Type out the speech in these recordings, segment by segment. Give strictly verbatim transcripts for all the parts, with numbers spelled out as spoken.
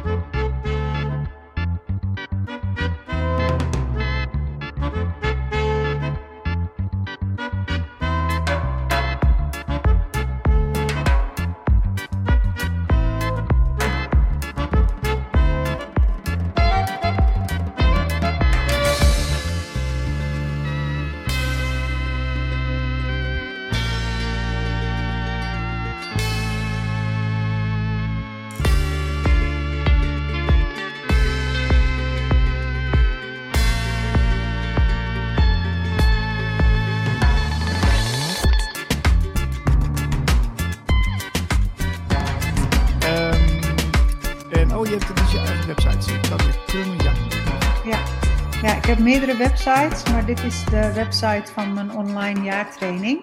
Ja, ik heb meerdere websites, maar dit is de website van mijn online jaartraining.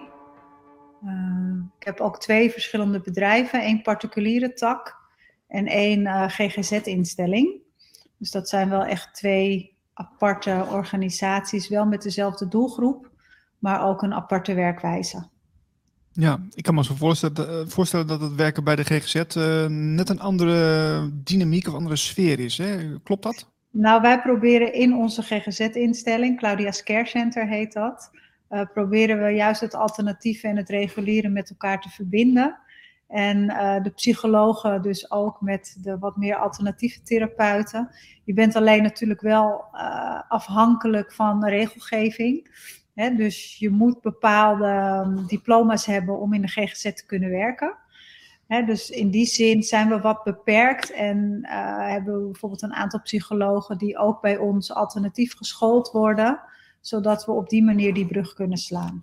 Uh, ik heb ook twee verschillende bedrijven, één particuliere tak en één uh, G G Z-instelling. Dus dat zijn wel echt twee aparte organisaties, wel met dezelfde doelgroep, maar ook een aparte werkwijze. Ja, ik kan me zo voorstellen, voorstellen dat het werken bij de G G Z uh, net een andere dynamiek of andere sfeer is. Hè? Klopt dat? Nou, wij proberen in onze G G Z-instelling, Claudia's Care Center heet dat, uh, proberen we juist het alternatieve en het reguliere met elkaar te verbinden. En uh, de psychologen dus ook met de wat meer alternatieve therapeuten. Je bent alleen natuurlijk wel uh, afhankelijk van regelgeving. Hè? Dus je moet bepaalde um, diploma's hebben om in de G G Z te kunnen werken. He, dus in die zin zijn we wat beperkt en uh, hebben we bijvoorbeeld een aantal psychologen die ook bij ons alternatief geschoold worden, zodat we op die manier die brug kunnen slaan.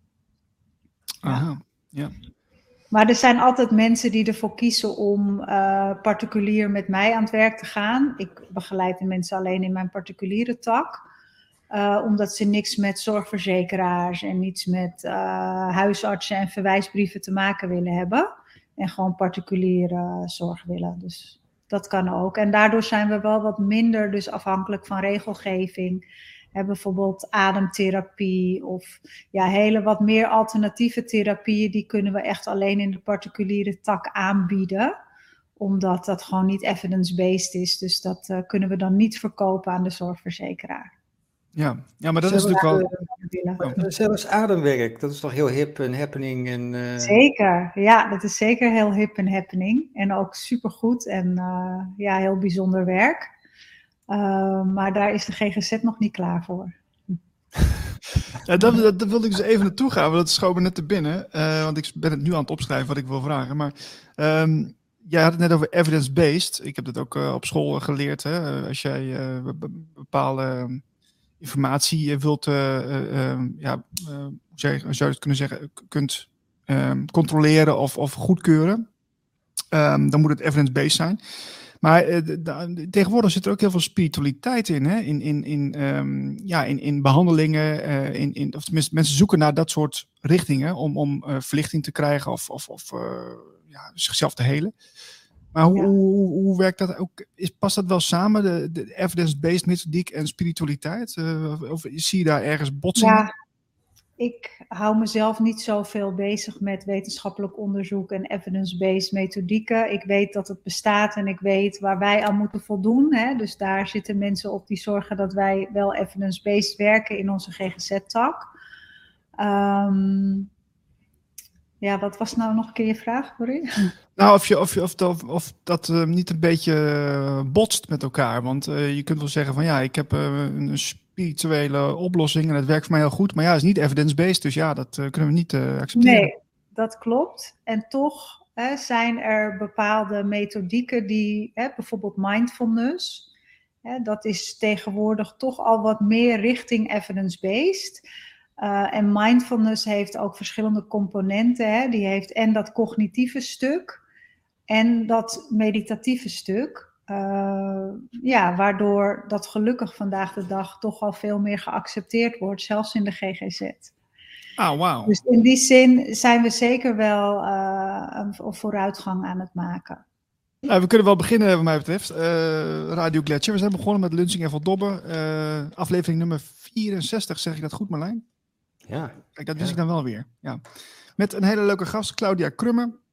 Aha, ja. Maar er zijn altijd mensen die ervoor kiezen om uh, particulier met mij aan het werk te gaan. Ik begeleid de mensen alleen in mijn particuliere tak, uh, omdat ze niks met zorgverzekeraars en niets met uh, huisartsen en verwijsbrieven te maken willen hebben. En gewoon particuliere zorg willen. Dus dat kan ook. En daardoor zijn we wel wat minder dus afhankelijk van regelgeving. He, bijvoorbeeld ademtherapie of ja, hele wat meer alternatieve therapieën. Die kunnen we echt alleen in de particuliere tak aanbieden. Omdat dat gewoon niet evidence-based is. Dus dat uh, kunnen we dan niet verkopen aan de zorgverzekeraar. Ja, ja, maar dat zelfs is natuurlijk wel... Oh. Zelfs ademwerk, dat is toch heel hip en happening? En, uh... Zeker, ja, dat is zeker heel hip en happening. En ook supergoed en uh, ja, heel bijzonder werk. Uh, maar daar is de G G Z nog niet klaar voor. Ja, dat, dat, dat wilde ik dus even naartoe gaan, want dat schoot me net te binnen. Uh, want ik ben het nu aan het opschrijven wat ik wil vragen. Maar um, jij had het net over evidence-based. Ik heb dat ook uh, op school geleerd. Hè? Als jij uh, bepaalde... Uh, informatie wilt, uh, uh, ja, uh, hoe zou je het kunnen zeggen, kunt uh, controleren of, of goedkeuren, um, dan moet het evidence-based zijn. Maar uh, de, de, tegenwoordig zit er ook heel veel spiritualiteit in, hè? In, in, in, um, ja, in, in behandelingen, uh, in, in, of tenminste mensen zoeken naar dat soort richtingen om, om uh, verlichting te krijgen of, of, of uh, ja, zichzelf te helen. Maar hoe, ja. hoe, hoe werkt dat ook? Is, past dat wel samen, de, de evidence-based methodiek en spiritualiteit? Uh, of zie je daar ergens botsingen? Ja, ik hou mezelf niet zoveel bezig met wetenschappelijk onderzoek en evidence-based methodieken. Ik weet dat het bestaat en ik weet waar wij aan moeten voldoen. Hè? Dus daar zitten mensen op die zorgen dat wij wel evidence-based werken in onze G G Z-tak. Um, Ja, wat was nou nog een keer je vraag, sorry? Nou, of, je, of, je, of, of, of dat uh, niet een beetje uh, botst met elkaar. Want uh, je kunt wel zeggen van ja, ik heb uh, een spirituele oplossing en het werkt voor mij heel goed. Maar ja, het is niet evidence-based, dus ja, dat uh, kunnen we niet uh, accepteren. Nee, dat klopt. En toch hè, zijn er bepaalde methodieken die, hè, bijvoorbeeld mindfulness, hè, dat is tegenwoordig toch al wat meer richting evidence-based. Uh, en mindfulness heeft ook verschillende componenten. Hè? Die heeft en dat cognitieve stuk en dat meditatieve stuk. Uh, ja, waardoor dat gelukkig vandaag de dag toch al veel meer geaccepteerd wordt, zelfs in de G G Z. Ah, wauw. Dus in die zin zijn we zeker wel uh, een vooruitgang aan het maken. Nou, we kunnen wel beginnen wat mij betreft. Uh, Radio Gletscher. We zijn begonnen met Lunsing en Van Dobbe. Uh, aflevering nummer vierenzestig, zeg ik dat goed, Marlijn? Ja. Kijk, dat wist ja. ik dan wel weer. Ja. Met een hele leuke gast, Claudia Krummer.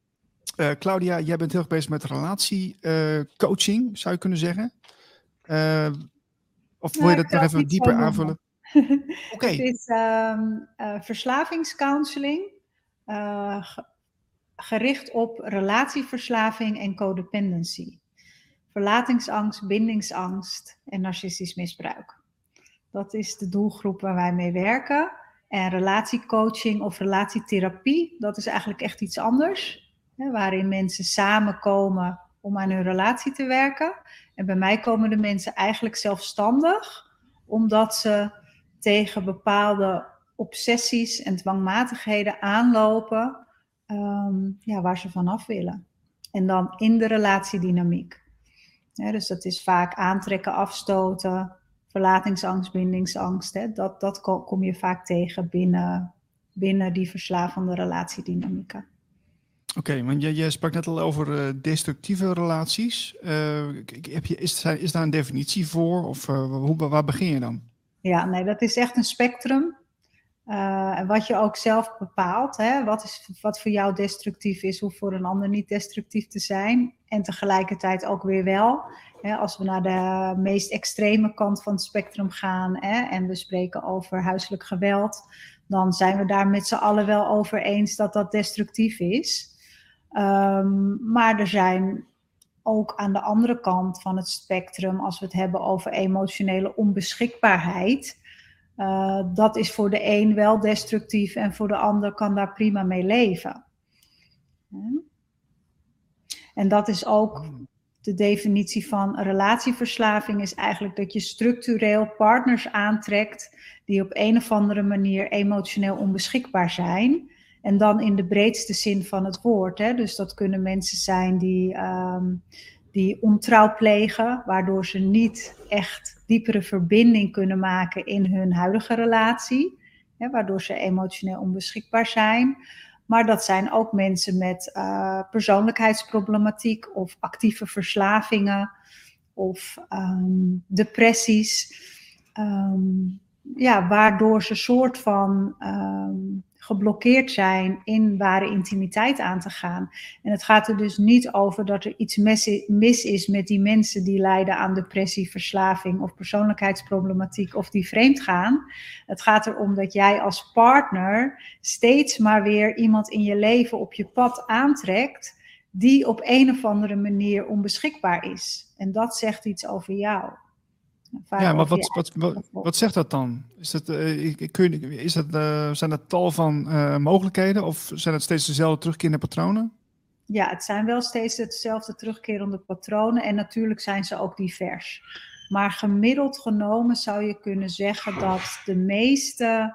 Uh, Claudia, jij bent heel erg bezig met relatiecoaching, uh, zou je kunnen zeggen. Uh, of wil nou, je dat nog even dieper aanvullen? Oké. Okay. Het is um, uh, verslavingscounseling, uh, ge- gericht op relatieverslaving en codependency. Verlatingsangst, bindingsangst en narcistisch misbruik. Dat is de doelgroep waar wij mee werken. En relatiecoaching of relatietherapie, dat is eigenlijk echt iets anders. Hè, waarin mensen samenkomen om aan hun relatie te werken. En bij mij komen de mensen eigenlijk zelfstandig, omdat ze tegen bepaalde obsessies en dwangmatigheden aanlopen, um, ja, waar ze vanaf willen. En dan in de relatiedynamiek. Ja, dus dat is vaak aantrekken, afstoten, verlatingsangst, bindingsangst. Hè. Dat, dat kom je vaak tegen binnen, binnen die verslavende relatiedynamieken. Oké, okay, want je, je sprak net al over uh, destructieve relaties. Uh, heb je, is, is daar een definitie voor of uh, hoe, waar begin je dan? Ja, nee, dat is echt een spectrum. Uh, en wat je ook zelf bepaalt, hè, wat, is, wat voor jou destructief is, hoeft voor een ander niet destructief te zijn. En tegelijkertijd ook weer wel. Hè, als we naar de meest extreme kant van het spectrum gaan, hè, en we spreken over huiselijk geweld, dan zijn we daar met z'n allen wel over eens dat dat destructief is. Um, maar er zijn ook aan de andere kant van het spectrum, als we het hebben over emotionele onbeschikbaarheid, Uh, dat is voor de een wel destructief en voor de ander kan daar prima mee leven. Hm? En dat is ook de definitie van relatieverslaving, is eigenlijk dat je structureel partners aantrekt die op een of andere manier emotioneel onbeschikbaar zijn. En dan in de breedste zin van het woord. Hè? Dus dat kunnen mensen zijn die, um, die ontrouw plegen, waardoor ze niet echt diepere verbinding kunnen maken in hun huidige relatie. Hè? Waardoor ze emotioneel onbeschikbaar zijn. Maar dat zijn ook mensen met uh, persoonlijkheidsproblematiek of actieve verslavingen of um, depressies. Um, ja, waardoor ze soort van um, geblokkeerd zijn in ware intimiteit aan te gaan. En het gaat er dus niet over dat er iets mis is met die mensen die lijden aan depressie, verslaving of persoonlijkheidsproblematiek of die vreemd gaan. Het gaat erom dat jij als partner steeds maar weer iemand in je leven op je pad aantrekt die op een of andere manier onbeschikbaar is. En dat zegt iets over jou. Ja, maar wat, wat, wat, wat zegt dat dan? Is dat, uh, kun je, is dat, uh, zijn dat tal van uh, mogelijkheden of zijn het steeds dezelfde terugkerende patronen? Ja, het zijn wel steeds hetzelfde terugkerende patronen en natuurlijk zijn ze ook divers. Maar gemiddeld genomen zou je kunnen zeggen dat de meeste,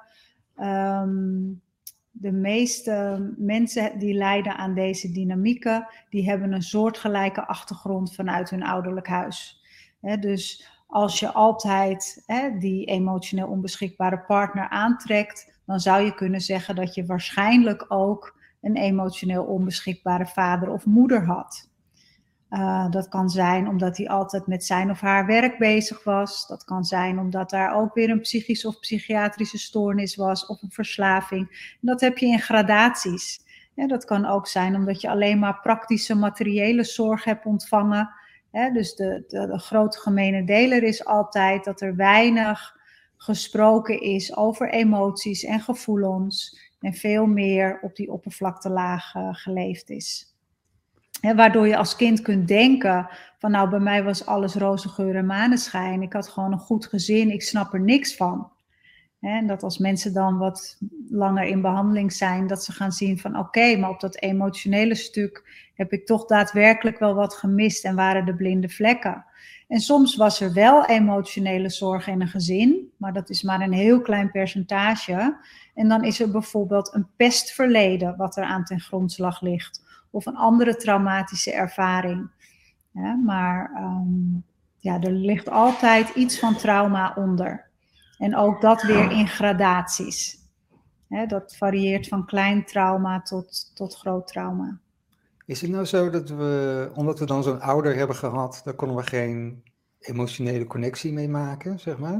um, de meeste mensen die lijden aan deze dynamieken, die hebben een soortgelijke achtergrond vanuit hun ouderlijk huis. He, dus als je altijd hè, die emotioneel onbeschikbare partner aantrekt, dan zou je kunnen zeggen dat je waarschijnlijk ook een emotioneel onbeschikbare vader of moeder had. Uh, dat kan zijn omdat hij altijd met zijn of haar werk bezig was. Dat kan zijn omdat daar ook weer een psychische of psychiatrische stoornis was of een verslaving. En dat heb je in gradaties. Ja, dat kan ook zijn omdat je alleen maar praktische materiële zorg hebt ontvangen. He, dus de, de, de grote gemene deler is altijd dat er weinig gesproken is over emoties en gevoelens en veel meer op die oppervlaktelaag uh, geleefd is. He, waardoor je als kind kunt denken van nou bij mij was alles roze geur en maneschijn, ik had gewoon een goed gezin, ik snap er niks van. He, en dat als mensen dan wat langer in behandeling zijn, dat ze gaan zien van oké, okay, maar op dat emotionele stuk heb ik toch daadwerkelijk wel wat gemist en waren de blinde vlekken. En soms was er wel emotionele zorg in een gezin, maar dat is maar een heel klein percentage. En dan is er bijvoorbeeld een pestverleden wat er aan ten grondslag ligt. Of een andere traumatische ervaring. Ja, maar um, ja, er ligt altijd iets van trauma onder. En ook dat weer in gradaties. He, dat varieert van klein trauma tot, tot groot trauma. Is het nou zo dat we, omdat we dan zo'n ouder hebben gehad, daar konden we geen emotionele connectie mee maken, zeg maar?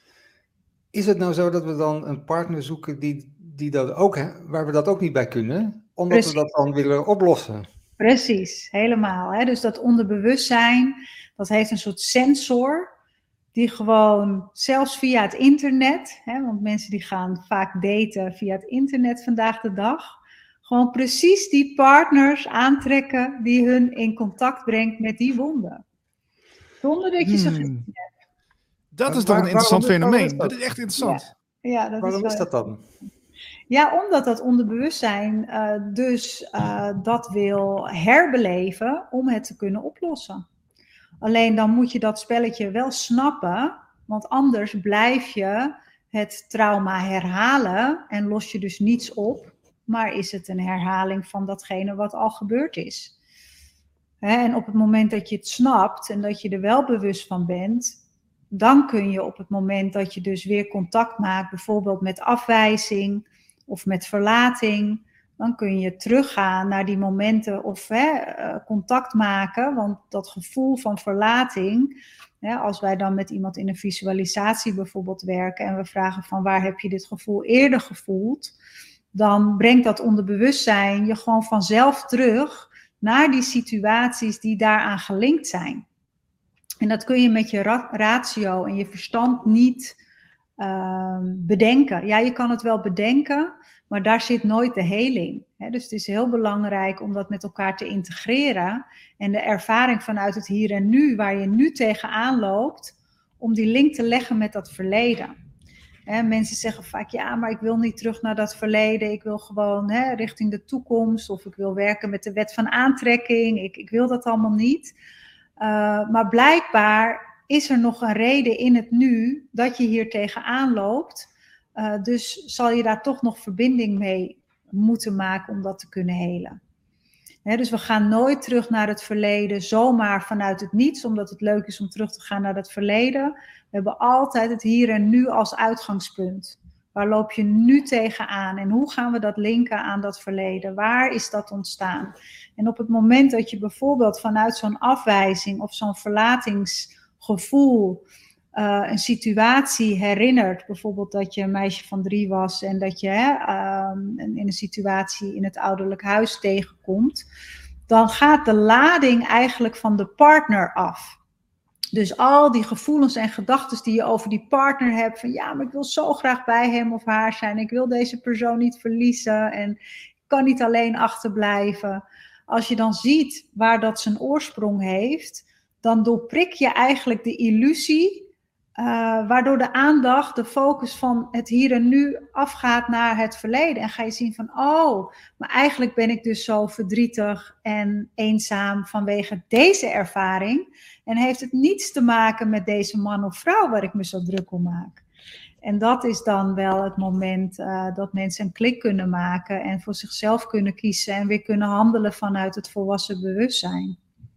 Is het nou zo dat we dan een partner zoeken die, die dat ook, hè, waar we dat ook niet bij kunnen, omdat Precies. we dat dan willen oplossen? Precies, helemaal. Hè? Dus dat onderbewustzijn, dat heeft een soort sensor die gewoon, zelfs via het internet, hè, want mensen die gaan vaak daten via het internet vandaag de dag, gewoon precies die partners aantrekken die hun in contact brengt met die wonden. Zonder dat je ze gezien Hmm. hebt. Dat is Waar- toch een interessant waarom is- waarom fenomeen. is dat? Dat is echt interessant. Ja, ja, dat Waarom is, is wel- dat dan? Ja, omdat dat onderbewustzijn uh, dus uh, dat wil herbeleven om het te kunnen oplossen. Alleen dan moet je dat spelletje wel snappen, want anders blijf je het trauma herhalen en los je dus niets op, maar is het een herhaling van datgene wat al gebeurd is. Hè, en op het moment dat je het snapt en dat je er wel bewust van bent, dan kun je op het moment dat je dus weer contact maakt, bijvoorbeeld met afwijzing of met verlating, dan kun je teruggaan naar die momenten of hè, contact maken. Want dat gevoel van verlating, hè, als wij dan met iemand in een visualisatie bijvoorbeeld werken en we vragen van waar heb je dit gevoel eerder gevoeld, dan brengt dat onderbewustzijn je gewoon vanzelf terug naar die situaties die daaraan gelinkt zijn. En dat kun je met je ra- ratio en je verstand niet uh, bedenken. Ja, je kan het wel bedenken, maar daar zit nooit de heling. Hè? Dus het is heel belangrijk om dat met elkaar te integreren. En de ervaring vanuit het hier en nu, waar je nu tegenaan loopt, om die link te leggen met dat verleden. Hè, mensen zeggen vaak, ja, maar ik wil niet terug naar dat verleden. Ik wil gewoon hè, richting de toekomst. Of ik wil werken met de wet van aantrekking. Ik, ik wil dat allemaal niet. Uh, maar blijkbaar is er nog een reden in het nu dat je hier tegenaan loopt. Uh, dus zal je daar toch nog verbinding mee moeten maken om dat te kunnen helen. He, dus we gaan nooit terug naar het verleden zomaar vanuit het niets, omdat het leuk is om terug te gaan naar dat verleden. We hebben altijd het hier en nu als uitgangspunt. Waar loop je nu tegenaan en hoe gaan we dat linken aan dat verleden? Waar is dat ontstaan? En op het moment dat je bijvoorbeeld vanuit zo'n afwijzing of zo'n verlatingsgevoel uh, een situatie herinnert, bijvoorbeeld dat je een meisje van drie was en dat je hè, uh, in een situatie in het ouderlijk huis tegenkomt, dan gaat de lading eigenlijk van de partner af. Dus al die gevoelens en gedachten die je over die partner hebt, van ja, maar ik wil zo graag bij hem of haar zijn, ik wil deze persoon niet verliezen en ik kan niet alleen achterblijven. Als je dan ziet waar dat zijn oorsprong heeft, dan doorprik je eigenlijk de illusie, uh, waardoor de aandacht, de focus van het hier en nu afgaat naar het verleden. En ga je zien van, oh, maar eigenlijk ben ik dus zo verdrietig en eenzaam vanwege deze ervaring. En heeft het niets te maken met deze man of vrouw waar ik me zo druk om maak. En dat is dan wel het moment uh, dat mensen een klik kunnen maken en voor zichzelf kunnen kiezen en weer kunnen handelen vanuit het volwassen bewustzijn.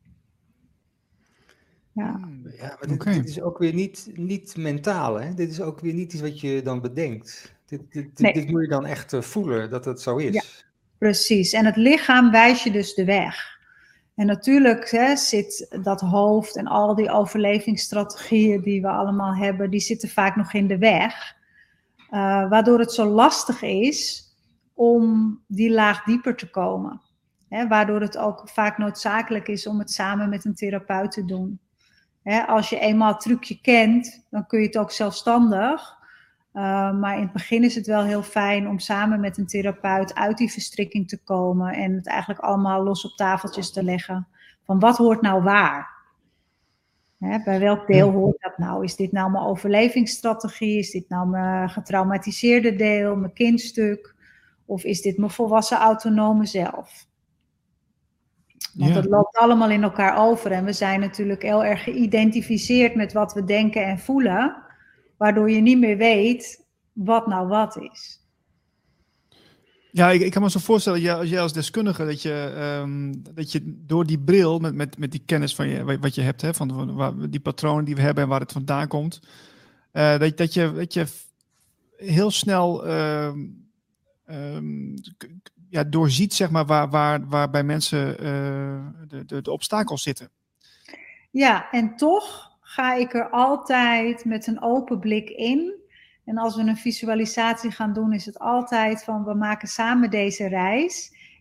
Ja, ja maar dit, okay. dit is ook weer niet, niet mentaal, hè? Dit is ook weer niet iets wat je dan bedenkt. Dit, dit, nee. dit moet je dan echt uh, voelen, dat het zo is. Ja, precies. En het lichaam wijst je dus de weg. En natuurlijk hè, zit dat hoofd en al die overlevingsstrategieën die we allemaal hebben, die zitten vaak nog in de weg. Uh, waardoor het zo lastig is om die laag dieper te komen. Hè, waardoor het ook vaak noodzakelijk is om het samen met een therapeut te doen. Hè, als je eenmaal het trucje kent, dan kun je het ook zelfstandig. Uh, maar in het begin is het wel heel fijn om samen met een therapeut uit die verstrikking te komen en het eigenlijk allemaal los op tafeltjes te leggen. Van wat hoort nou waar? Hè, bij welk deel hoort dat nou? Is dit nou mijn overlevingsstrategie? Is dit nou mijn getraumatiseerde deel, mijn kindstuk? Of is dit mijn volwassen autonome zelf? Want het ja. loopt allemaal in elkaar over en we zijn natuurlijk heel erg geïdentificeerd met wat we denken en voelen, waardoor je niet meer weet wat nou wat is. Ja, ik, ik kan me zo voorstellen, ja, als jij als deskundige, dat je, um, dat je door die bril, met, met, met die kennis van je, wat je hebt, hè, van, van waar, die patronen die we hebben en waar het vandaan komt, uh, dat, dat, je, dat je heel snel uh, um, ja, doorziet, zeg maar, waar, waar, waar bij mensen uh, de, de, de obstakels zitten. Ja, en toch ga ik er altijd met een open blik in. En als we een visualisatie gaan doen, is het altijd van we maken samen deze reis.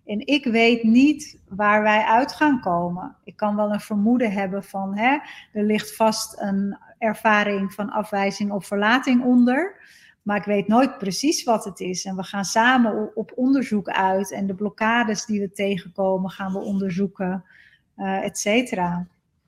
En ik weet niet waar wij uit gaan komen. Ik kan wel een vermoeden hebben van, hè, er ligt vast een ervaring van afwijzing of verlating onder. Maar ik weet nooit precies wat het is. En we gaan samen op onderzoek uit. En de blokkades die we tegenkomen gaan we onderzoeken, uh, et cetera.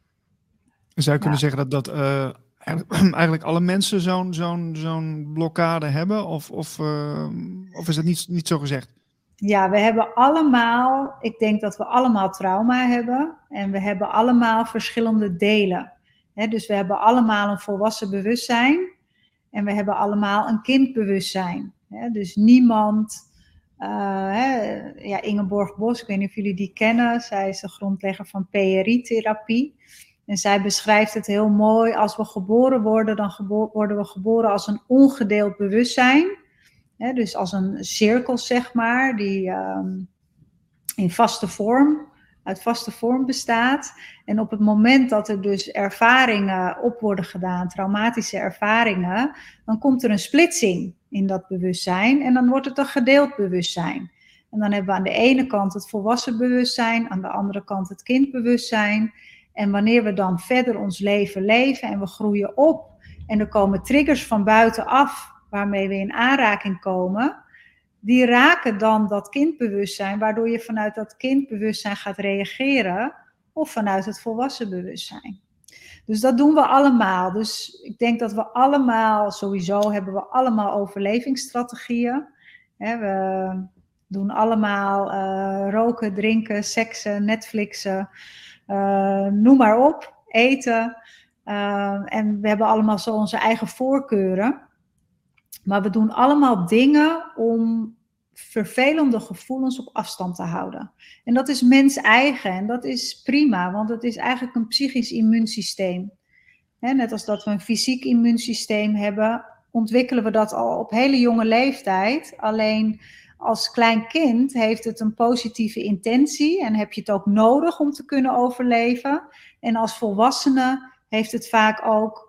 Zou je Ja. kunnen zeggen dat, dat uh, eigenlijk alle mensen zo'n, zo'n, zo'n blokkade hebben? Of, of, uh, of is dat niet, niet zo gezegd? Ja, we hebben allemaal, ik denk dat we allemaal trauma hebben. En we hebben allemaal verschillende delen. He, dus we hebben allemaal een volwassen bewustzijn. En we hebben allemaal een kindbewustzijn. He, dus niemand... Uh, he, ja, Ingeborg Bos, ik weet niet of jullie die kennen. Zij is de grondlegger van P R I-therapie. En zij beschrijft het heel mooi. Als we geboren worden, dan gebo- worden we geboren als een ongedeeld bewustzijn. He, dus als een cirkel, zeg maar, die um, in vaste vorm, uit vaste vorm bestaat. En op het moment dat er dus ervaringen op worden gedaan, traumatische ervaringen, dan komt er een splitsing in dat bewustzijn en dan wordt het een gedeeld bewustzijn. En dan hebben we aan de ene kant het volwassen bewustzijn, aan de andere kant het kindbewustzijn. En wanneer we dan verder ons leven leven en we groeien op en er komen triggers van buitenaf waarmee we in aanraking komen, die raken dan dat kindbewustzijn, waardoor je vanuit dat kindbewustzijn gaat reageren of vanuit het volwassen bewustzijn. Dus dat doen we allemaal. Dus ik denk dat we allemaal, sowieso hebben we allemaal overlevingsstrategieën. He, we doen allemaal uh, roken, drinken, seksen, Netflixen, uh, noem maar op, eten. Uh, en we hebben allemaal zo onze eigen voorkeuren. Maar we doen allemaal dingen om vervelende gevoelens op afstand te houden. En dat is mens eigen en dat is prima, want het is eigenlijk een psychisch immuunsysteem. He, net als dat we een fysiek immuunsysteem hebben, ontwikkelen we dat al op hele jonge leeftijd. Alleen als klein kind heeft het een positieve intentie en heb je het ook nodig om te kunnen overleven. En als volwassene heeft het vaak ook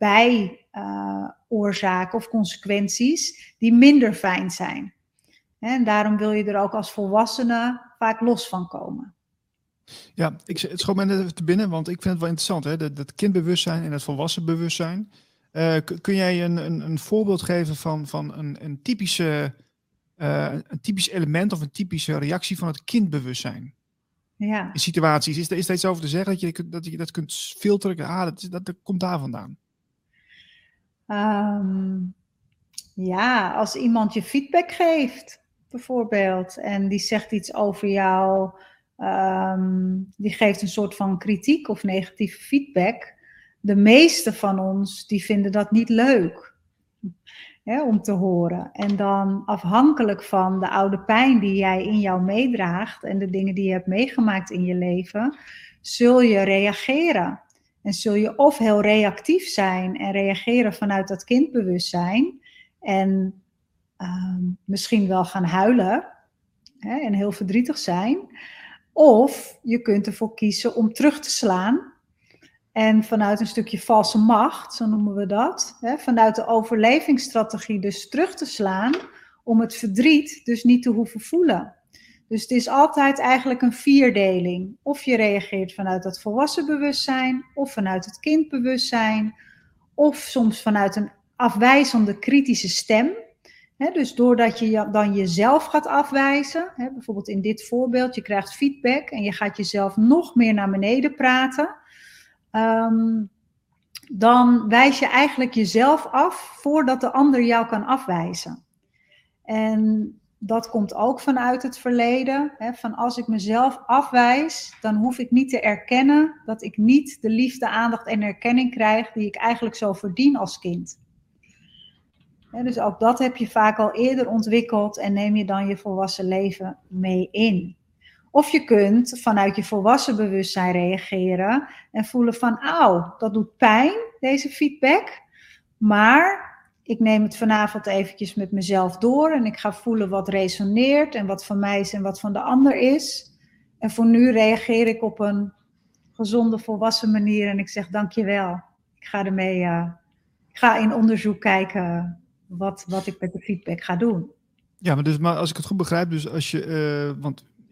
bijoorzaken uh, of consequenties die minder fijn zijn. En daarom wil je er ook als volwassene vaak los van komen. Ja, ik, het schoot mij net even te binnen, want ik vind het wel interessant, hè? Dat, dat kindbewustzijn en het volwassen bewustzijn. Uh, kun jij een, een, een voorbeeld geven van, van een, een, typische, uh, een typisch element of een typische reactie van het kindbewustzijn? Ja. In situaties, is er, is er iets over te zeggen dat je dat, je dat kunt filteren? Ah, dat, dat, dat komt daar vandaan. Um, ja, als iemand je feedback geeft, bijvoorbeeld, en die zegt iets over jou, um, die geeft een soort van kritiek of negatieve feedback. De meeste van ons, die vinden dat niet leuk, hè, om te horen. En dan afhankelijk van de oude pijn die jij in jou meedraagt en de dingen die je hebt meegemaakt in je leven, zul je reageren. En zul je of heel reactief zijn en reageren vanuit dat kindbewustzijn en uh, misschien wel gaan huilen, hè, en heel verdrietig zijn. Of je kunt ervoor kiezen om terug te slaan en vanuit een stukje valse macht, zo noemen we dat, hè, vanuit de overlevingsstrategie dus terug te slaan om het verdriet dus niet te hoeven voelen. Dus het is altijd eigenlijk een vierdeling. Of je reageert vanuit het volwassen bewustzijn, of vanuit het kindbewustzijn, of soms vanuit een afwijzende kritische stem. He, dus doordat je dan jezelf gaat afwijzen, he, bijvoorbeeld in dit voorbeeld, je krijgt feedback en je gaat jezelf nog meer naar beneden praten, um, dan wijs je eigenlijk jezelf af voordat de ander jou kan afwijzen. En dat komt ook vanuit het verleden. Hè, van als ik mezelf afwijs, dan hoef ik niet te erkennen dat ik niet de liefde, aandacht en erkenning krijg die ik eigenlijk zo verdien als kind. Hè, dus ook dat heb je vaak al eerder ontwikkeld en neem je dan je volwassen leven mee in. Of je kunt vanuit je volwassen bewustzijn reageren en voelen van, auw, dat doet pijn, deze feedback, maar ik neem het vanavond eventjes met mezelf door en ik ga voelen wat resoneert en wat van mij is en wat van de ander is. En voor nu reageer ik op een gezonde, volwassen manier en ik zeg dankjewel. Ik ga ermee, uh, ik ga in onderzoek kijken wat, wat ik met de feedback ga doen. Ja, maar, dus, maar als ik het goed begrijp, dus als je, uh, want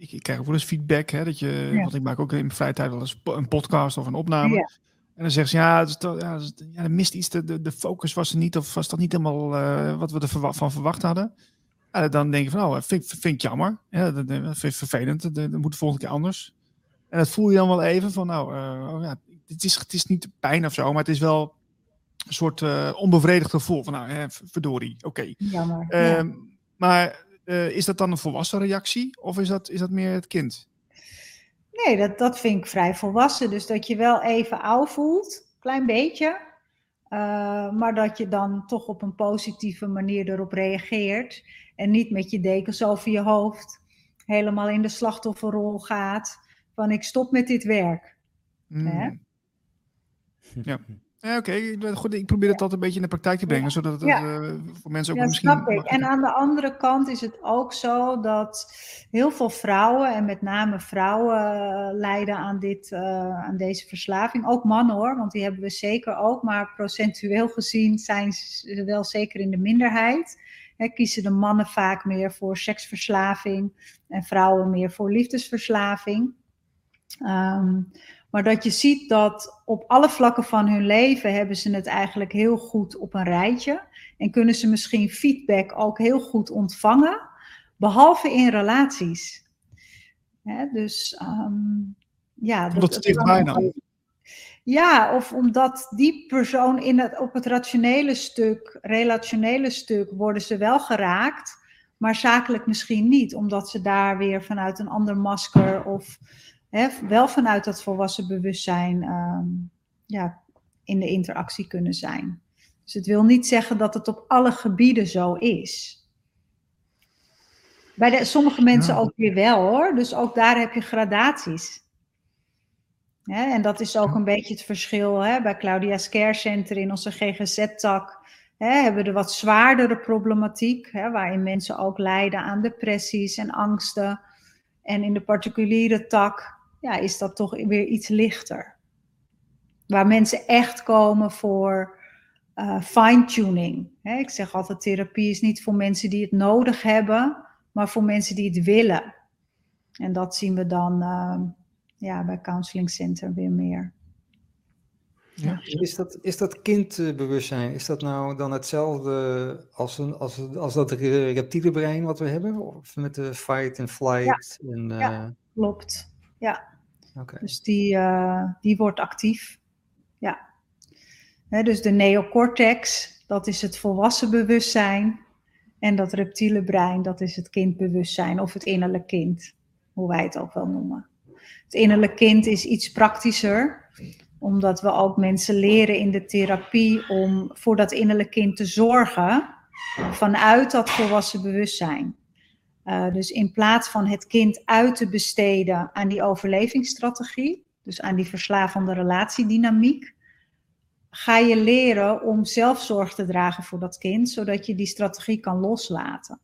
ik, ik krijg ook wel eens feedback, hè, dat je, Ja. want ik maak ook in mijn vrije tijd wel eens een podcast of een opname. Ja. En dan zeggen ze, ja, het is toch, ja, het is- ja, er mist iets, de, de, de focus was er niet, of was dat niet helemaal uh, wat we ervan verwa- verwacht hadden. Ja, dan denk je van, oh, vind, vind ik jammer. Ja, dat, dat vind ik vervelend, dat, dat moet de volgende keer anders. En dat voel je dan wel even van, nou, uh, oh, ja, het is, het is niet pijn of zo, maar het is wel een soort uh, onbevredigd gevoel van, nou, hè, verdorie, oké. Okay. Jammer, uh, ja. Maar uh, is dat dan een volwassen reactie of is dat, is dat meer het kind? Nee, dat, dat vind ik vrij volwassen. Dus dat je wel even oud voelt, klein beetje. Uh, maar dat je dan toch op een positieve manier erop reageert. En niet met je dekens over je hoofd helemaal in de slachtofferrol gaat. Van ik stop met dit werk. Mm. Hè? Ja. Ja, oké. Okay. Goed, ik probeer het altijd een beetje in de praktijk te brengen, ja. Zodat het ja. uh, voor mensen ook ja, misschien... Snap ik. En aan de andere kant is het ook zo dat heel veel vrouwen, en met name vrouwen, uh, lijden aan, dit, uh, aan deze verslaving. Ook mannen hoor, want die hebben we zeker ook. Maar procentueel gezien zijn ze wel zeker in de minderheid. He, kiezen de mannen vaak meer voor seksverslaving en vrouwen meer voor liefdesverslaving. Um, Maar dat je ziet dat op alle vlakken van hun leven hebben ze het eigenlijk heel goed op een rijtje. En kunnen ze misschien feedback ook heel goed ontvangen. Behalve in relaties. Hè, dus um, ja. Omdat dat, het dichtbij dan. Ja, of omdat die persoon in het, op het rationele stuk, relationele stuk, worden ze wel geraakt. Maar zakelijk misschien niet. Omdat ze daar weer vanuit een ander masker of... He, wel vanuit dat volwassen bewustzijn um, ja, in de interactie kunnen zijn. Dus het wil niet zeggen dat het op alle gebieden zo is. Bij de, sommige mensen ja. ook weer wel hoor. Dus ook daar heb je gradaties. He, en dat is ook een beetje het verschil. He, bij Claudia's Care Center in onze G G Z-tak he, hebben we de wat zwaardere problematiek. He, waarin mensen ook lijden aan depressies en angsten. En in de particuliere tak... ja, is dat toch weer iets lichter. Waar mensen echt komen voor uh, fine-tuning. Hè, ik zeg altijd, therapie is niet voor mensen die het nodig hebben, maar voor mensen die het willen. En dat zien we dan uh, ja, bij Counseling Center weer meer. Ja. Is dat, is dat kindbewustzijn, is dat nou dan hetzelfde als, een, als, als dat reptiele brein wat we hebben? Of met de fight and flight? Ja, en, uh... ja klopt. Ja. Okay. Dus die, uh, die wordt actief. Ja. He, dus de neocortex, dat is het volwassen bewustzijn. En dat reptiele brein, dat is het kindbewustzijn of het innerlijk kind. Hoe wij het ook wel noemen. Het innerlijk kind is iets praktischer. Omdat we ook mensen leren in de therapie om voor dat innerlijk kind te zorgen. Vanuit dat volwassen bewustzijn. Uh, dus in plaats van het kind uit te besteden aan die overlevingsstrategie, dus aan die verslavende relatiedynamiek, ga je leren om zelf zorg te dragen voor dat kind, zodat je die strategie kan loslaten.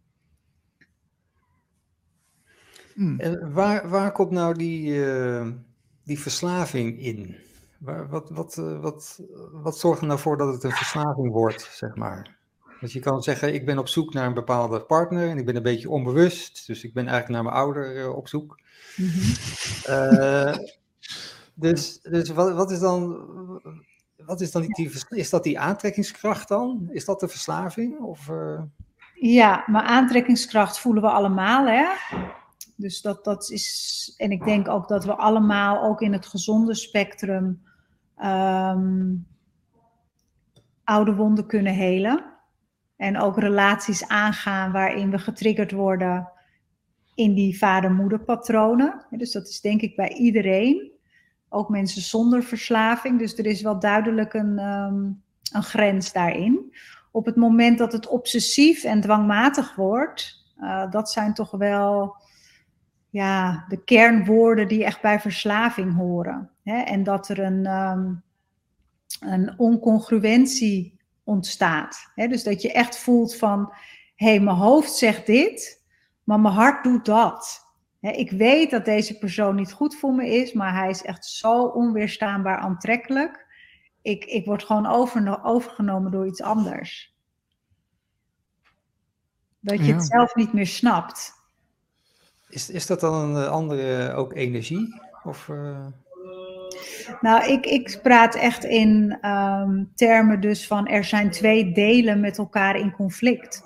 Hmm. En waar, waar komt nou die, uh, die verslaving in? Waar, wat, wat, uh, wat, wat zorgt er nou voor dat het een verslaving wordt, zeg maar? Dus je kan zeggen, ik ben op zoek naar een bepaalde partner en ik ben een beetje onbewust. Dus ik ben eigenlijk naar mijn ouder uh, op zoek. Mm-hmm. Uh, dus dus wat, wat is dan, wat is dan die, die, is dat die aantrekkingskracht dan? Is dat de verslaving? Of, uh... Ja, maar aantrekkingskracht voelen we allemaal, hè? Dus dat, dat is, en ik denk ook dat we allemaal, ook in het gezonde spectrum, um, oude wonden kunnen helen. En ook relaties aangaan waarin we getriggerd worden in die vader-moederpatronen. Dus dat is denk ik bij iedereen. Ook mensen zonder verslaving. Dus er is wel duidelijk een, um, een grens daarin. Op het moment dat het obsessief en dwangmatig wordt, uh, dat zijn toch wel ja, de kernwoorden die echt bij verslaving horen. Hè? En dat er een, um, een oncongruentie ontstaat. He, dus dat je echt voelt van, hé, hey, mijn hoofd zegt dit, maar mijn hart doet dat. He, ik weet dat deze persoon niet goed voor me is, maar hij is echt zo onweerstaanbaar aantrekkelijk. Ik, ik word gewoon over, overgenomen door iets anders. Dat je ja. het zelf niet meer snapt. Is, is dat dan een andere ook energie? Of, uh... Nou, ik, ik praat echt in um, termen dus van er zijn twee delen met elkaar in conflict.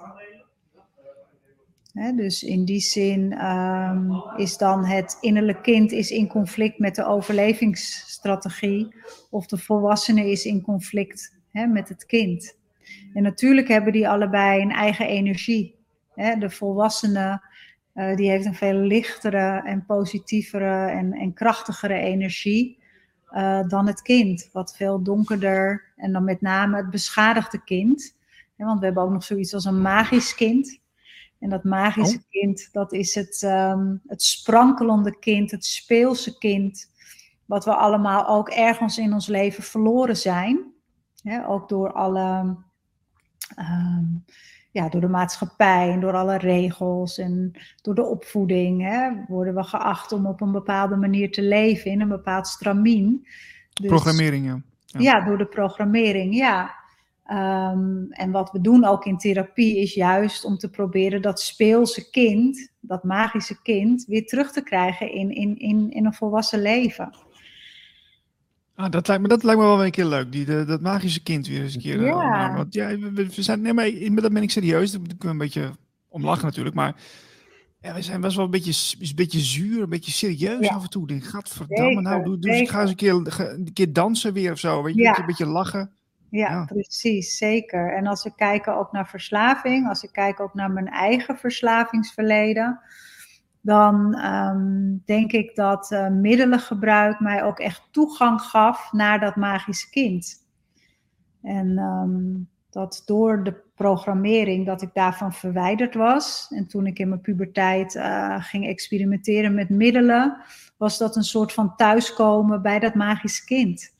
He, dus in die zin um, is dan het innerlijk kind is in conflict met de overlevingsstrategie, of de volwassene is in conflict he, met het kind. En natuurlijk hebben die allebei een eigen energie. He, de volwassene uh, die heeft een veel lichtere en positievere en, en krachtigere energie uh, dan het kind, wat veel donkerder, en dan met name het beschadigde kind. He, want we hebben ook nog zoiets als een magisch kind. En dat magische oh. kind, dat is het, um, het sprankelende kind, het speelse kind, wat we allemaal ook ergens in ons leven verloren zijn. Hè, ook door alle, um, ja, door de maatschappij en door alle regels en door de opvoeding. Hè, worden we geacht om op een bepaalde manier te leven in een bepaald stramien. Dus, programmering, ja. ja. Ja, door de programmering, ja. Um, en wat we doen ook in therapie is juist om te proberen dat speelse kind, dat magische kind, weer terug te krijgen in, in, in, in een volwassen leven. Ah, dat lijkt me, dat lijkt me wel een keer leuk, die, de, dat magische kind weer eens een keer. Ja. Uh, want ja, we, we zijn, nee, maar dat ben ik serieus, daar kunnen we een beetje om lachen natuurlijk, maar ja, we zijn best wel een beetje, een beetje zuur, een beetje serieus ja. af en toe. Denk, gadverdamme, zeker, nou, doe, doe, ga eens een keer, een keer dansen weer of zo, weet je, ja. een beetje lachen. Ja, ja, precies, zeker. En als we kijken ook naar verslaving, als ik kijk ook naar mijn eigen verslavingsverleden, dan um, denk ik dat uh, middelengebruik mij ook echt toegang gaf naar dat magische kind. En um, dat door de programmering, dat ik daarvan verwijderd was. En toen ik in mijn puberteit uh, ging experimenteren met middelen, was dat een soort van thuiskomen bij dat magische kind.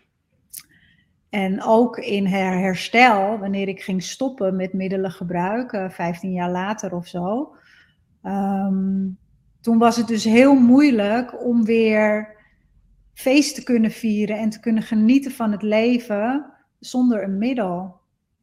En ook in her herstel, wanneer ik ging stoppen met middelengebruik, uh, vijftien jaar later of zo. Um, toen was het dus heel moeilijk om weer feest te kunnen vieren en te kunnen genieten van het leven zonder een middel.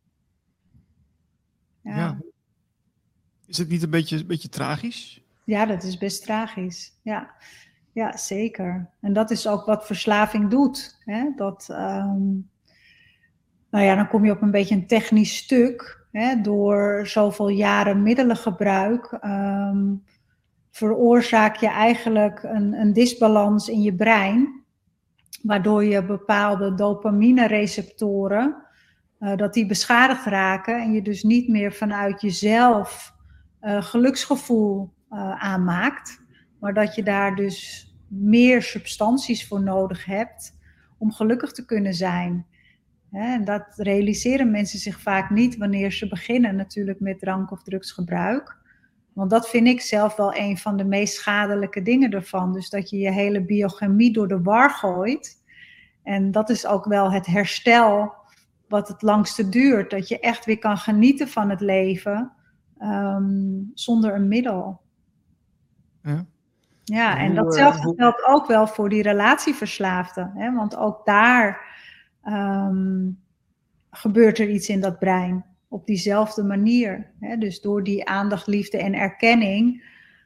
Ja. Ja. Is het niet een beetje, een beetje tragisch? Ja, dat is best tragisch. Ja. Ja, zeker. En dat is ook wat verslaving doet. Hè? Dat... Um, Nou ja, dan kom je op een beetje een technisch stuk. Hè, door zoveel jaren middelengebruik um, veroorzaak je eigenlijk een, een disbalans in je brein. Waardoor je bepaalde dopamine-receptoren, uh, dat die beschadigd raken. En je dus niet meer vanuit jezelf uh, geluksgevoel uh, aanmaakt. Maar dat je daar dus meer substanties voor nodig hebt om gelukkig te kunnen zijn. En dat realiseren mensen zich vaak niet wanneer ze beginnen natuurlijk met drank- of drugsgebruik. Want dat vind ik zelf wel een van de meest schadelijke dingen ervan. Dus dat je je hele biochemie door de war gooit. En dat is ook wel het herstel wat het langste duurt. Dat je echt weer kan genieten van het leven um, zonder een middel. Ja, ja en datzelfde geldt ook wel voor die relatieverslaafden. Hè? Want ook daar... Um, gebeurt er iets in dat brein op diezelfde manier. Hè? Dus door die aandacht, liefde en erkenning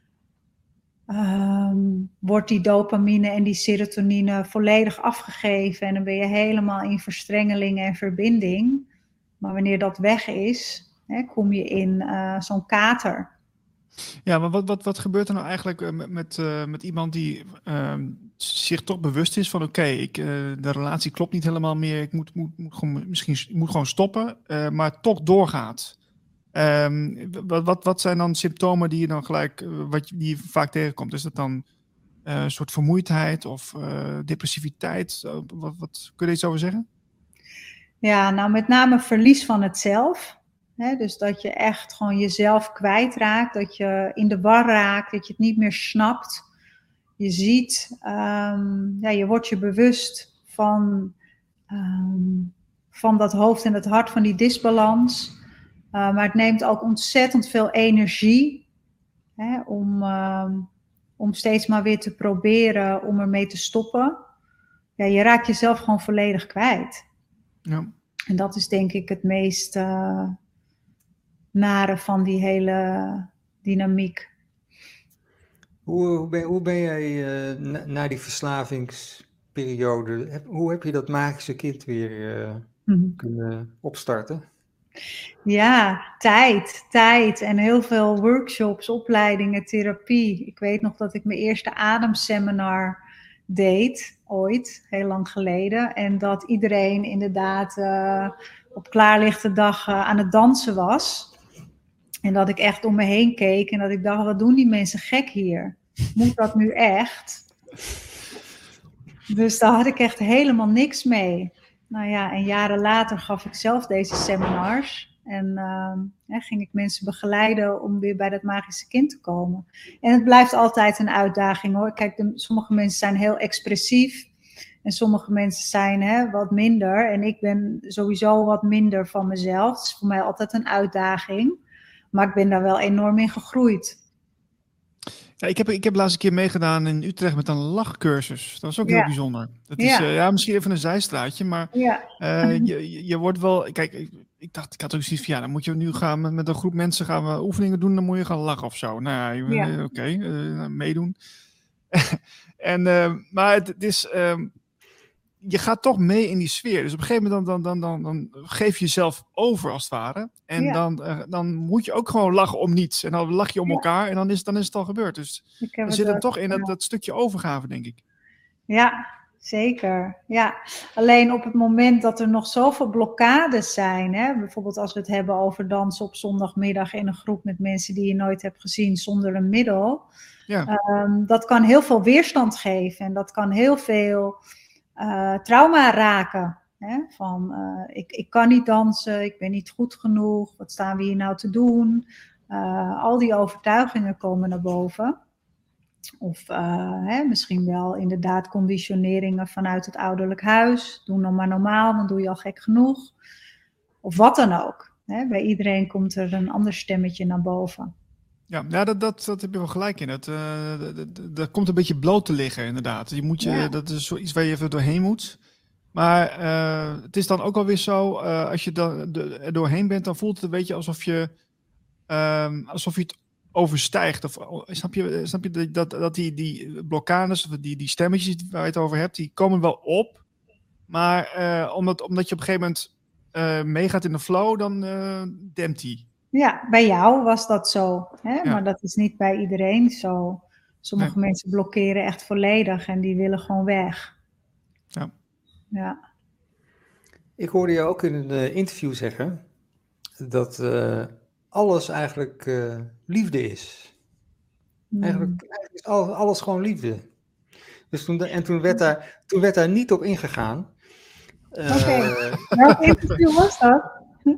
um, wordt die dopamine en die serotonine volledig afgegeven en dan ben je helemaal in verstrengeling en verbinding. Maar wanneer dat weg is, hè, kom je in uh, zo'n kater. Ja, maar wat, wat, wat gebeurt er nou eigenlijk met, met, uh, met iemand die uh, zich toch bewust is van oké, okay, uh, de relatie klopt niet helemaal meer, ik moet, moet, moet gewoon, misschien moet gewoon stoppen, uh, maar toch doorgaat. Um, wat, wat, wat zijn dan symptomen die je dan gelijk, uh, wat je, die je vaak tegenkomt? Is dat dan uh, een soort vermoeidheid of uh, depressiviteit? Uh, wat, wat, kun je er iets over zeggen? Ja, nou met name verlies van het zelf. He, dus dat je echt gewoon jezelf kwijtraakt, dat je in de war raakt, dat je het niet meer snapt. Je ziet, um, ja, je wordt je bewust van, um, van dat hoofd en het hart, van die disbalans. Uh, maar het neemt ook ontzettend veel energie, hè, om, um, om steeds maar weer te proberen om ermee te stoppen. Ja, je raakt jezelf gewoon volledig kwijt. Ja. En dat is denk ik het meest... Uh, nare van die hele dynamiek. Hoe, hoe, ben, hoe ben jij uh, na, na die verslavingsperiode, heb, hoe heb je dat magische kind weer uh, mm-hmm. kunnen opstarten? Ja, tijd, tijd en heel veel workshops, opleidingen, therapie. Ik weet nog dat ik mijn eerste ademseminar deed, ooit, heel lang geleden. En dat iedereen inderdaad uh, op klaarlichte dag uh, aan het dansen was. En dat ik echt om me heen keek en dat ik dacht, wat doen die mensen gek hier? Moet dat nu echt? Dus daar had ik echt helemaal niks mee. Nou ja, en jaren later gaf ik zelf deze seminars. En uh, ja, ging ik mensen begeleiden om weer bij dat magische kind te komen. En het blijft altijd een uitdaging hoor. Kijk, de, sommige mensen zijn heel expressief. En sommige mensen zijn hè, wat minder. En ik ben sowieso wat minder van mezelf. Het is voor mij altijd een uitdaging. Maar ik ben daar wel enorm in gegroeid. Ja, ik heb, ik heb laatst een keer meegedaan in Utrecht met een lachcursus. Dat was ook ja. heel bijzonder. Dat is ja. Uh, ja, misschien even een zijstraatje, maar ja. uh, je, je wordt wel... Kijk, ik, ik dacht, ik had ook zoiets van, ja, dan moet je nu gaan met, met een groep mensen gaan we oefeningen doen, dan moet je gaan lachen of zo. Nou ja, ja. oké, okay, uh, meedoen. en, uh, maar het, het is... Uh, je gaat toch mee in die sfeer. Dus op een gegeven moment dan, dan, dan, dan, dan geef je jezelf over als het ware. En ja. dan, uh, dan moet je ook gewoon lachen om niets. En dan lach je om ja. elkaar en dan is, dan is het al gebeurd. Dus er zit hem toch in dat, dat stukje overgave, denk ik. Ja, zeker. Ja. Alleen op het moment dat er nog zoveel blokkades zijn. Hè? Bijvoorbeeld als we het hebben over dansen op zondagmiddag in een groep met mensen die je nooit hebt gezien zonder een middel. Ja. Um, dat kan heel veel weerstand geven. En dat kan heel veel... Uh, trauma raken. Hè? Van, uh, ik, ik kan niet dansen, ik ben niet goed genoeg, wat staan we hier nou te doen? Uh, al die overtuigingen komen naar boven. Of uh, hè, misschien wel inderdaad conditioneringen vanuit het ouderlijk huis. Doe nou maar normaal, dan doe je al gek genoeg. Of wat dan ook. Hè? Bij iedereen komt er een ander stemmetje naar boven. Ja, ja dat, dat, dat heb je wel gelijk in. Dat, uh, dat, dat, dat komt een beetje bloot te liggen, inderdaad. Je moet je, ja. Dat is zoiets waar je even doorheen moet. Maar uh, het is dan ook alweer zo, uh, als je dan de, er doorheen bent, dan voelt het een beetje alsof je, um, alsof je het overstijgt. Of, snap je, snap je dat, dat die, die blokkades, of die, die stemmetjes waar je het over hebt, die komen wel op. Maar uh, omdat, omdat je op een gegeven moment uh, meegaat in de flow, dan uh, dempt die. Ja, bij jou was dat zo, hè? Ja. Maar dat is niet bij iedereen zo. Sommige nee. mensen blokkeren echt volledig en die willen gewoon weg. Ja. Ja. Ik hoorde je ook in een uh, interview zeggen dat uh, alles eigenlijk uh, liefde is. Hmm. Eigenlijk, eigenlijk is alles, alles gewoon liefde. Dus toen, en toen werd, daar, toen werd daar niet op ingegaan. Uh, Oké, okay. Welk interview was dat?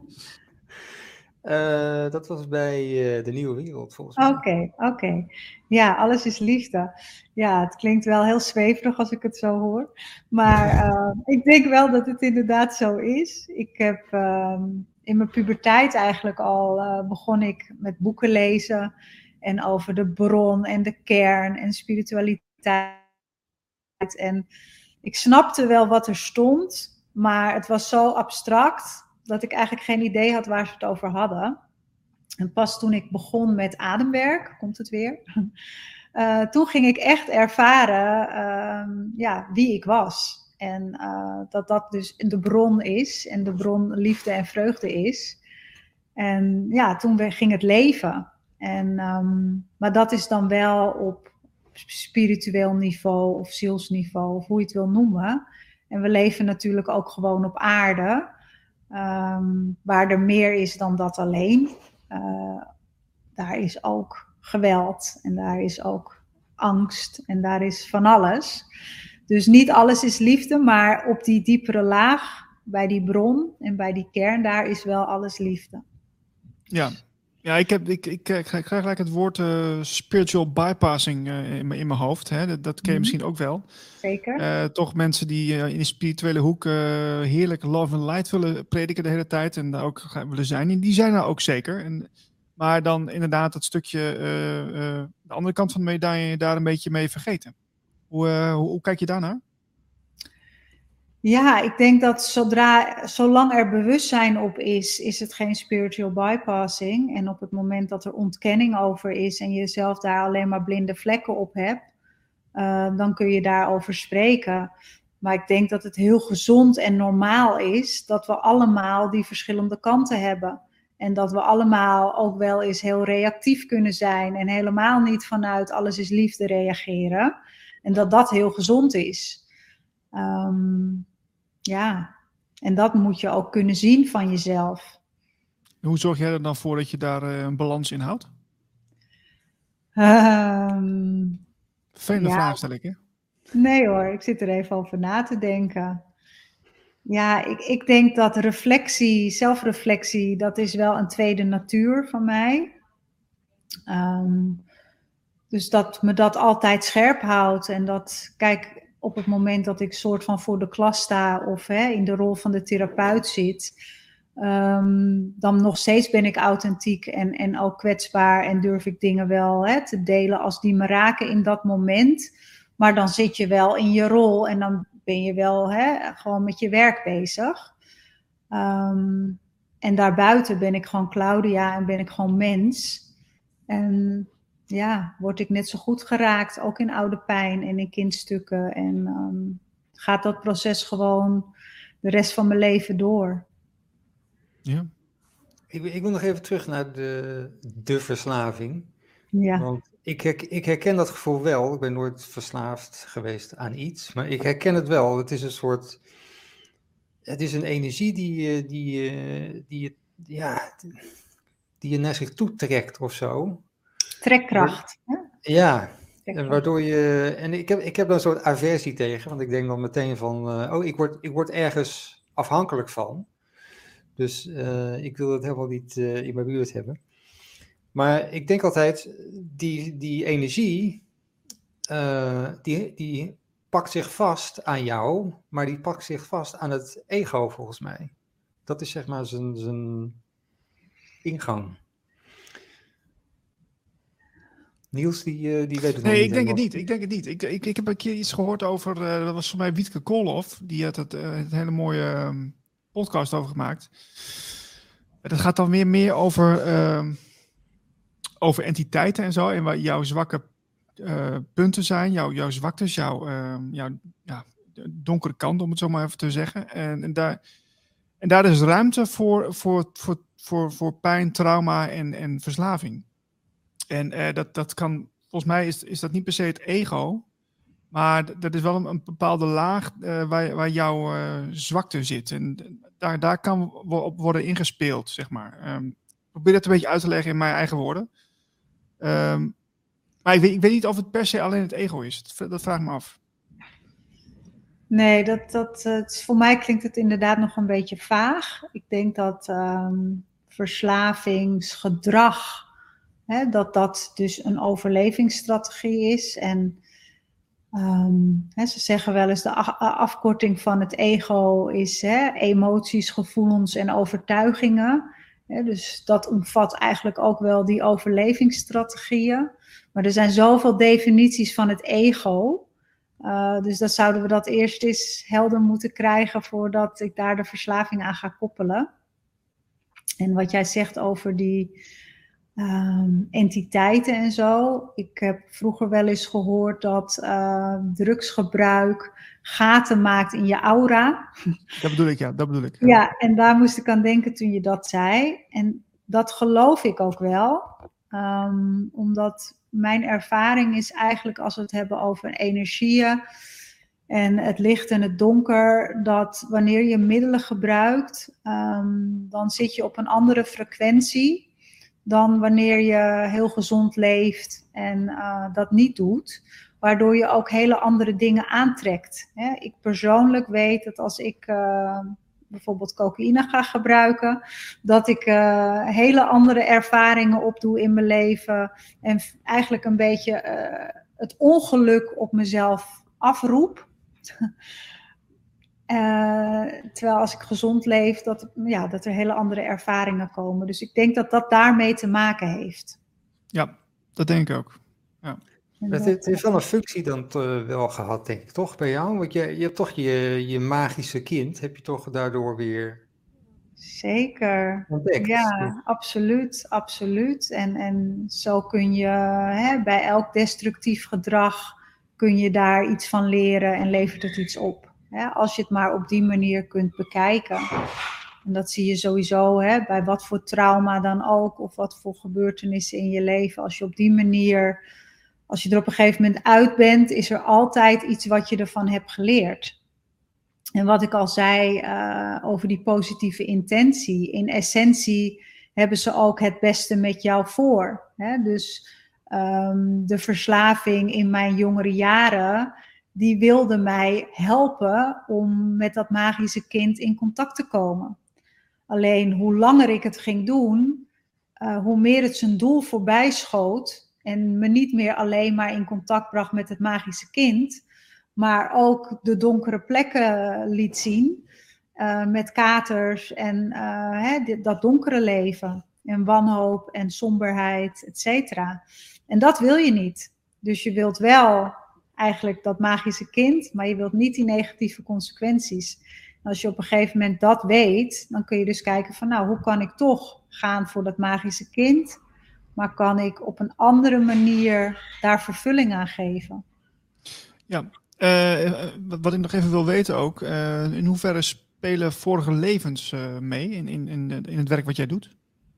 Uh, dat was bij uh, De Nieuwe Wereld, volgens mij. Oké, okay, oké. Okay. Ja, alles is liefde. Ja, het klinkt wel heel zweverig als ik het zo hoor. Maar uh, ik denk wel dat het inderdaad zo is. Ik heb uh, in mijn puberteit eigenlijk al uh, begon ik met boeken lezen. En over de bron en de kern en spiritualiteit. En ik snapte wel wat er stond, maar het was zo abstract dat ik eigenlijk geen idee had waar ze het over hadden. En pas toen ik begon met ademwerk, komt het weer, uh, toen ging ik echt ervaren uh, ja, wie ik was. En uh, dat dat dus de bron is en de bron liefde en vreugde is. En ja, toen ging het leven. En, um, maar dat is dan wel op spiritueel niveau of zielsniveau, of hoe je het wil noemen. En we leven natuurlijk ook gewoon op aarde. Um, waar er meer is dan dat alleen. Uh, daar is ook geweld en daar is ook angst en daar is van alles. Dus niet alles is liefde, maar op die diepere laag, bij die bron en bij die kern, daar is wel alles liefde. Ja, ja ik, heb, ik, ik, ik krijg gelijk het woord uh, spiritual bypassing uh, in, in mijn hoofd. Hè? Dat, dat ken je mm-hmm. misschien ook wel. Zeker. Uh, toch mensen die uh, in de spirituele hoek uh, heerlijk love and light willen prediken de hele tijd. En daar ook willen zijn. Die zijn er ook zeker. En, maar dan inderdaad dat stukje, uh, uh, de andere kant van de medaille, daar een beetje mee vergeten. Hoe, uh, hoe, hoe kijk je daarnaar? Ja, ik denk dat zodra, zolang er bewustzijn op is, is het geen spiritual bypassing. En op het moment dat er ontkenning over is en je zelf daar alleen maar blinde vlekken op hebt, uh, dan kun je daarover spreken. Maar ik denk dat het heel gezond en normaal is dat we allemaal die verschillende kanten hebben. En dat we allemaal ook wel eens heel reactief kunnen zijn en helemaal niet vanuit alles is liefde reageren. En dat dat heel gezond is. Um, ja, en dat moet je ook kunnen zien van jezelf. Hoe zorg jij er dan voor dat je daar uh, een balans in houdt? Um, Vele ja, vragen stel ik, hè? Nee hoor, ik zit er even over na te denken. Ja, ik, ik denk dat reflectie, zelfreflectie, dat is wel een tweede natuur van mij. Um, dus dat me dat altijd scherp houdt. En dat, kijk, op het moment dat ik soort van voor de klas sta of hè, in de rol van de therapeut zit, um, dan nog steeds ben ik authentiek en, en ook kwetsbaar en durf ik dingen wel hè, te delen als die me raken in dat moment. Maar dan zit je wel in je rol en dan ben je wel hè, gewoon met je werk bezig. Um, en daarbuiten ben ik gewoon Claudia en ben ik gewoon mens. En ja, word ik net zo goed geraakt, ook in oude pijn en in kindstukken. En um, gaat dat proces gewoon de rest van mijn leven door. Ja. Ik, ik wil nog even terug naar de, de verslaving. Ja. Want ik, ik herken dat gevoel wel. Ik ben nooit verslaafd geweest aan iets. Maar ik herken het wel. Het is een soort... Het is een energie die, die, die, die, ja, die je naar zich toe trekt of zo. Trekkracht. Hè? Ja, en waardoor je... En ik heb, ik heb daar een soort aversie tegen. Want ik denk dan meteen van... Uh, oh, ik word, ik word ergens afhankelijk van. Dus uh, ik wil dat helemaal niet uh, in mijn buurt hebben. Maar ik denk altijd, die, die energie, uh, die, die pakt zich vast aan jou, maar die pakt zich vast aan het ego volgens mij. Dat is zeg maar zijn, zijn ingang. Niels, die, die weet het nee, nog niet. Nee, ik denk het niet. Ik denk het niet. Ik, ik, ik heb een keer iets gehoord over, uh, dat was voor mij Wietke Koolhof, die had het, uh, het hele mooie um, podcast over gemaakt. Dat gaat dan weer meer over, uh, over entiteiten en zo, en waar jouw zwakke uh, punten zijn, jouw, jouw zwaktes, jouw, uh, jouw ja, donkere kant, om het zo maar even te zeggen. En, en, daar, en daar is ruimte voor, voor, voor, voor, voor pijn, trauma en, en verslaving. En uh, dat, dat kan, volgens mij is, is dat niet per se het ego, maar dat is wel een, een bepaalde laag uh, waar, waar jouw uh, zwakte zit. En daar, daar kan op worden ingespeeld, zeg maar. Um, ik probeer dat een beetje uit te leggen in mijn eigen woorden. Um, maar ik weet, ik weet niet of het per se alleen het ego is. Dat, dat vraag ik me af. Nee, dat, dat, uh, voor mij klinkt het inderdaad nog een beetje vaag. Ik denk dat um, verslavingsgedrag, hè, dat dat dus een overlevingsstrategie is. En um, hè, ze zeggen wel eens de af, afkorting van het ego is hè, emoties, gevoelens en overtuigingen. Hè, dus dat omvat eigenlijk ook wel die overlevingsstrategieën. Maar er zijn zoveel definities van het ego. Uh, dus dan zouden we dat eerst eens helder moeten krijgen voordat ik daar de verslaving aan ga koppelen. En wat jij zegt over die um, entiteiten en zo. Ik heb vroeger wel eens gehoord dat uh, drugsgebruik gaten maakt in je aura. Dat bedoel ik, ja, dat bedoel ik. Ja. ja, en daar moest ik aan denken toen je dat zei. En dat geloof ik ook wel. Um, omdat mijn ervaring is eigenlijk als we het hebben over energieën en het licht en het donker, dat wanneer je middelen gebruikt, um, dan zit je op een andere frequentie dan wanneer je heel gezond leeft en uh, dat niet doet. Waardoor je ook hele andere dingen aantrekt. Hè? Ik persoonlijk weet dat als ik uh, bijvoorbeeld cocaïne ga gebruiken, dat ik uh, hele andere ervaringen opdoe in mijn leven en f- eigenlijk een beetje uh, het ongeluk op mezelf afroep. Uh, terwijl als ik gezond leef, dat, ja, dat er hele andere ervaringen komen. Dus ik denk dat dat daarmee te maken heeft. Ja, dat denk ik ook. Ja. Het, het heeft wel een functie dan uh, wel gehad, denk ik, toch, bij jou? Want je, je hebt toch je, je magische kind, heb je toch daardoor weer Zeker, ontdekt. ja, absoluut, absoluut. En, en zo kun je hè, bij elk destructief gedrag, kun je daar iets van leren en levert het iets op. Hè, als je het maar op die manier kunt bekijken. En dat zie je sowieso hè, bij wat voor trauma dan ook, of wat voor gebeurtenissen in je leven. Als je op die manier, als je er op een gegeven moment uit bent, is er altijd iets wat je ervan hebt geleerd. En wat ik al zei uh, over die positieve intentie. In essentie hebben ze ook het beste met jou voor. Hè? Dus um, de verslaving in mijn jongere jaren, die wilde mij helpen om met dat magische kind in contact te komen. Alleen hoe langer ik het ging doen, uh, hoe meer het zijn doel voorbij schoot en me niet meer alleen maar in contact bracht met het magische kind, maar ook de donkere plekken liet zien, uh, met katers en uh, hè, dit, dat donkere leven en wanhoop en somberheid, et cetera. En dat wil je niet. Dus je wilt wel eigenlijk dat magische kind, maar je wilt niet die negatieve consequenties. En als je op een gegeven moment dat weet, dan kun je dus kijken van nou, hoe kan ik toch gaan voor dat magische kind, maar kan ik op een andere manier daar vervulling aan geven? Ja. Uh, wat ik nog even wil weten ook, uh, in hoeverre spelen vorige levens uh, mee in, in, in, in het werk wat jij doet?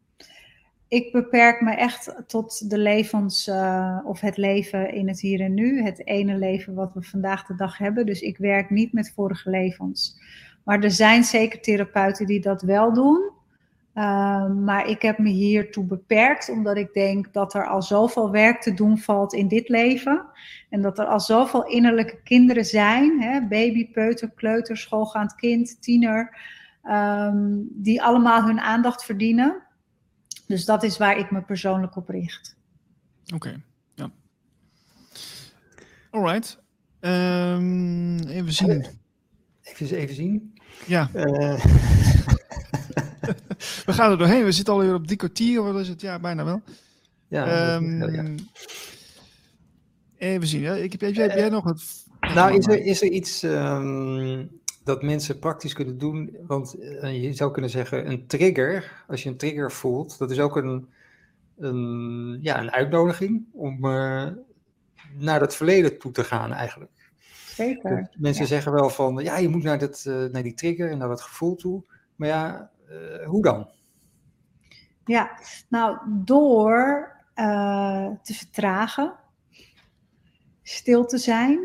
Ik beperk me echt tot de levens uh, of het leven in het hier en nu. Het ene leven wat we vandaag de dag hebben. Dus ik werk niet met vorige levens. Maar er zijn zeker therapeuten die dat wel doen. Uh, maar ik heb me hiertoe beperkt, omdat ik denk dat er al zoveel werk te doen valt in dit leven. En dat er al zoveel innerlijke kinderen zijn, hè, baby, peuter, kleuter, schoolgaand kind, tiener, um, die allemaal hun aandacht verdienen. Dus dat is waar ik me persoonlijk op richt. Oké, okay, ja. Alright. Um, even zien. Even, even zien. Ja. Uh... We gaan er doorheen. We zitten alweer op drie kwartier. Wat is het? Ja, bijna wel. Ja, um, wel, ja. Even zien. Ja. Ik heb, heb, jij, heb jij nog het... Nou, is er, is er iets um, dat mensen praktisch kunnen doen? Want uh, je zou kunnen zeggen, een trigger, als je een trigger voelt, dat is ook een, een, ja, een uitnodiging om uh, naar het verleden toe te gaan eigenlijk. Zeker. Dus mensen ja. zeggen wel van, ja, je moet naar, dat, uh, naar die trigger en naar dat gevoel toe. Maar ja, uh, hoe dan? Ja, nou, door uh, te vertragen, stil te zijn,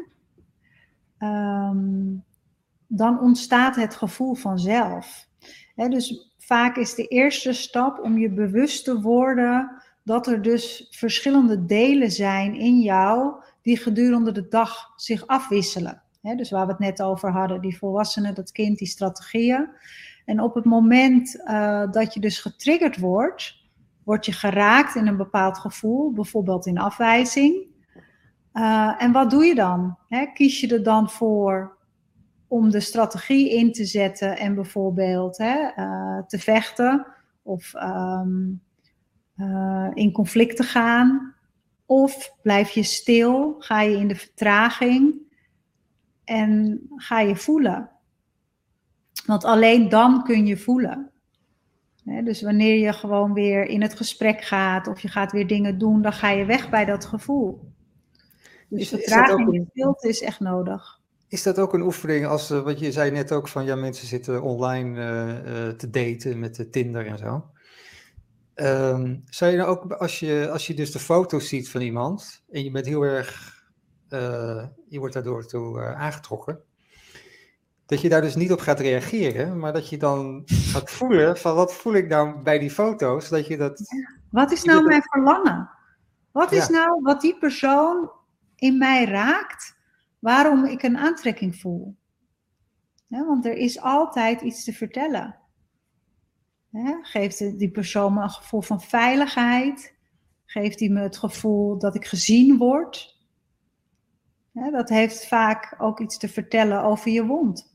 um, dan ontstaat het gevoel vanzelf. He, dus vaak is de eerste stap om je bewust te worden dat er dus verschillende delen zijn in jou die gedurende de dag zich afwisselen. He, dus waar we het net over hadden, die volwassenen, dat kind, die strategieën. En op het moment uh, dat je dus getriggerd wordt, word je geraakt in een bepaald gevoel, bijvoorbeeld in afwijzing. Uh, en wat doe je dan? He, kies je er dan voor om de strategie in te zetten en bijvoorbeeld hè, uh, te vechten of um, uh, in conflict te gaan? Of blijf je stil, ga je in de vertraging en ga je voelen? Want alleen dan kun je voelen. He, dus wanneer je gewoon weer in het gesprek gaat of je gaat weer dingen doen, dan ga je weg bij dat gevoel. Dus is, vertraging en stilte is echt nodig. Is dat ook een oefening als, uh, wat je zei net ook van, ja, mensen zitten online uh, uh, te daten met de Tinder en zo. Um, zou je nou ook, als je, als je dus de foto's ziet van iemand en je bent heel erg, uh, je wordt daardoor toe uh, aangetrokken, dat je daar dus niet op gaat reageren, maar dat je dan gaat voelen van, wat voel ik nou bij die foto's, dat je dat... Ja. Wat is nou mijn verlangen? Wat is ja. nou wat die persoon in mij raakt, waarom ik een aantrekking voel? Ja, want er is altijd iets te vertellen. Ja, geeft die persoon me een gevoel van veiligheid? Geeft die me het gevoel dat ik gezien word? Ja, dat heeft vaak ook iets te vertellen over je wond.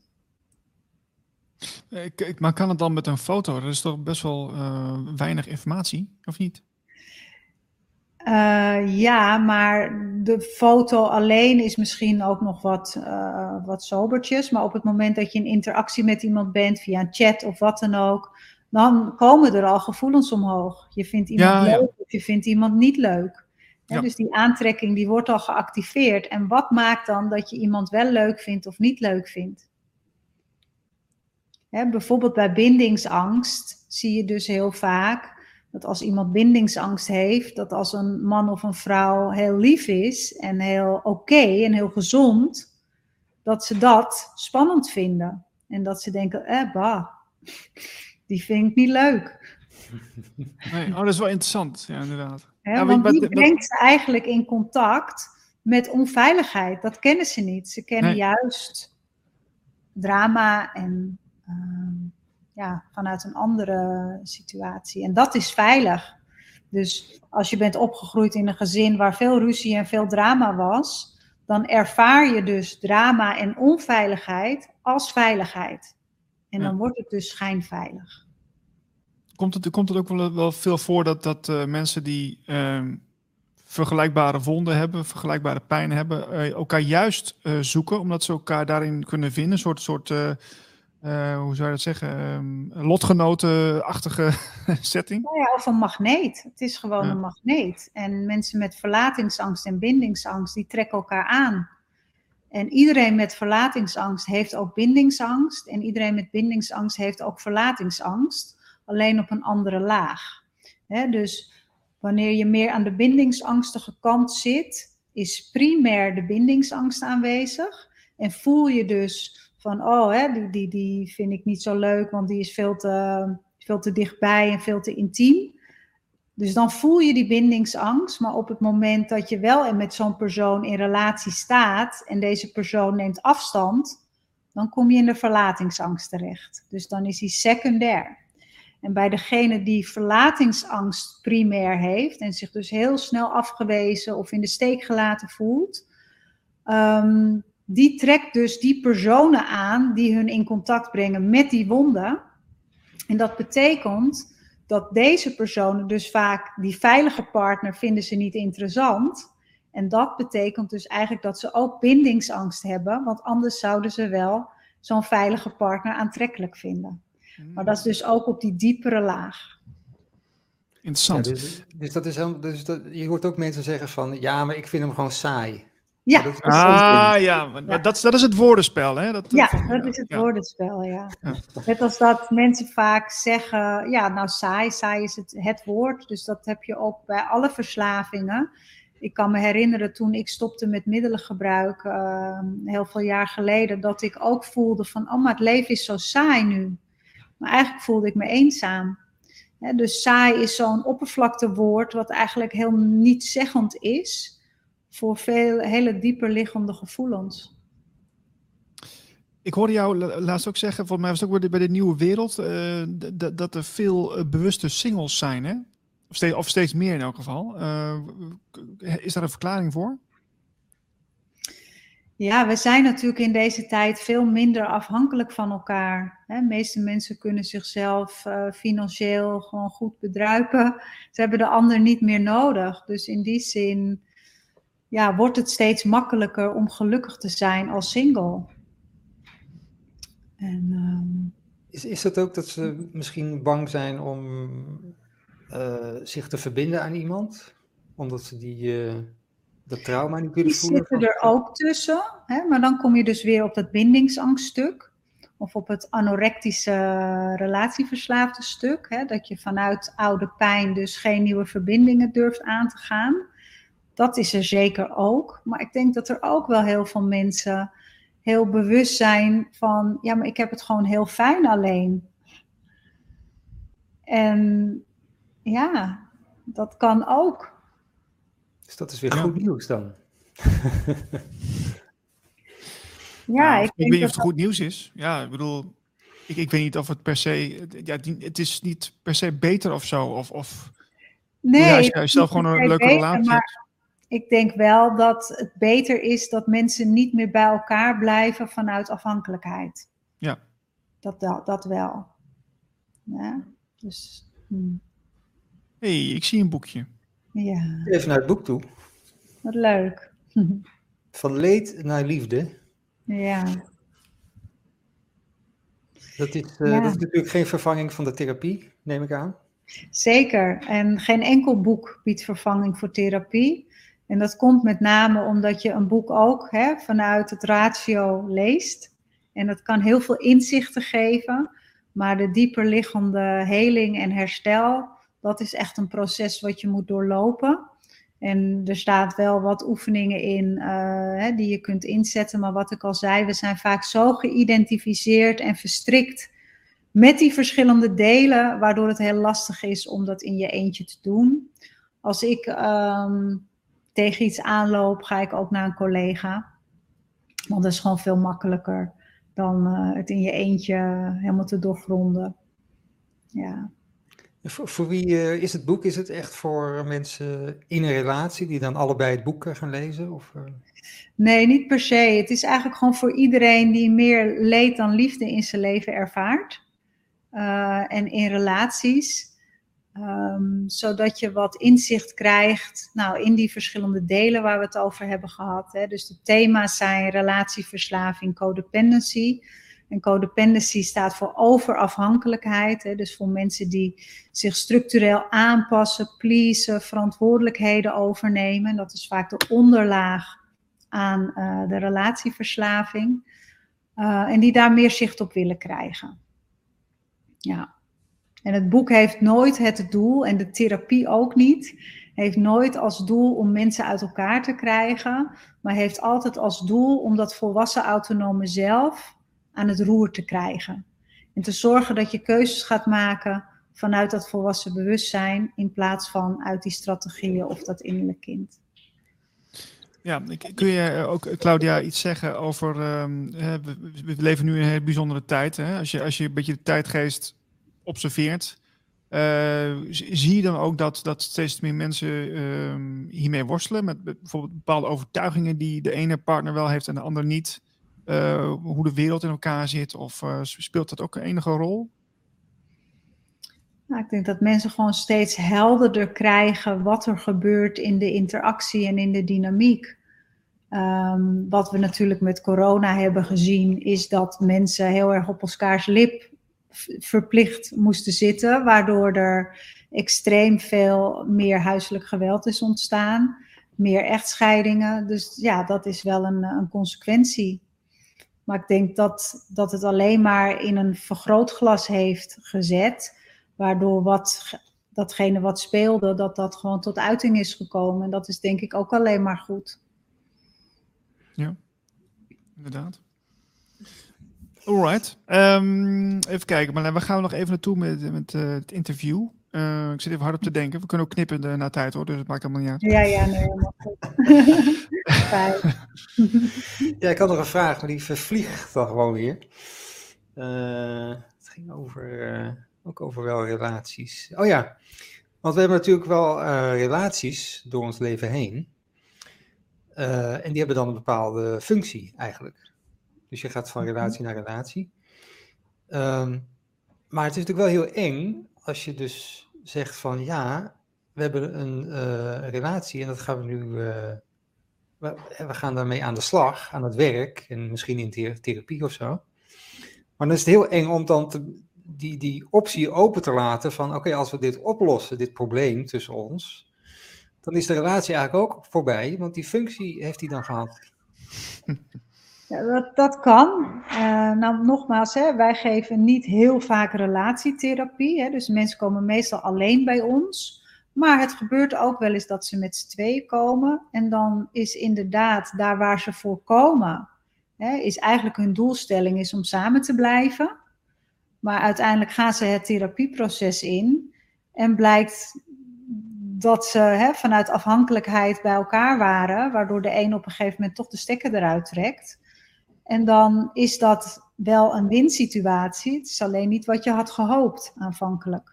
Ik, maar kan het dan met een foto? Dat is toch best wel uh, weinig informatie, of niet? Uh, ja, maar de foto alleen is misschien ook nog wat, uh, wat sobertjes. Maar op het moment dat je in interactie met iemand bent, via een chat of wat dan ook, dan komen er al gevoelens omhoog. Je vindt iemand Ja, leuk ja. of je vindt iemand niet leuk. Ja, Ja. dus die aantrekking die wordt al geactiveerd. En wat maakt dan dat je iemand wel leuk vindt of niet leuk vindt? Hè, bijvoorbeeld bij bindingsangst zie je dus heel vaak dat als iemand bindingsangst heeft, dat als een man of een vrouw heel lief is en heel oké okay en heel gezond, dat ze dat spannend vinden. En dat ze denken, eh bah, die vind ik niet leuk. Nee, oh, dat is wel interessant, ja, inderdaad. Hè, Ja, want wat, die wat, brengt ze eigenlijk in contact met onveiligheid. Dat kennen ze niet. Ze kennen nee. juist drama en uh, ja, vanuit een andere situatie. En dat is veilig. Dus als je bent opgegroeid in een gezin waar veel ruzie en veel drama was, dan ervaar je dus drama en onveiligheid als veiligheid. En dan ja. wordt het dus schijnveilig. Komt het, komt het ook wel, wel veel voor dat, dat uh, mensen die uh, vergelijkbare wonden hebben, vergelijkbare pijn hebben, uh, elkaar juist uh, zoeken, omdat ze elkaar daarin kunnen vinden? Een soort, soort uh, uh, hoe zou je dat zeggen, um, lotgenotenachtige setting? Nou ja, of een magneet. Het is gewoon ja. een magneet. En mensen met verlatingsangst en bindingsangst, die trekken elkaar aan. En iedereen met verlatingsangst heeft ook bindingsangst. En iedereen met bindingsangst heeft ook verlatingsangst. Alleen op een andere laag. He, dus wanneer je meer aan de bindingsangstige kant zit, is primair de bindingsangst aanwezig. En voel je dus van, oh, he, die, die, die vind ik niet zo leuk, want die is veel te, veel te dichtbij en veel te intiem. Dus dan voel je die bindingsangst, maar op het moment dat je wel met zo'n persoon in relatie staat en deze persoon neemt afstand, dan kom je in de verlatingsangst terecht. Dus dan is die secundair. En bij degene die verlatingsangst primair heeft en zich dus heel snel afgewezen of in de steek gelaten voelt, um, die trekt dus die personen aan die hun in contact brengen met die wonden. En dat betekent dat deze personen dus vaak die veilige partner vinden ze niet interessant. En dat betekent dus eigenlijk dat ze ook bindingsangst hebben, want anders zouden ze wel zo'n veilige partner aantrekkelijk vinden. Maar dat is dus ook op die diepere laag. Interessant. Ja, dus, dus dat is helemaal, dus dat, je hoort ook mensen zeggen van, ja, maar ik vind hem gewoon saai. Ja. Dat is ah, ja, maar ja. Dat, dat is het woordenspel, hè? Dat, ja, dat, dat is het ja. woordenspel, ja. ja. Net als dat mensen vaak zeggen, ja, nou saai, saai is het, het woord. Dus dat heb je ook bij alle verslavingen. Ik kan me herinneren toen ik stopte met middelengebruik, uh, heel veel jaar geleden, dat ik ook voelde van, oh, maar het leven is zo saai nu. Maar eigenlijk voelde ik me eenzaam. He, dus saai is zo'n oppervlaktewoord wat eigenlijk heel nietszeggend is voor veel hele dieper liggende gevoelens. Ik hoorde jou laatst ook zeggen, volgens mij was het ook bij de nieuwe wereld, uh, d- dat er veel uh, bewuste singles zijn, hè? Of steeds, of steeds meer in elk geval. Uh, is daar een verklaring voor? Ja, we zijn natuurlijk in deze tijd veel minder afhankelijk van elkaar. De meeste mensen kunnen zichzelf uh, financieel gewoon goed bedruipen. Ze hebben de ander niet meer nodig. Dus in die zin ja, wordt het steeds makkelijker om gelukkig te zijn als single. En, um... is, is het ook dat ze misschien bang zijn om uh, zich te verbinden aan iemand? Omdat ze die... Uh... dat trauma niet kunnen die voelen? Die zitten er ook tussen, hè? Maar dan kom je dus weer op dat bindingsangststuk. Of op het anorectische relatieverslaafde stuk. Hè? Dat je vanuit oude pijn dus geen nieuwe verbindingen durft aan te gaan. Dat is er zeker ook. Maar ik denk dat er ook wel heel veel mensen heel bewust zijn van, ja, maar ik heb het gewoon heel fijn alleen. En ja, dat kan ook. Dus dat is weer goed nieuws dan. Ja, nou, ik, ik weet niet of het dat... goed nieuws is. Ja, ik bedoel, ik, ik weet niet of het per se, ja, het is niet per se beter of zo. Of, of nee, ja, als je zelf gewoon een leuke beter, relatie maar hebt. Ik denk wel dat het beter is dat mensen niet meer bij elkaar blijven vanuit afhankelijkheid. Ja. Dat, dat, dat wel. Ja, dus... Hmm. Hé, hey, ik zie een boekje. Ja. Even naar het boek toe. Wat leuk. Van leed naar liefde. Ja. Dat is, uh, ja. dat is natuurlijk geen vervanging van de therapie, neem ik aan. Zeker. En geen enkel boek biedt vervanging voor therapie. En dat komt met name omdat je een boek ook hè, vanuit het ratio leest. En dat kan heel veel inzichten geven. Maar de dieper liggende heling en herstel, dat is echt een proces wat je moet doorlopen. En er staat wel wat oefeningen in uh, hè, die je kunt inzetten. Maar wat ik al zei, we zijn vaak zo geïdentificeerd en verstrikt met die verschillende delen, waardoor het heel lastig is om dat in je eentje te doen. Als ik um, tegen iets aanloop, ga ik ook naar een collega. Want dat is gewoon veel makkelijker dan uh, het in je eentje helemaal te doorgronden. Ja. Voor, voor wie uh, is het boek? Is het echt voor mensen in een relatie die dan allebei het boek gaan lezen? Of, uh... Nee, niet per se. Het is eigenlijk gewoon voor iedereen die meer leed dan liefde in zijn leven ervaart. Uh, en in relaties. Um, zodat je wat inzicht krijgt nou, in die verschillende delen waar we het over hebben gehad. Hè. Dus de thema's zijn relatieverslaving, codependency. En codependency staat voor overafhankelijkheid. Hè. Dus voor mensen die zich structureel aanpassen, pleasen, verantwoordelijkheden overnemen. Dat is vaak de onderlaag aan uh, de relatieverslaving. Uh, en die daar meer zicht op willen krijgen. Ja. En het boek heeft nooit het doel, en de therapie ook niet, heeft nooit als doel om mensen uit elkaar te krijgen, maar heeft altijd als doel om dat volwassen autonome zelf aan het roer te krijgen. En te zorgen dat je keuzes gaat maken vanuit dat volwassen bewustzijn, in plaats van uit die strategieën of dat innerlijk kind. Ja, kun je ook, Claudia, iets zeggen over, um, we, we leven nu in een hele bijzondere tijd. Hè? Als je, als je een beetje de tijdgeest observeert, uh, zie je dan ook dat, dat steeds meer mensen uh, hiermee worstelen, met bijvoorbeeld bepaalde overtuigingen die de ene partner wel heeft en de ander niet, uh, hoe de wereld in elkaar zit, of uh, speelt dat ook een enige rol? Nou, ik denk dat mensen gewoon steeds helderder krijgen wat er gebeurt in de interactie en in de dynamiek. Um, wat we natuurlijk met corona hebben gezien, is dat mensen heel erg op elkaars lip verplicht moesten zitten, waardoor er extreem veel meer huiselijk geweld is ontstaan, meer echtscheidingen. Dus ja, dat is wel een, een consequentie. Maar ik denk dat, dat het alleen maar in een vergrootglas heeft gezet, waardoor wat, datgene wat speelde, dat dat gewoon tot uiting is gekomen. En dat is denk ik ook alleen maar goed. Ja, inderdaad. Alright. Um, even kijken, maar we gaan nog even naartoe met, met uh, het interview. Uh, ik zit even hard op te denken. We kunnen ook knippen de, na tijd hoor, dus het maakt helemaal niet uit. Ja, ja, nee, helemaal goed. Ja, ik had nog een vraag, maar die vervliegt dan gewoon weer. Uh, het ging over, uh, ook over wel relaties. Oh ja, want we hebben natuurlijk wel uh, relaties door ons leven heen. Uh, en die hebben dan een bepaalde functie eigenlijk. Dus je gaat van relatie naar relatie. Um, maar het is natuurlijk wel heel eng als je dus zegt van ja, we hebben een uh, relatie en dat gaan we nu, uh, we, we gaan daarmee aan de slag, aan het werk en misschien in thera- therapie of zo. Maar dan is het heel eng om dan te, die, die optie open te laten van oké, okay, als we dit oplossen, dit probleem tussen ons, dan is de relatie eigenlijk ook voorbij, want die functie heeft hij dan gehad. Ja, dat, dat kan. Uh, nou, nogmaals, hè, wij geven niet heel vaak relatietherapie. Hè, dus mensen komen meestal alleen bij ons. Maar het gebeurt ook wel eens dat ze met z'n tweeën komen. En dan is inderdaad, daar waar ze voor komen, hè, is eigenlijk hun doelstelling is om samen te blijven. Maar uiteindelijk gaan ze het therapieproces in. En blijkt dat ze hè, vanuit afhankelijkheid bij elkaar waren. Waardoor de een op een gegeven moment toch de stekker eruit trekt. En dan is dat wel een winsituatie. Het is alleen niet wat je had gehoopt aanvankelijk.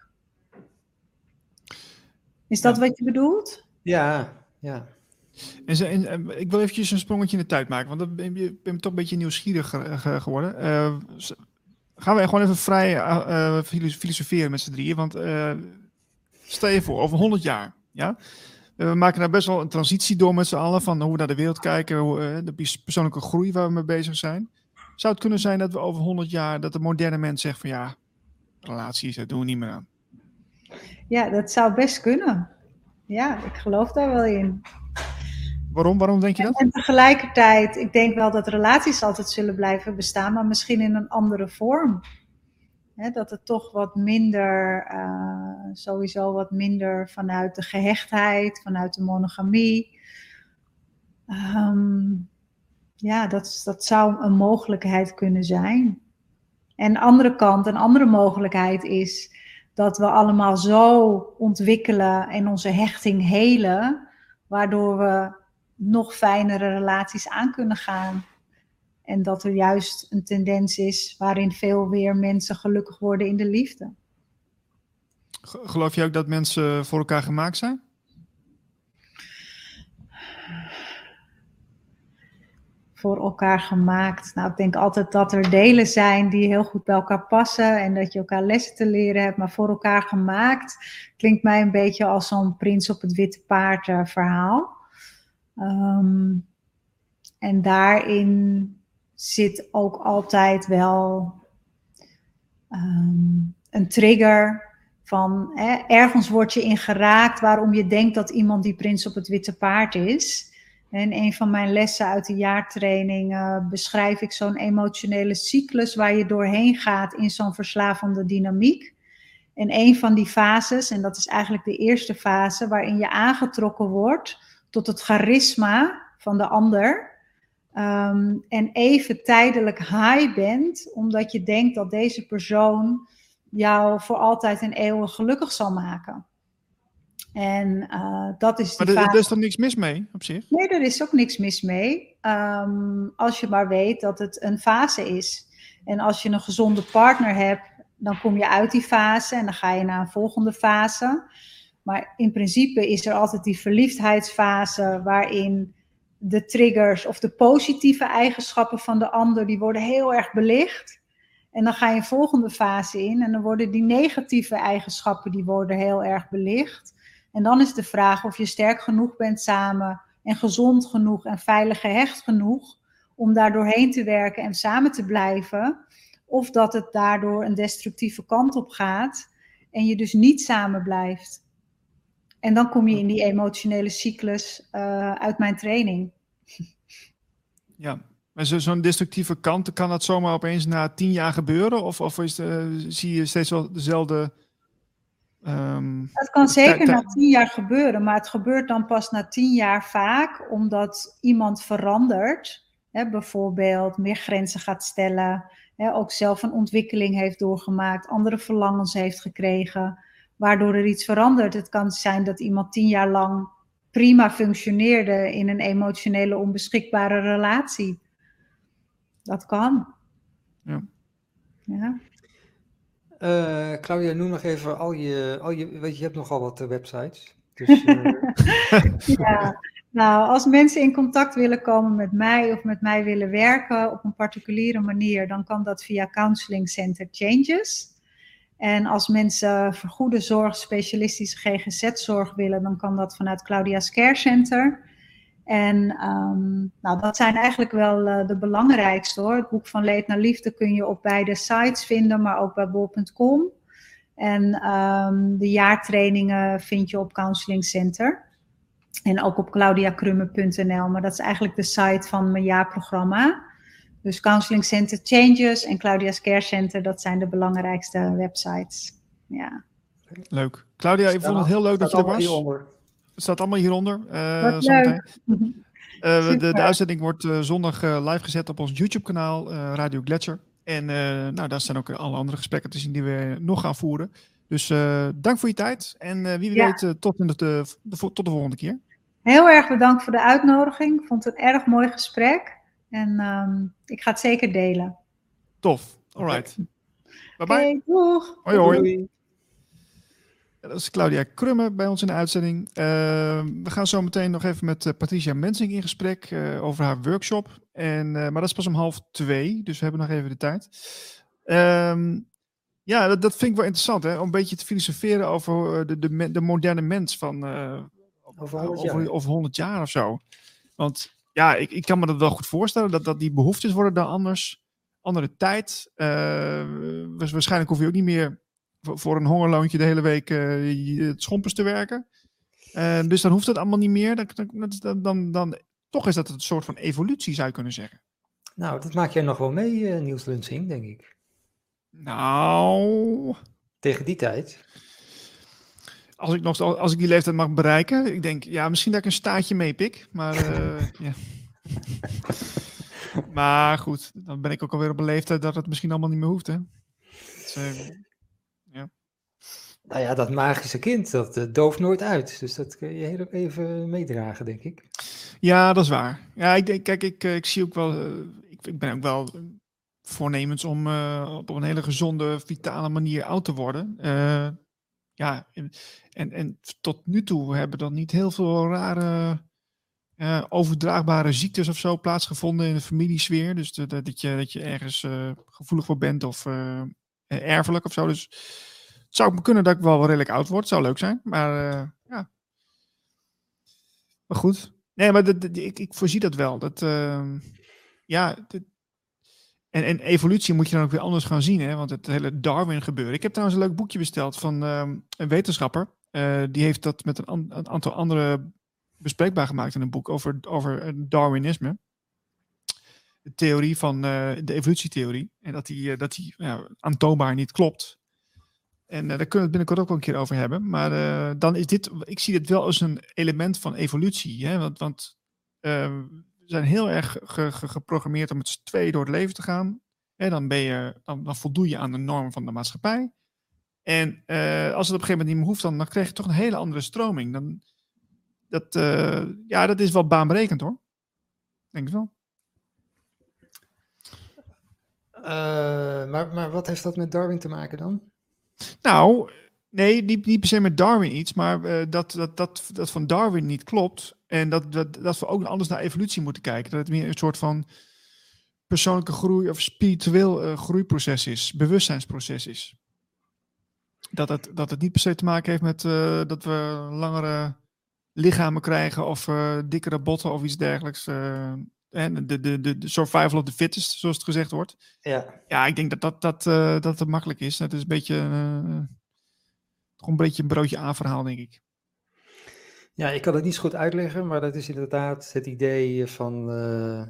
Is dat ja. wat je bedoelt? Ja, ja. En, ze, en, ik wil eventjes een sprongetje in de tijd maken, want dan ben je ben toch een beetje nieuwsgierig ge, geworden. Uh, gaan we gewoon even vrij uh, filosoferen met z'n drieën, want uh, stel je voor, over honderd jaar, ja? We we maken daar best wel een transitie door met z'n allen van hoe we naar de wereld kijken, hoe, uh, de persoonlijke groei waar we mee bezig zijn. Zou het kunnen zijn dat we over honderd jaar, dat de moderne mens zegt van ja, relaties, dat doen we niet meer aan? Ja, dat zou best kunnen. Ja, ik geloof daar wel in. Waarom? Waarom denk je dat? En, en tegelijkertijd, ik denk wel dat relaties altijd zullen blijven bestaan, maar misschien in een andere vorm. He, dat het toch wat minder, uh, sowieso wat minder vanuit de gehechtheid, vanuit de monogamie. Um, ja, dat, dat zou een mogelijkheid kunnen zijn. En aan de andere kant, een andere mogelijkheid is dat we allemaal zo ontwikkelen en onze hechting helen, waardoor we nog fijnere relaties aan kunnen gaan. En dat er juist een tendens is waarin veel weer mensen gelukkig worden in de liefde. Geloof je ook dat mensen voor elkaar gemaakt zijn? Voor elkaar gemaakt. Nou, ik denk altijd dat er delen zijn die heel goed bij elkaar passen en dat je elkaar lessen te leren hebt, maar voor elkaar gemaakt klinkt mij een beetje als zo'n prins op het witte paard uh, verhaal. Um, en daarin zit ook altijd wel um, een trigger van hè, ergens word je in geraakt waarom je denkt dat iemand die prins op het witte paard is. En een van mijn lessen uit de jaartraining uh, beschrijf ik zo'n emotionele cyclus waar je doorheen gaat in zo'n verslavende dynamiek. En een van die fases, en dat is eigenlijk de eerste fase, waarin je aangetrokken wordt tot het charisma van de ander. Um, en even tijdelijk high bent, omdat je denkt dat deze persoon jou voor altijd en eeuwig gelukkig zal maken. En uh, dat is die Maar er, fase. er is toch niks mis mee, op zich? Nee, er is ook niks mis mee. Um, als je maar weet dat het een fase is. En als je een gezonde partner hebt, dan kom je uit die fase en dan ga je naar een volgende fase. Maar in principe is er altijd die verliefdheidsfase waarin de triggers of de positieve eigenschappen van de ander, die worden heel erg belicht. En dan ga je een volgende fase in en dan worden die negatieve eigenschappen, die worden heel erg belicht. En dan is de vraag of je sterk genoeg bent samen en gezond genoeg en veilig gehecht genoeg om daar doorheen te werken en samen te blijven. Of dat het daardoor een destructieve kant op gaat en je dus niet samen blijft. En dan kom je in die emotionele cyclus uh, uit mijn training. Ja, maar zo, zo'n destructieve kant, kan dat zomaar opeens na tien jaar gebeuren? Of, of is de, zie je steeds wel dezelfde... Um, het kan zeker na tien jaar gebeuren, maar het gebeurt dan pas na tien jaar vaak, omdat iemand verandert. Hè, bijvoorbeeld meer grenzen gaat stellen, hè, ook zelf een ontwikkeling heeft doorgemaakt, andere verlangens heeft gekregen, waardoor er iets verandert. Het kan zijn dat iemand tien jaar lang prima functioneerde in een emotionele onbeschikbare relatie. Dat kan. Ja. Ja. Uh, Claudia, noem nog even al je, al je, weet je, je hebt nogal wat uh, websites. Dus, uh... ja, nou, als mensen in contact willen komen met mij of met mij willen werken op een particuliere manier, dan kan dat via Counseling Center Changes. En als mensen vergoede zorg, specialistische G G Z-zorg willen, dan kan dat vanuit Claudia's Care Center. En um, nou, dat zijn eigenlijk wel uh, de belangrijkste hoor. Het boek Van Leed naar Liefde kun je op beide sites vinden, maar ook bij bol punt com. En um, de jaartrainingen vind je op Counseling Center. En ook op claudia krumme punt n l, maar dat is eigenlijk de site van mijn jaarprogramma. Dus Counseling Center Changes en Claudia's Care Center, dat zijn de belangrijkste websites. Ja. Leuk. Claudia, ik vond het heel leuk dat je er was. Hieronder. Het staat allemaal hieronder. Uh, Wat leuk. uh, de, de uitzending wordt uh, zondag uh, live gezet op ons YouTube-kanaal, uh, Radio Gletscher. En uh, nou, daar staan ook alle andere gesprekken te zien die we nog gaan voeren. Dus uh, dank voor je tijd. En uh, wie ja. weet, uh, tot, de, de, de, tot de volgende keer. Heel erg bedankt voor de uitnodiging. Ik vond het een erg mooi gesprek. En um, ik ga het zeker delen. Tof. All right. Bye bye. Okay, doeg. Hoi hoi. Ja, dat is Claudia Krumme bij ons in de uitzending. Uh, we gaan zo meteen nog even met uh, Patricia Mensing in gesprek uh, over haar workshop. En, uh, maar dat is pas om half twee, dus we hebben nog even de tijd. Um, ja, dat, dat vind ik wel interessant, hè? Om een beetje te filosoferen over uh, de, de, de moderne mens. Van, uh, over honderd jaar. Over, over honderd jaar of zo. Want ja, ik, ik kan me dat wel goed voorstellen, dat, dat die behoeftes worden dan anders, andere tijd. Uh, waarschijnlijk hoef je ook niet meer voor, voor een hongerloontje de hele week uh, het schompers te werken. Uh, dus dan hoeft dat allemaal niet meer. Dan, dan, dan, dan, toch is dat een soort van evolutie, zou je kunnen zeggen. Nou, dat maak jij nog wel mee, uh, Niels Lunsing, denk ik. Nou... Tegen die tijd... Als ik, nog, als ik die leeftijd mag bereiken, ik denk, ja, misschien dat ik een staartje meepik. Maar, uh, ja. maar goed, dan ben ik ook alweer op een leeftijd dat het misschien allemaal niet meer hoeft, hè. Dus, uh, ja. Nou ja, dat magische kind, dat uh, dooft nooit uit. Dus dat kun je heel even meedragen, denk ik. Ja, dat is waar. Ja, ik denk, kijk, ik, ik zie ook wel, uh, ik, ik ben ook wel voornemens om uh, op een hele gezonde, vitale manier oud te worden. Uh, Ja, en, en tot nu toe hebben er niet heel veel rare uh, overdraagbare ziektes of zo plaatsgevonden in de familiesfeer. Dus de, de, dat, je, dat je ergens uh, gevoelig voor bent of uh, erfelijk of zo. Dus het zou kunnen dat ik wel redelijk oud word. Zou leuk zijn, maar uh, ja. Maar goed. Nee, maar dat, dat, ik, ik voorzie dat wel. Dat, uh, ja, dat, En, en evolutie moet je dan ook weer anders gaan zien, hè? Want het hele Darwin gebeuren. Ik heb trouwens een leuk boekje besteld van um, een wetenschapper. Uh, die heeft dat met een, an- een aantal anderen bespreekbaar gemaakt in een boek over, over Darwinisme. De theorie van uh, de evolutietheorie. En dat die, uh, dat die ja, aantoonbaar niet klopt. En uh, daar kunnen we het binnenkort ook wel een keer over hebben. Maar uh, dan is dit, ik zie dit wel als een element van evolutie. Hè? Want, want uh, we zijn heel erg ge, ge, geprogrammeerd om met z'n tweeën door het leven te gaan. En dan, ben je, dan, dan voldoe je aan de norm van de maatschappij. En uh, als het op een gegeven moment niet meer hoeft, dan, dan krijg je toch een hele andere stroming. Dan, dat, uh, ja, dat is wel baanbrekend, hoor. Denk ik wel. Uh, maar, maar wat heeft dat met Darwin te maken dan? Nou, nee, niet, niet per se met Darwin iets, maar uh, dat, dat, dat, dat van Darwin niet klopt. En dat, dat, dat we ook anders naar evolutie moeten kijken. Dat het meer een soort van persoonlijke groei of spiritueel uh, groeiproces is, bewustzijnsproces is. Dat het, dat het niet per se te maken heeft met uh, dat we langere lichamen krijgen of uh, dikkere botten of iets dergelijks. Uh, en de, de, de, de survival of the fittest, zoals het gezegd wordt. Ja, ja ik denk dat dat, dat, uh, dat het makkelijk is. Het is een beetje, uh, toch een beetje een broodje A-verhaal, denk ik. Ja, ik kan het niet zo goed uitleggen, maar dat is inderdaad het idee van... Uh,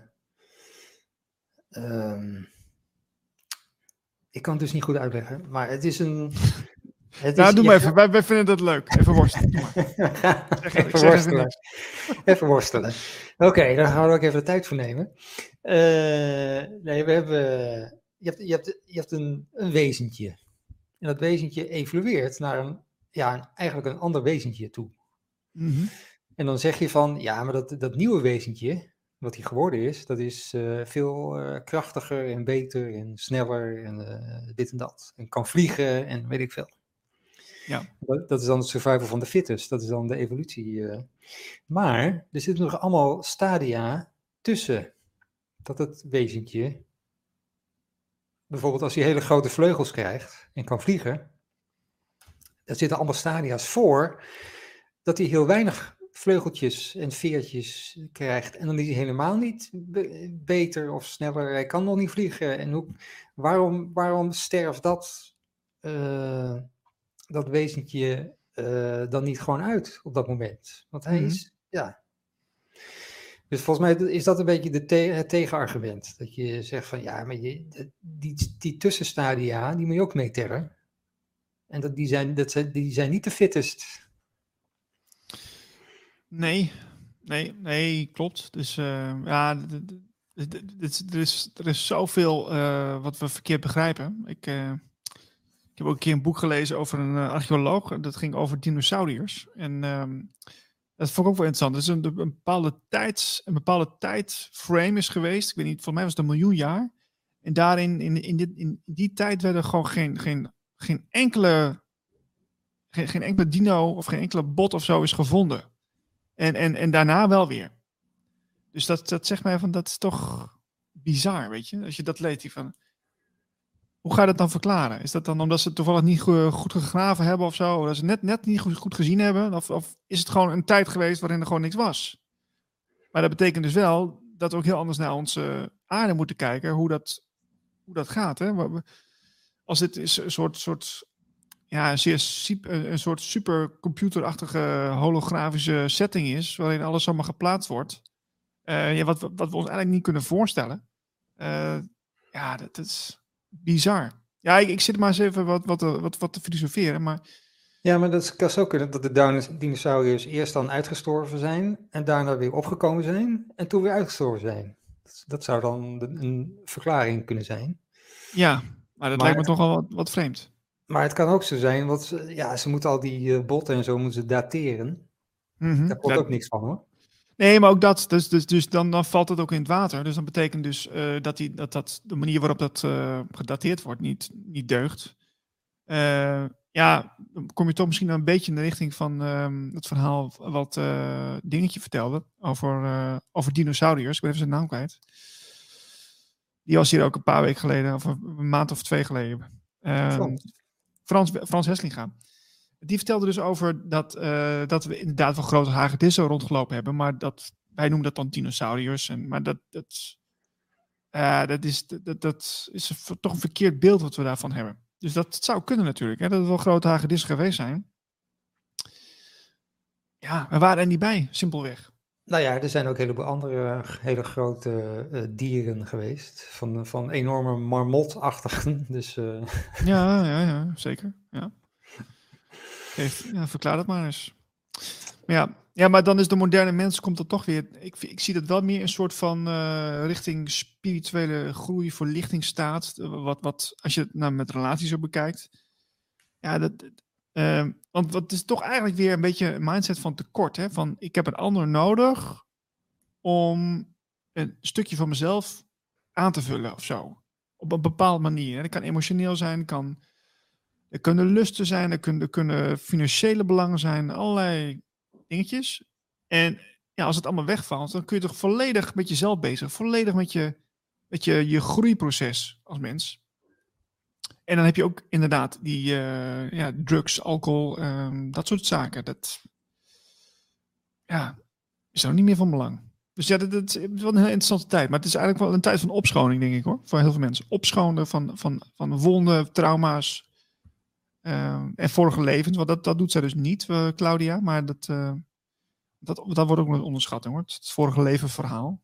um, ik kan het dus niet goed uitleggen, maar het is een... Het nou, is, doe maar even. Gaat... Wij, wij vinden dat leuk. Even worstelen. Doe maar. zeg, even, zeg worstelen. Even, even worstelen. Oké, okay, daar gaan we ook even de tijd voor nemen. Uh, nee, we hebben... Je hebt, je hebt, je hebt een, een wezentje. En dat wezentje evolueert naar een, ja, een, eigenlijk een ander wezentje toe. Mm-hmm. En dan zeg je van, ja, maar dat, dat nieuwe wezentje, wat hij geworden is, dat is uh, veel uh, krachtiger en beter en sneller en uh, dit en dat. En kan vliegen en weet ik veel. Ja. Dat, dat is dan het survival van de fittest, dat is dan de evolutie. Uh. Maar er zitten nog allemaal stadia tussen dat het wezentje, bijvoorbeeld als hij hele grote vleugels krijgt en kan vliegen, er zitten allemaal stadia's voor dat hij heel weinig vleugeltjes en veertjes krijgt. En dan is hij helemaal niet be- beter of sneller. Hij kan nog niet vliegen. En hoe, waarom, waarom sterft dat, uh, dat wezentje uh, dan niet gewoon uit op dat moment? Want hij mm-hmm. is, ja... Dus volgens mij is dat een beetje de te- het tegenargument. Dat je zegt van, ja, maar je, die, die tussenstadia, die moet je ook meetellen. En dat, die, zijn, dat zijn, die zijn niet de fittest. Nee, nee, nee, klopt. Dus uh, ja, d- d- d- d- er is, er is zoveel uh, wat we verkeerd begrijpen. Ik, uh, ik heb ook een keer een boek gelezen over een uh, archeoloog. Dat ging over dinosauriërs. En um, dat vond ik ook wel interessant. Dat is een, een bepaalde tijds, een bepaalde tijdframe is geweest. Ik weet niet, volgens mij was het een miljoen jaar. En daarin, in, in, dit, in die tijd werden gewoon geen, geen, geen enkele, geen, geen enkele dino of geen enkele bot of zo is gevonden. En, en, en daarna wel weer. Dus dat, dat zegt mij van, dat is toch bizar, weet je. Als je dat leest, van... Hoe ga je dat dan verklaren? Is dat dan omdat ze toevallig niet go- goed gegraven hebben of zo? Of dat ze net, net niet goed, goed gezien hebben? Of, of is het gewoon een tijd geweest waarin er gewoon niks was? Maar dat betekent dus wel dat we ook heel anders naar onze aarde moeten kijken. Hoe dat, hoe dat gaat. Hè? Wa- wa- Als dit is een soort, soort, ja, een, zeer, siep- een een soort supercomputerachtige holografische setting is. Waarin alles allemaal geplaatst wordt. eh, ja, wat, wat wat we ons eigenlijk niet kunnen voorstellen. Eh, ja, dat, dat is bizar. Ja, ik, ik zit maar eens even wat, wat, wat, wat te filosoferen. Maar Ja, maar dat kan zo kunnen dat de dino- dinosauriërs eerst dan uitgestorven zijn en daarna weer opgekomen zijn en toen weer uitgestorven zijn. Dat, dat zou dan de- een verklaring kunnen zijn. ja, maar dat Maar, lijkt me toch wel wat, wat vreemd. maar het kan ook zo zijn, want ze- ja, ze moeten al die eh, botten en zo moeten ze dateren. Mhm. Daar klopt Ja, ook niks van hoor. nee, maar ook dat. Dus, dus, dus dan, dan valt het ook in het water. Dus dat betekent dus eh, dat, die, dat, dat de manier waarop dat eh, gedateerd wordt niet, niet deugt. Eh, ja, dan kom je toch misschien een beetje in de richting van ehm, het verhaal wat eh, Dingetje vertelde over, eh, over dinosauriërs. Ik ben even zijn naam kwijt. Die was hier ook een paar weken geleden, of een maand of twee geleden. Ehm, Frans. Frans, Frans Heslinga. Die vertelde dus over dat, eh, dat we inderdaad wel grote hagedissen rondgelopen hebben, maar dat, wij noemen dat dan dinosauriërs. En, maar dat, dat, eh, dat, is, dat, dat is een v- toch een verkeerd beeld wat we daarvan hebben. Dus dat zou kunnen natuurlijk, hè, dat het wel grote hagedissen geweest zijn. Ja, we waren er niet bij, simpelweg. Nou ja, er zijn ook een heleboel andere hele grote eh, dieren geweest. Van, van enorme marmotachtigen. Dus eh, Ja, ja, ja, zeker. Ja. Geef, ja, verklaar dat maar eens. Maar ja, ja, maar dan is de moderne mens, komt dat toch weer. Ik, ik zie dat wel meer een soort van eh, richting spirituele groei, verlichtingsstaat. eh, Wat, wat, als je het nou met relaties zo bekijkt. Ja, dat, eh, want wat is toch eigenlijk weer een beetje een mindset van tekort. Hè? Van ik heb een ander nodig om een stukje van mezelf aan te vullen of zo. Op een bepaalde manier. Hè? Dat kan emotioneel zijn, kan, er kunnen lusten zijn, er kunnen, er kunnen financiële belangen zijn, allerlei dingetjes. En ja, als het allemaal wegvalt, dan kun je toch volledig met jezelf bezig, volledig met je, met je, je groeiproces als mens. En dan heb je ook inderdaad die eh, ja, drugs, alcohol, ehm, dat soort zaken. Dat ja, is nou niet meer van belang. Dus ja, dat, dat is wel een heel interessante tijd. Maar het is eigenlijk wel een tijd van opschoning, denk ik hoor. Voor heel veel mensen. Opschonen van, van, van wonden, trauma's. Uh, en vorige levens. Want dat, dat doet zij dus niet, uh, Claudia. Maar dat, uh, dat, dat wordt ook nog onderschat hoor. Het vorige leven verhaal.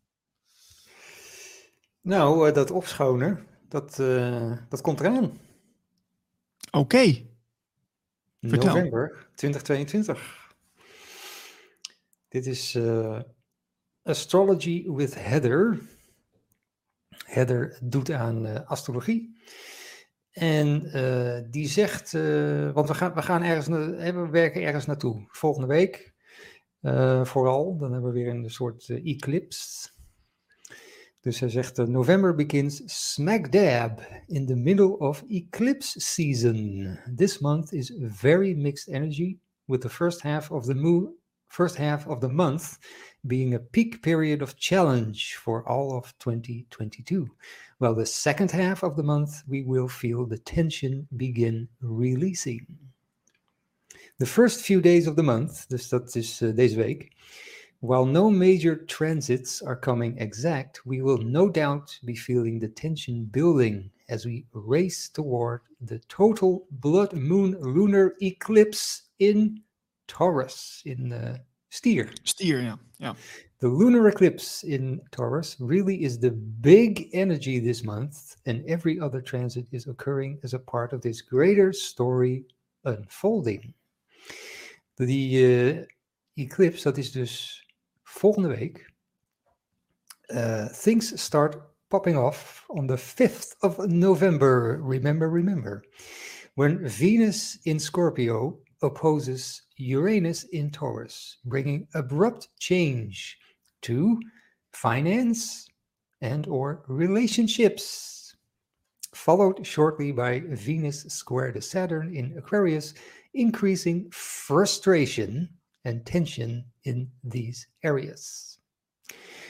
nou, uh, dat opschonen, dat, uh, dat komt eraan. Oké. Okay. November twintig tweeëntwintig. Dit is uh, Astrology with Heather. Heather doet aan uh, astrologie. En uh, die zegt, uh, want we gaan, we gaan ergens, we werken ergens naartoe. Volgende week uh, vooral, dan hebben we weer een soort uh, eclipse. Dus hij zegt, uh, November begins smack dab in the middle of eclipse season. This month is very mixed energy, with the first half of the moon, first half of the month being a peak period of challenge for all of twenty twenty-two. While the second half of the month, we will feel the tension begin releasing. The first few days of the month, dus dat is uh, deze week, while no major transits are coming exact, we will no doubt be feeling the tension building as we race toward the total blood moon lunar eclipse in Taurus, in uh, Stier. Stier, ja. ja. The lunar eclipse in Taurus really is the big energy this month, and every other transit is occurring as a part of this greater story unfolding. Die uh, eclipse, dat is dus volgende week. Uh, things start popping off on the fifth of November. Remember, remember. When Venus in Scorpio opposes Uranus in Taurus, bringing abrupt change to finance and or relationships, followed shortly by Venus square to Saturn in Aquarius, increasing frustration and tension in these areas.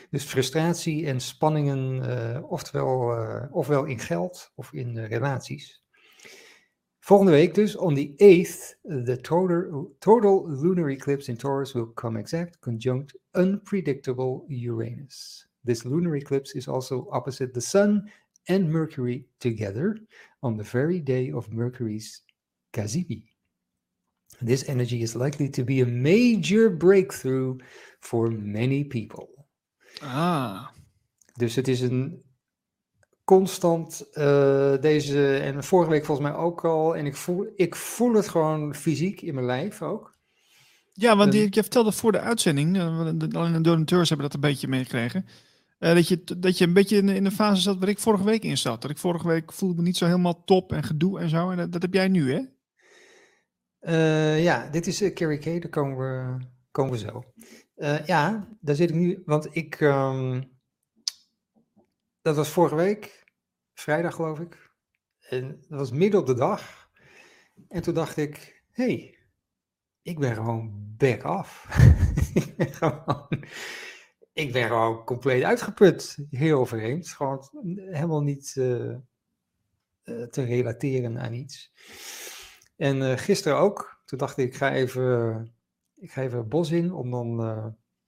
Dus frustratie en spanningen, uh, oftewel, uh, ofwel in geld of in uh, relaties. Volgende week dus, on the eighth, the total, total lunar eclipse in Taurus will come exact conjunct unpredictable Uranus. This lunar eclipse is also opposite the Sun and Mercury together on the very day of Mercury's Kazibi. This energy is likely to be a major breakthrough for many people. Ah. Dus het is een constant, uh, deze, en vorige week volgens mij ook al, en ik voel, ik voel het gewoon fysiek in mijn lijf ook. Ja, want die, je vertelde voor de uitzending, uh, alleen de donateurs hebben dat een beetje meegekregen, uh, dat, je, dat je een beetje in, in de fase zat waar ik vorige week in zat. Dat ik vorige week voelde me niet zo helemaal top en gedoe en zo, en dat, dat heb jij nu, hè? Uh, ja, dit is uh, Carrie K, daar komen we, komen we zo. Uh, ja, daar zit ik nu, want ik, um, dat was vorige week, vrijdag geloof ik, en dat was midden op de dag, en toen dacht ik, hé, hey, ik ben gewoon back af. ik, ben gewoon, ik ben gewoon compleet uitgeput, heel vreemd, gewoon helemaal niet uh, uh, te relateren aan iets. En uh, gisteren ook, toen dacht ik, ik ga even, ik ga even het bos in om dan uh,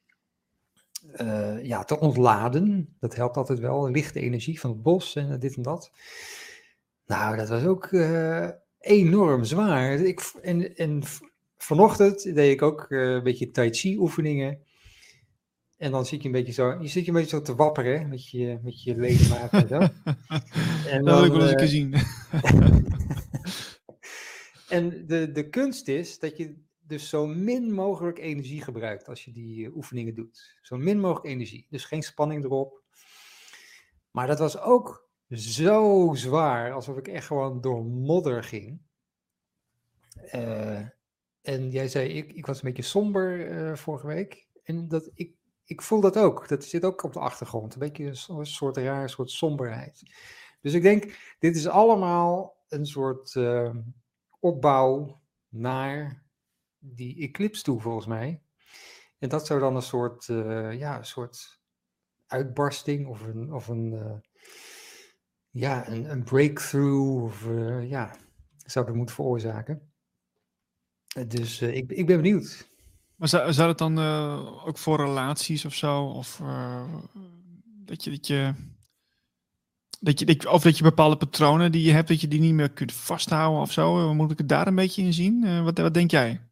uh, ja, te ontladen. Dat helpt altijd wel, lichte energie van het bos en uh, dit en dat. Nou, dat was ook uh, enorm zwaar. Ik, en, en vanochtend deed ik ook uh, een beetje tai chi oefeningen. En dan zit je een beetje zo, je zit je een beetje zo te wapperen met je, met je ledematen en zo. En dat dan, wil ik wel eens een keer zien. En de, de kunst is dat je dus zo min mogelijk energie gebruikt als je die uh, oefeningen doet. Zo min mogelijk energie, dus geen spanning erop. Maar dat was ook zo zwaar, alsof ik echt gewoon door modder ging. Uh, en jij zei, ik, ik was een beetje somber uh, vorige week. En dat, ik, ik voel dat ook, dat zit ook op de achtergrond. Een beetje een, een soort raar, soort somberheid. Dus ik denk, dit is allemaal een soort Uh, opbouw naar die eclipse toe, volgens mij. En dat zou dan een soort, uh, ja, een soort uitbarsting of een, of een, uh, ja, een, een breakthrough, of uh, ja, zou dat moeten veroorzaken. Dus uh, ik, ik ben benieuwd. Maar zou, zou het dan uh, ook voor relaties of zo, of uh, dat je, dat je Dat je, dat je, of dat je bepaalde patronen die je hebt, dat je die niet meer kunt vasthouden of zo. Moet ik het daar een beetje in zien? Uh, wat, wat denk jij?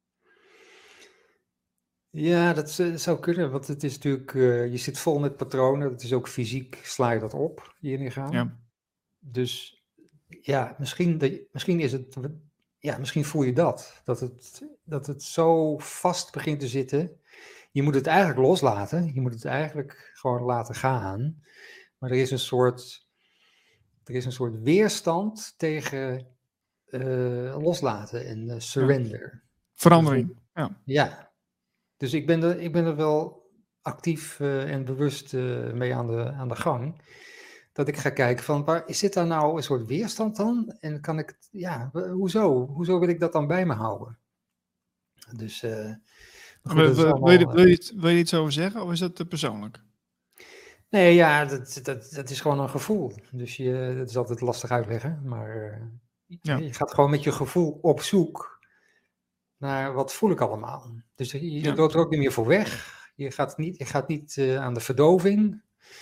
Ja, dat uh, zou kunnen, want het is natuurlijk, uh, je zit vol met patronen. Het is ook fysiek, sla je dat op, je lichaam. Ja. Dus ja, misschien, dat, misschien is het, ja, misschien voel je dat. Dat het, dat het zo vast begint te zitten. Je moet het eigenlijk loslaten. Je moet het eigenlijk gewoon laten gaan. Maar er is een soort, er is een soort weerstand tegen uh, loslaten en uh, surrender. Ja. Verandering. Dus, ja. ja. Dus ik ben er, ik ben er wel actief uh, en bewust uh, mee aan de, aan de gang. Dat ik ga kijken van, waar, is dit daar nou een soort weerstand dan? En kan ik, ja, hoezo? Hoezo wil ik dat dan bij me houden? Dus, uh, goed, wil, wil, allemaal, wil, je, wil, je, wil je iets over zeggen of is dat te persoonlijk? Nee, ja, dat, dat, dat is gewoon een gevoel. Dus je, dat is altijd lastig uitleggen. Maar uh, ja. je gaat gewoon met je gevoel op zoek naar wat voel ik allemaal. Dus je, je ja. loopt er ook niet meer voor weg. Je gaat niet, je gaat niet uh, aan de verdoving.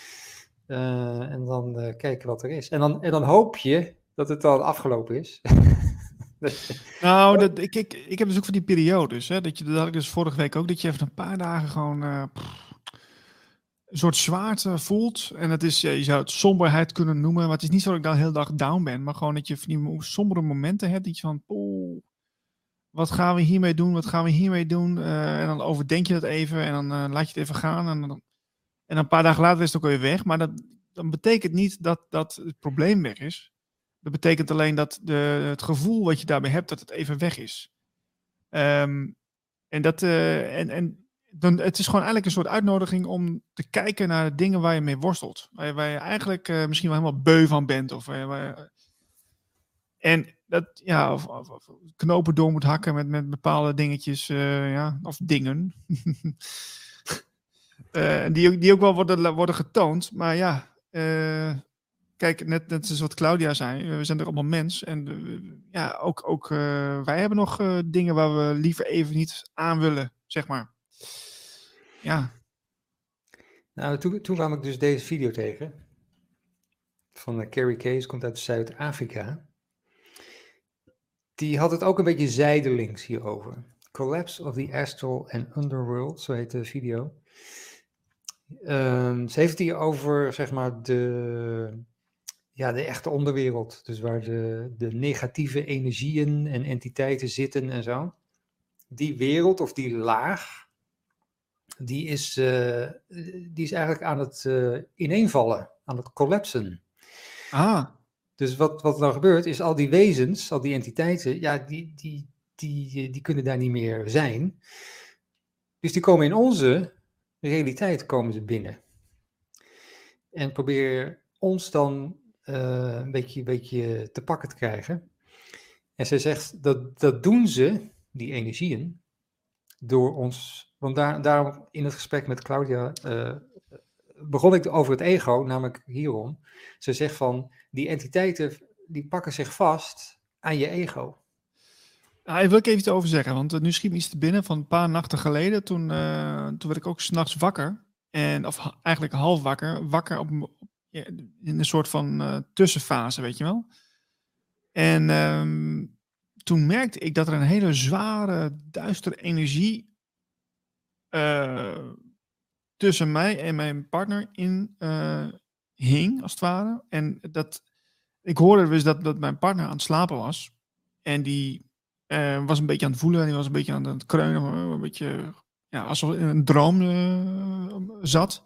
Uh, en dan uh, kijken wat er is. En dan, en dan hoop je dat het al afgelopen is. Nou, dat, ik, ik, ik heb dus ook van die periodes. Hè, dat, je, dat had ik dus vorige week ook. Dat je even een paar dagen gewoon Uh, een soort zwaarte voelt. En dat is, je zou het somberheid kunnen noemen. Maar het is niet zo dat ik dan de hele dag down ben. Maar gewoon dat je van die sombere momenten hebt. Dat je van, oh, wat gaan we hiermee doen? Wat gaan we hiermee doen? Uh, en dan overdenk je dat even. En dan uh, laat je het even gaan. En dan, en dan een paar dagen later is het ook weer weg. Maar dat, dat betekent niet dat, dat het probleem weg is. Dat betekent alleen dat de, het gevoel wat je daarbij hebt, dat het even weg is. Um, en dat... Uh, en, en Dan, het is gewoon eigenlijk een soort uitnodiging om te kijken naar de dingen waar je mee worstelt. Waar je, waar je eigenlijk uh, misschien wel helemaal beu van bent. Of, waar je, waar je, en dat, ja, of, of, of knopen door moet hakken met, met bepaalde dingetjes. Uh, ja, of dingen. Uh, die, ook, die ook wel worden, worden getoond. Maar ja, uh, kijk, net, net zoals wat Claudia zei, we zijn er allemaal mens. En uh, ja, ook, ook uh, wij hebben nog uh, dingen waar we liever even niet aan willen, zeg maar. Ja. Nou, toen, toen kwam ik dus deze video tegen. Van uh, Carrie Case, komt uit Zuid-Afrika. Die had het ook een beetje zijdelings hierover. Collapse of the Astral and Underworld, zo heet de video. Um, ze heeft het hier over, zeg maar, de, ja, de echte onderwereld. Dus waar de, de negatieve energieën en entiteiten zitten en zo. Die wereld of die laag, die is, uh, die is eigenlijk aan het uh, ineenvallen, aan het collapsen. Ah. Dus wat, wat er dan gebeurt, is al die wezens, al die entiteiten, ja, die, die, die, die kunnen daar niet meer zijn. Dus die komen in onze realiteit komen ze binnen. En probeer ons dan uh, een beetje, een beetje te pakken te krijgen. En zij zegt, dat, dat doen ze, die energieën, door ons... Want daar, daarom in het gesprek met Claudia uh, begon ik over het ego, namelijk hierom. Ze zegt van, die entiteiten, die pakken zich vast aan je ego. Ah, daar wil ik even iets over zeggen, want uh, nu schiet me iets te binnen van een paar nachten geleden. Toen, uh, toen werd ik ook 's nachts wakker. En, of ha- eigenlijk half wakker. Wakker op, op, ja, in een soort van uh, tussenfase, weet je wel. En um, toen merkte ik dat er een hele zware, duistere energie uh, tussen mij en mijn partner in uh, hing, als het ware. En dat, ik hoorde dus dat, dat mijn partner aan het slapen was. En die uh, was een beetje aan het voelen. En die was een beetje aan het kreunen. Een beetje, ja, alsof in een droom uh, zat.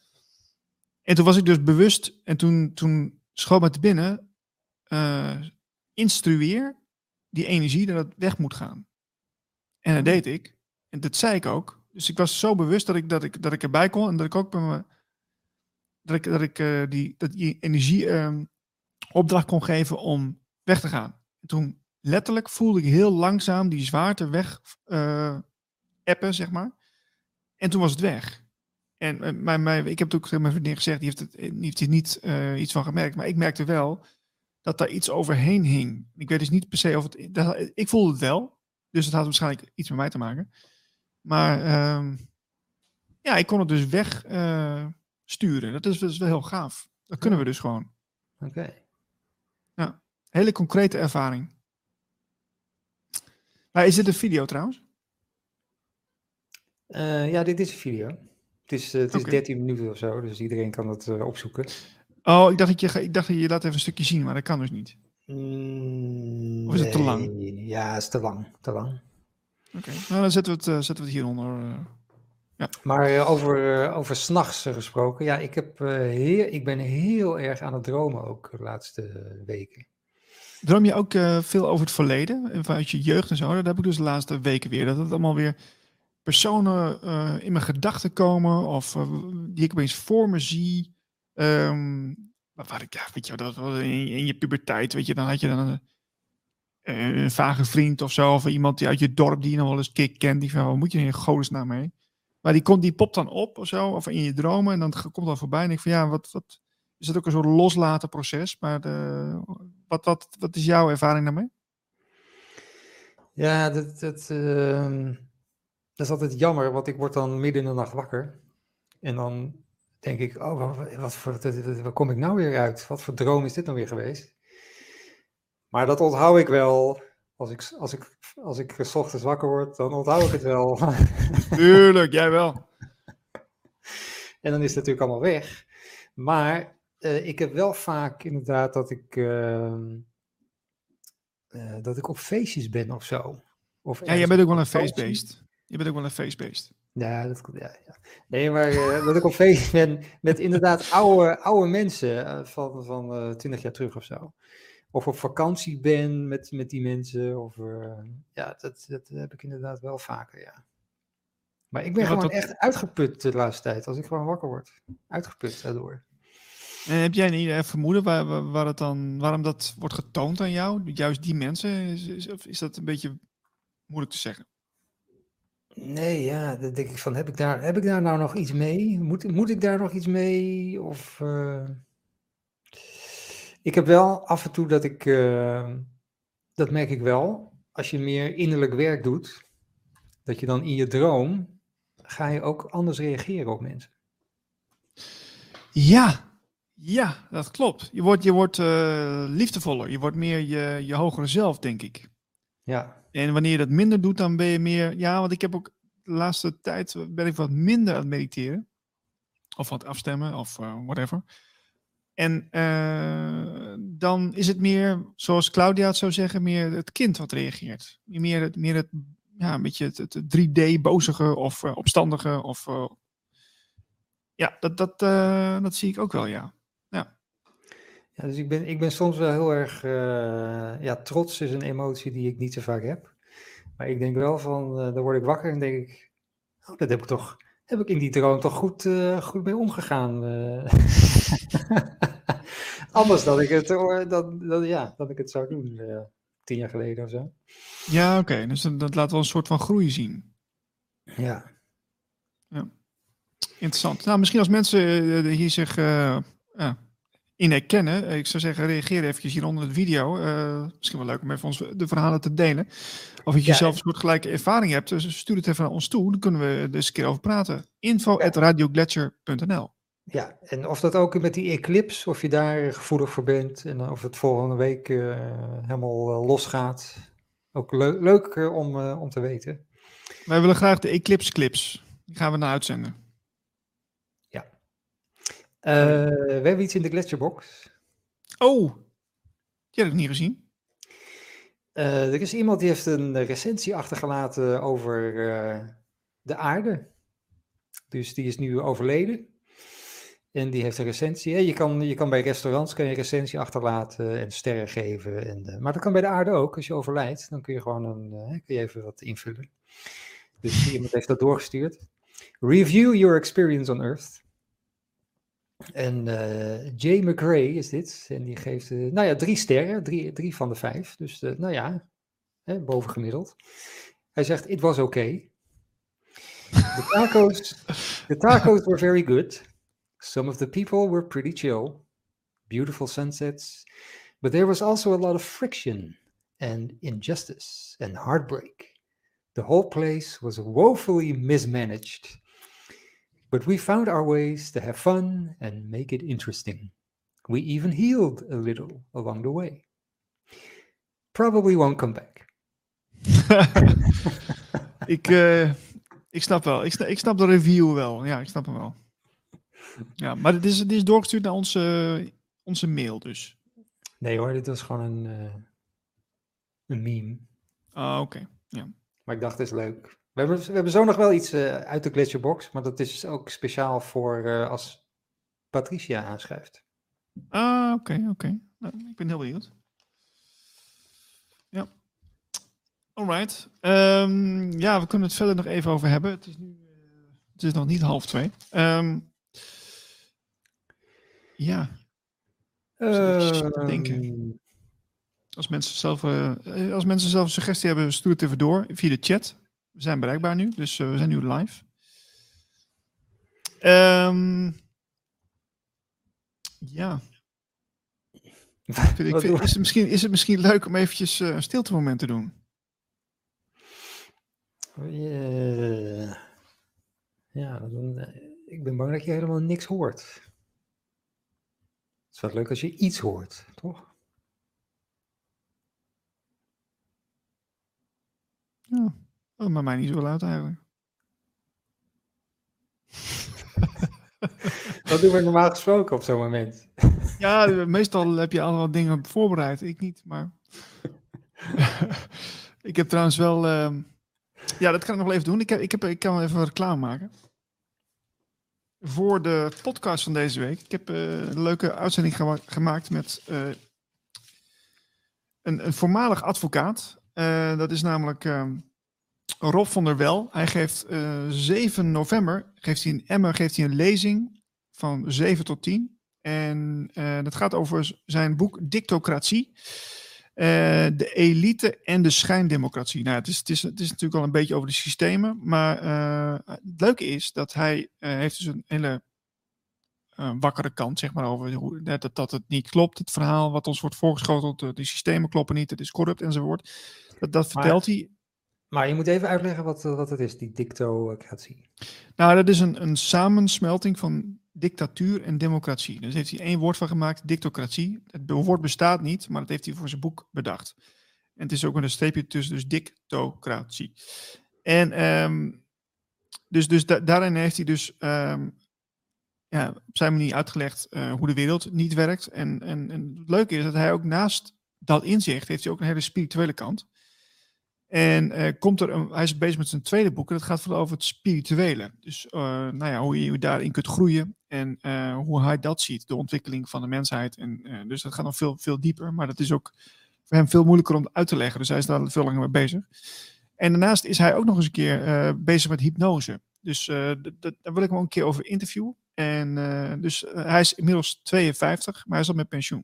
En toen was ik dus bewust. En toen, toen schoot me te binnen. Uh, instrueer die energie dat het weg moet gaan. En dat deed ik. En dat zei ik ook. Dus ik was zo bewust dat ik, dat ik, dat ik erbij kon. En dat ik ook bij me, dat ik, dat ik uh, die, dat die energie uh, opdracht kon geven om weg te gaan. En toen letterlijk voelde ik heel langzaam die zwaarte weg uh, appen, zeg maar. En toen was het weg. En uh, mijn, mijn, ik heb het ook tegen mijn vriendin gezegd, die heeft, het, die heeft er niet uh, iets van gemerkt. Maar ik merkte wel dat daar iets overheen hing. Ik weet dus niet per se of het... Dat, ik voelde het wel. Dus het had waarschijnlijk iets met mij te maken. Maar uh, ja, ik kon het dus weg uh, sturen. Dat is, dat is wel heel gaaf. Dat kunnen we dus gewoon. Oké. Okay. Ja, hele concrete ervaring. Maar is dit een video trouwens? Uh, ja, dit is een video. Het is, uh, het is okay. dertien minuten of zo, dus iedereen kan het uh, opzoeken. Oh, ik dacht, dat je, ik dacht dat je laat even een stukje zien, maar dat kan dus niet. Mm, of is het nee, te lang? Ja, het is te lang. Te lang. Oké, okay. Nou dan zetten we het, uh, zetten we het hieronder. Uh, ja. Maar uh, over, uh, over 's nachts uh, gesproken, ja, ik, heb, uh, heel, ik ben heel erg aan het dromen ook de laatste weken. Droom je ook uh, veel over het verleden, vanuit je jeugd en zo? Dat heb ik dus de laatste weken weer. Dat het allemaal weer personen uh, in mijn gedachten komen of uh, die ik opeens voor me zie. Um, waar ik, ja, weet je, dat was in, in je puberteit, weet je, dan had je dan een, een vage vriend of zo, of iemand die uit je dorp die je nog wel eens kick kent, die van, wat moet je in godesnaam mee? Maar die, komt, die popt dan op of zo, of in je dromen, en dan komt dan voorbij en ik van, ja, wat, wat is dat ook een soort loslaten proces? Maar de, wat, wat, wat is jouw ervaring daarmee? Ja, dat, dat, uh, dat is altijd jammer, want ik word dan midden in de nacht wakker. En dan denk ik, oh, wat, wat voor, waar kom ik nou weer uit? Wat voor droom is dit nou weer geweest? Maar dat onthoud ik wel. Als ik, als ik, als ik 's ochtends wakker word, dan onthoud ik het wel. Tuurlijk, jij wel. En dan is het natuurlijk allemaal weg. Maar uh, ik heb wel vaak inderdaad dat ik, uh, uh, dat ik op feestjes ben of zo. Of ja, jij bent ook wel een feestbeest. Je bent ook wel een feestbeest. Ja, dat ja, ja. Nee, maar uh, dat ik op feestjes ben met inderdaad oude, oude mensen uh, van, van uh, twintig jaar terug of zo. Of op vakantie ben met, met die mensen. Of, uh, ja, dat, dat heb ik inderdaad wel vaker, ja. Maar ik ben ja, gewoon dat... echt uitgeput de laatste tijd. Als ik gewoon wakker word. Uitgeput daardoor. En heb jij een vermoeden waar, waar, waar het dan, waarom dat wordt getoond aan jou? Juist die mensen? Is, is, of is dat een beetje moeilijk te zeggen? Nee, ja, dan denk ik van, heb ik daar, heb ik daar nou nog iets mee? Moet, moet ik daar nog iets mee? Of, uh... Ik heb wel af en toe dat ik, uh, dat merk ik wel, als je meer innerlijk werk doet, dat je dan in je droom, ga je ook anders reageren op mensen. Ja, ja, dat klopt. Je wordt, je wordt uh, liefdevoller, je wordt meer je, je hogere zelf, denk ik. Ja. En wanneer je dat minder doet, dan ben je meer... Ja, want ik heb ook de laatste tijd ben ik wat minder aan het mediteren. Of wat afstemmen, of uh, whatever. En uh, dan is het meer, zoals Claudia het zou zeggen, meer het kind wat reageert. Meer het, meer het ja, een beetje het, het drie D-bozige of uh, opstandige. Of, uh, ja, dat, dat, uh, dat zie ik ook wel, ja. Ja, ja dus ik ben, ik ben soms wel heel erg... Uh, ja, trots is een emotie die ik niet zo vaak heb. Maar ik denk wel van, uh, dan word ik wakker en denk ik... Oh, dat heb ik toch... Heb ik in die droom toch goed, uh, goed mee omgegaan. Uh. Anders dan ik het, uh, dan, dan, ja, dan ik het zou doen, uh, tien jaar geleden of zo. Ja, oké. Okay. Dus dat, dat laat wel een soort van groei zien. Ja. Ja. Interessant. Nou, misschien als mensen uh, hier zich uh, uh, in herkennen, ik zou zeggen, reageer eventjes hier onder de video. Uh, misschien wel leuk om even ons de verhalen te delen. Of je ja, zelf een soort gelijke ervaring hebt, dus stuur het even naar ons toe. Dan kunnen we er eens een keer over praten. info at radio gletscher punt n l. Ja, en of dat ook met die eclipse, of je daar gevoelig voor bent en of het volgende week uh, helemaal uh, losgaat. Ook le- leuk uh, om, uh, om te weten. Wij willen graag de eclipse clips. Die gaan we naar uitzenden. Ja. Uh, we hebben iets in de Gletscherbox. Oh, die heb ik niet gezien. Uh, er is iemand die heeft een recensie achtergelaten over uh, de aarde. Dus die is nu overleden. En die heeft een recensie. Je kan, je kan bij restaurants kan je een recensie achterlaten en sterren geven. En, uh, maar dat kan bij de aarde ook. Als je overlijdt, dan kun je gewoon een, uh, kun je even wat invullen. Dus iemand heeft dat doorgestuurd. Review your experience on Earth. En uh, Jay McRae is dit. En die geeft, uh, nou ja, drie sterren. Drie, drie van de vijf. Dus, uh, nou ja, hè, bovengemiddeld. Hij zegt, it was okay. The tacos, the tacos were very good. Some of the people were pretty chill. Beautiful sunsets. But there was also a lot of friction and injustice and heartbreak. The whole place was woefully mismanaged. But we found our ways to have fun and make it interesting. We even healed a little along the way. Probably won't come back. ik, uh, ik snap wel. Ik snap, ik snap de review wel. Ja, ik snap hem wel. Ja, maar dit is, dit is doorgestuurd naar onze, onze mail dus. Nee hoor, dit was gewoon een, uh, een meme. Ah, oké. Okay. Ja. Maar ik dacht, het is leuk. We hebben, we hebben zo nog wel iets uh, uit de Gletscherbox, maar dat is ook speciaal voor uh, als Patricia aanschrijft. Ah, oké, okay, oké. Okay. Nou, ik ben heel benieuwd. Ja. Alright. Um, ja, we kunnen het verder nog even over hebben. Het is nu, uh, het is nog niet half twee. Um, ja. Uh, denken. Als mensen, zelf, uh, als mensen zelf een suggestie hebben, stuur het even door via de chat. We zijn bereikbaar nu, dus uh, we zijn nu live. Um, ja. Ik vind, ik vind, is, het misschien, is het misschien leuk om eventjes uh, een stiltemoment te doen? Uh, ja, dan, uh, ik ben bang dat je helemaal niks hoort. Het is wel leuk als je iets hoort, toch? Ja, oh, maar mij niet zo luid eigenlijk. Wat doen we normaal gesproken op zo'n moment? Ja, meestal heb je allemaal dingen voorbereid. Ik niet, maar... ik heb trouwens wel... Uh... Ja, dat kan ik nog wel even doen. Ik, heb, ik, heb, ik kan wel even reclame maken. Voor de podcast van deze week. Ik heb uh, een leuke uitzending gema- gemaakt met uh, een, een voormalig advocaat. Uh, dat is namelijk uh, Rob van der Wel. Hij geeft uh, zeven november, geeft hij in Emmen geeft hij een lezing van zeven tot tien. En uh, dat gaat over zijn boek Dictocratie. de elite en de schijndemocratie. Nou, het is, het, is, het is natuurlijk al een beetje over de systemen. Maar uh, het leuke is dat hij uh, heeft dus een hele uh, wakkere kant, zeg maar, over hoe, dat, dat het niet klopt. Het verhaal wat ons wordt voorgeschoteld, de systemen kloppen niet, het is corrupt enzovoort. Dat, dat vertelt maar, hij. Maar je moet even uitleggen wat, wat het is, die dictocratie. Nou, dat is een, een samensmelting van dictatuur en democratie. Dus heeft hij één woord van gemaakt, dictocratie. Het woord bestaat niet, maar dat heeft hij voor zijn boek bedacht. En het is ook een streepje tussen, dus dictocratie. En um, dus, dus da- daarin heeft hij dus um, ja, op zijn manier uitgelegd uh, hoe de wereld niet werkt. En, en, en het leuke is dat hij ook naast dat inzicht heeft hij ook een hele spirituele kant. En uh, komt er een, hij is bezig met zijn tweede boek en dat gaat vooral over het spirituele. Dus uh, nou ja, hoe je daarin kunt groeien en uh, hoe hij dat ziet, de ontwikkeling van de mensheid. En, uh, dus dat gaat nog veel, veel dieper, maar dat is ook voor hem veel moeilijker om uit te leggen. Dus hij is daar veel langer mee bezig. En daarnaast is hij ook nog eens een keer uh, bezig met hypnose. Dus uh, d- d- daar wil ik hem ook een keer over interviewen. En uh, dus uh, hij is inmiddels tweeënvijftig, maar hij is al met pensioen.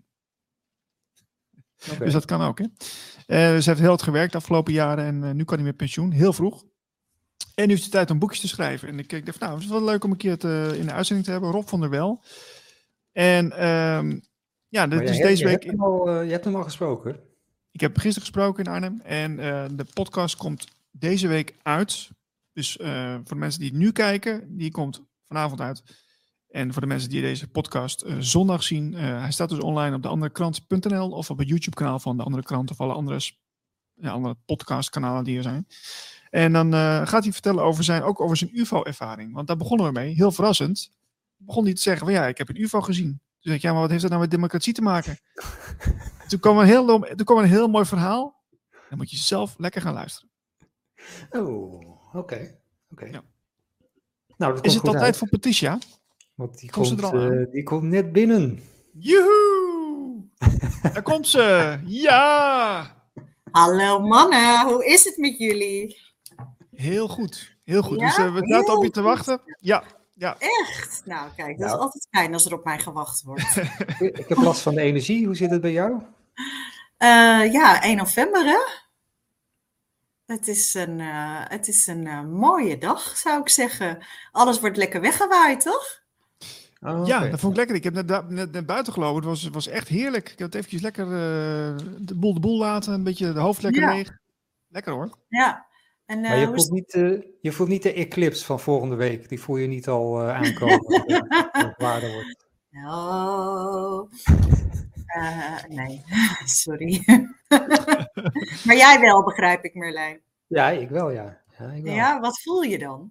Okay. Dus dat kan ook, hè. Uh, dus hij heeft heel hard gewerkt de afgelopen jaren en uh, nu kan hij met pensioen, heel vroeg. En nu heeft hij tijd om boekjes te schrijven. En ik, ik dacht, nou, het is wel leuk om een keer het uh, in de uitzending te hebben. Rob van der Wel. En um, ja, de, dus je deze hebt, week... Je hebt, al, uh, je hebt hem al gesproken. Ik heb gisteren gesproken in Arnhem. En uh, de podcast komt deze week uit. Dus uh, voor de mensen die het nu kijken, die komt vanavond uit. En voor de mensen die deze podcast uh, zondag zien, uh, hij staat dus online op de andere krant punt n l of op het YouTube-kanaal van de andere krant of alle andere, ja, andere podcastkanalen die er zijn. En dan uh, gaat hij vertellen over zijn, ook over zijn U F O-ervaring. Want daar begonnen we mee, heel verrassend. Begon hij te zeggen van ja, ik heb een U F O gezien. Toen zei ik, ja, maar wat heeft dat nou met democratie te maken? Toen kwam een heel, toen kwam een heel mooi verhaal. Dan moet je zelf lekker gaan luisteren. Oh, oké. Okay. Okay. Ja. Nou, dat is het al uit. tijd voor Patricia? Want die komt, komt, komt, uh, die komt net binnen. Joehoe! Daar komt ze! Ja! Hallo mannen, hoe is het met jullie? Heel goed, heel goed. Ja? Dus uh, we zaten op je te wachten. Ja, ja. Echt? Nou kijk, dat nou. is altijd fijn als er op mij gewacht wordt. Ik heb last van de energie, hoe zit het bij jou? Uh, ja, één november hè? Het is een, uh, het is een uh, mooie dag, zou ik zeggen. Alles wordt lekker weggewaaid, toch? Oh, ja, okay. Dat vond ik lekker. Ik heb net, net, net buiten gelopen. Het was, was echt heerlijk. Ik had eventjes lekker uh, de boel de boel laten. Een beetje de hoofd lekker ja. leeg. Lekker hoor. Ja. En, uh, maar je voelt, niet, uh, je voelt niet de eclipse van volgende week. Die voel je niet al uh, aankomen. Als het zwaarder wordt. Oh. Uh, nee, sorry. Maar jij wel, begrijp ik, Merlijn. Ja, ik wel, ja. Ja, ik wel. Ja, wat voel je dan?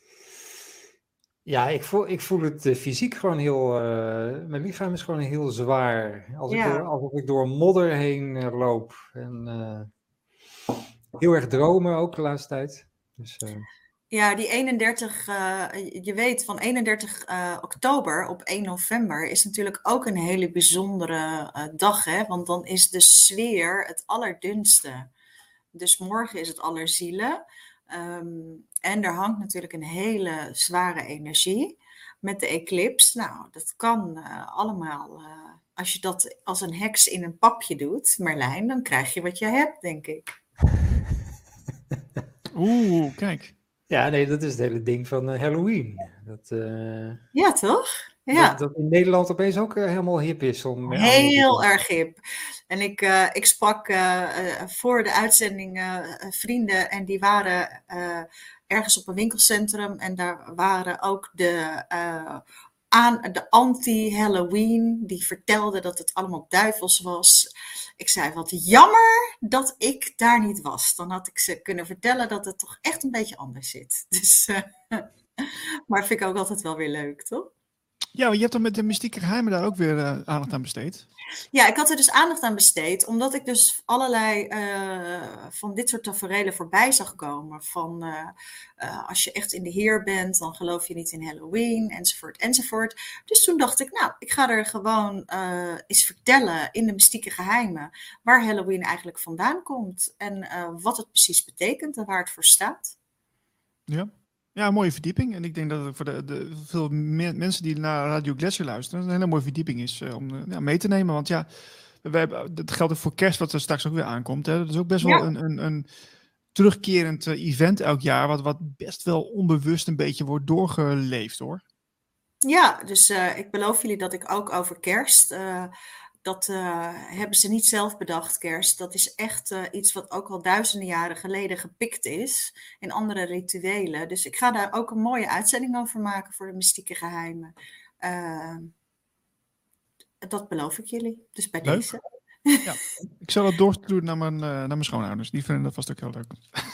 Ja, ik voel, ik voel het uh, fysiek gewoon heel... Uh, mijn lichaam is gewoon heel zwaar. Als ja. ik door, alsof ik door modder heen uh, loop. En uh, heel erg dromen ook de laatste tijd. Dus, uh... Ja, die eenendertig... Uh, je weet, van eenendertig uh, oktober op één november... is natuurlijk ook een hele bijzondere uh, dag, hè? Want dan is de sfeer het allerdunste. Dus morgen is het Allerzielen... Um, en er hangt natuurlijk een hele zware energie met de eclipse. Nou, dat kan uh, allemaal. Uh, als je dat als een heks in een papje doet, Merlijn, dan krijg je wat je hebt, denk ik. Oeh, kijk. Ja, nee, dat is het hele ding van uh, Halloween. Dat, uh, ja, toch? Ja. Dat, dat in Nederland opeens ook uh, helemaal hip is. Om, Heel erg hip. En ik, uh, ik sprak uh, uh, voor de uitzending uh, vrienden en die waren uh, ergens op een winkelcentrum en daar waren ook de, uh, aan, de anti-Halloween die vertelden dat het allemaal duivels was. Ik zei, wat jammer dat ik daar niet was. Dan had ik ze kunnen vertellen dat het toch echt een beetje anders zit. Dus, uh, maar vind ik ook altijd wel weer leuk, toch? Ja, je hebt er met de mystieke geheimen daar ook weer uh, aandacht aan besteed. Ja, ik had er dus aandacht aan besteed, omdat ik dus allerlei uh, van dit soort taferelen voorbij zag komen. Van uh, uh, als je echt in de Heer bent, dan geloof je niet in Halloween, enzovoort, enzovoort. Dus toen dacht ik, nou, ik ga er gewoon uh, eens vertellen in de mystieke geheimen waar Halloween eigenlijk vandaan komt. En uh, wat het precies betekent en waar het voor staat. Ja. Ja, een mooie verdieping. En ik denk dat het voor de, de veel me- mensen die naar Radio Gletscher luisteren, een hele mooie verdieping is uh, om uh, ja, mee te nemen. Want ja, we hebben, dat geldt ook voor kerst, wat er straks ook weer aankomt. Hè? Dat is ook best Ja. wel een, een, een terugkerend uh, event elk jaar, wat, wat best wel onbewust een beetje wordt doorgeleefd, hoor. Ja, dus uh, ik beloof jullie dat ik ook over kerst, uh, dat uh, hebben ze niet zelf bedacht, kerst. Dat is echt uh, iets wat ook al duizenden jaren geleden gepikt is in andere rituelen. Dus ik ga daar ook een mooie uitzending over maken voor de mystieke geheimen. Uh, dat beloof ik jullie, dus bij Leuk. deze. Ja, ik zal dat doorsturen naar mijn, uh, naar mijn schoonouders. Die vinden dat vast ook heel leuk.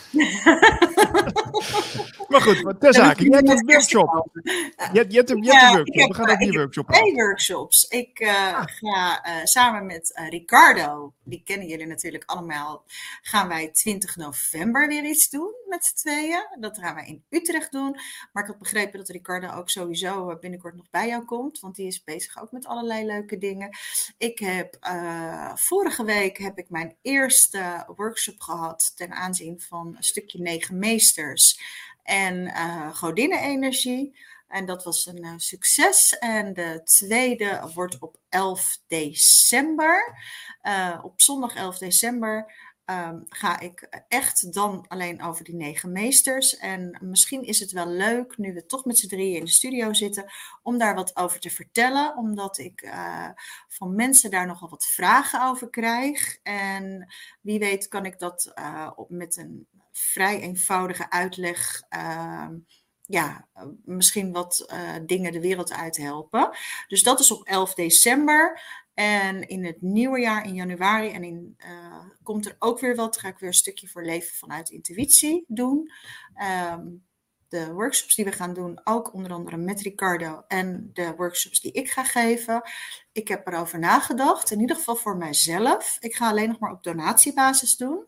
Maar goed, ter zake. Je hebt een workshop. Je, je, hebt, een, je hebt een workshop. We gaan ook die workshop twee aan. workshops. Ik uh, ah. ga uh, samen met uh, Ricardo, die kennen jullie natuurlijk allemaal, gaan wij twintig november weer iets doen met z'n tweeën. Dat gaan wij in Utrecht doen. Maar ik had begrepen dat Ricardo ook sowieso binnenkort nog bij jou komt, want die is bezig ook met allerlei leuke dingen. Ik heb uh, vorige week heb ik mijn eerste workshop gehad ten aanzien van een stukje negen meesters en uh, godinnen-energie. En dat was een uh, succes. En de tweede wordt op elf december. Uh, op zondag elf december um, ga ik echt dan alleen over die negen meesters. En misschien is het wel leuk, nu we toch met z'n drieën in de studio zitten, om daar wat over te vertellen. Omdat ik uh, van mensen daar nogal wat vragen over krijg. En wie weet kan ik dat uh, op, met een vrij eenvoudige uitleg Uh, ja, misschien wat uh, dingen de wereld uit helpen. Dus dat is op elf december. En in het nieuwe jaar, in januari, en in, uh, komt er ook weer wat. Ga ik weer een stukje voor leven vanuit intuïtie doen. Um, de workshops die we gaan doen, ook onder andere met Ricardo. En de workshops die ik ga geven. Ik heb erover nagedacht, in ieder geval voor mijzelf. Ik ga alleen nog maar op donatiebasis doen.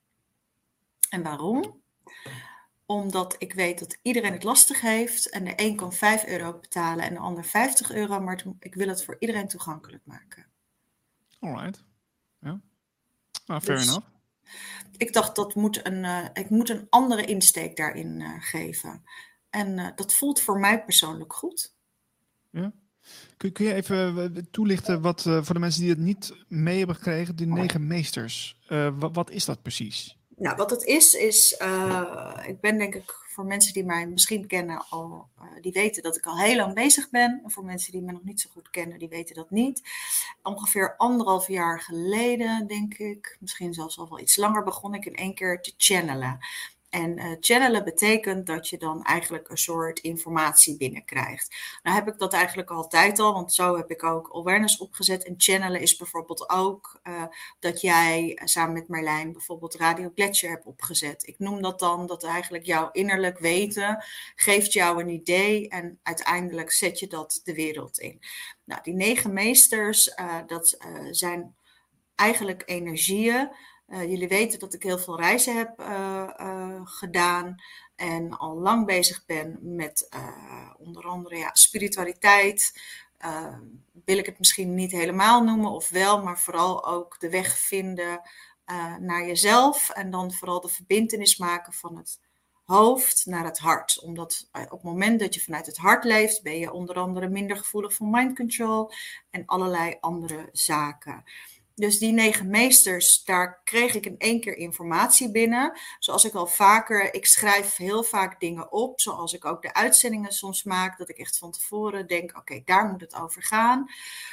En waarom? Omdat ik weet dat iedereen het lastig heeft. En de een kan vijf euro betalen en de ander vijftig euro. Maar ik wil het voor iedereen toegankelijk maken. Alright. Ja. Nou, fair dus enough. Ik dacht, dat moet een, uh, ik moet een andere insteek daarin uh, geven. En uh, dat voelt voor mij persoonlijk goed. Ja. Kun, kun je even toelichten wat uh, voor de mensen die het niet mee hebben gekregen, die negen meesters. Uh, wat, wat is dat precies? Nou, wat het is, is, uh, ik ben denk ik voor mensen die mij misschien kennen al, uh, die weten dat ik al heel lang bezig ben. En voor mensen die me nog niet zo goed kennen, die weten dat niet. Ongeveer anderhalf jaar geleden, denk ik, misschien zelfs al wel iets langer, begon ik in één keer te channelen. En uh, channelen betekent dat je dan eigenlijk een soort informatie binnenkrijgt. Nou heb ik dat eigenlijk altijd al, want zo heb ik ook awareness opgezet. En channelen is bijvoorbeeld ook uh, dat jij uh, samen met Marlijn bijvoorbeeld Radio Gletscher hebt opgezet. Ik noem dat dan dat eigenlijk jouw innerlijk weten geeft jou een idee en uiteindelijk zet je dat de wereld in. Nou, die negen meesters, uh, dat uh, zijn eigenlijk energieën. Uh, jullie weten dat ik heel veel reizen heb uh, uh, gedaan en al lang bezig ben met uh, onder andere ja, spiritualiteit. Uh, wil ik het misschien niet helemaal noemen of wel, maar vooral ook de weg vinden uh, naar jezelf. En dan vooral de verbintenis maken van het hoofd naar het hart. Omdat uh, op het moment dat je vanuit het hart leeft, ben je onder andere minder gevoelig voor mind control en allerlei andere zaken. Dus die negen meesters, daar kreeg ik in één keer informatie binnen. Zoals ik al vaker, ik schrijf heel vaak dingen op. Zoals ik ook de uitzendingen soms maak. Dat ik echt van tevoren denk, oké, okay, daar moet het over gaan.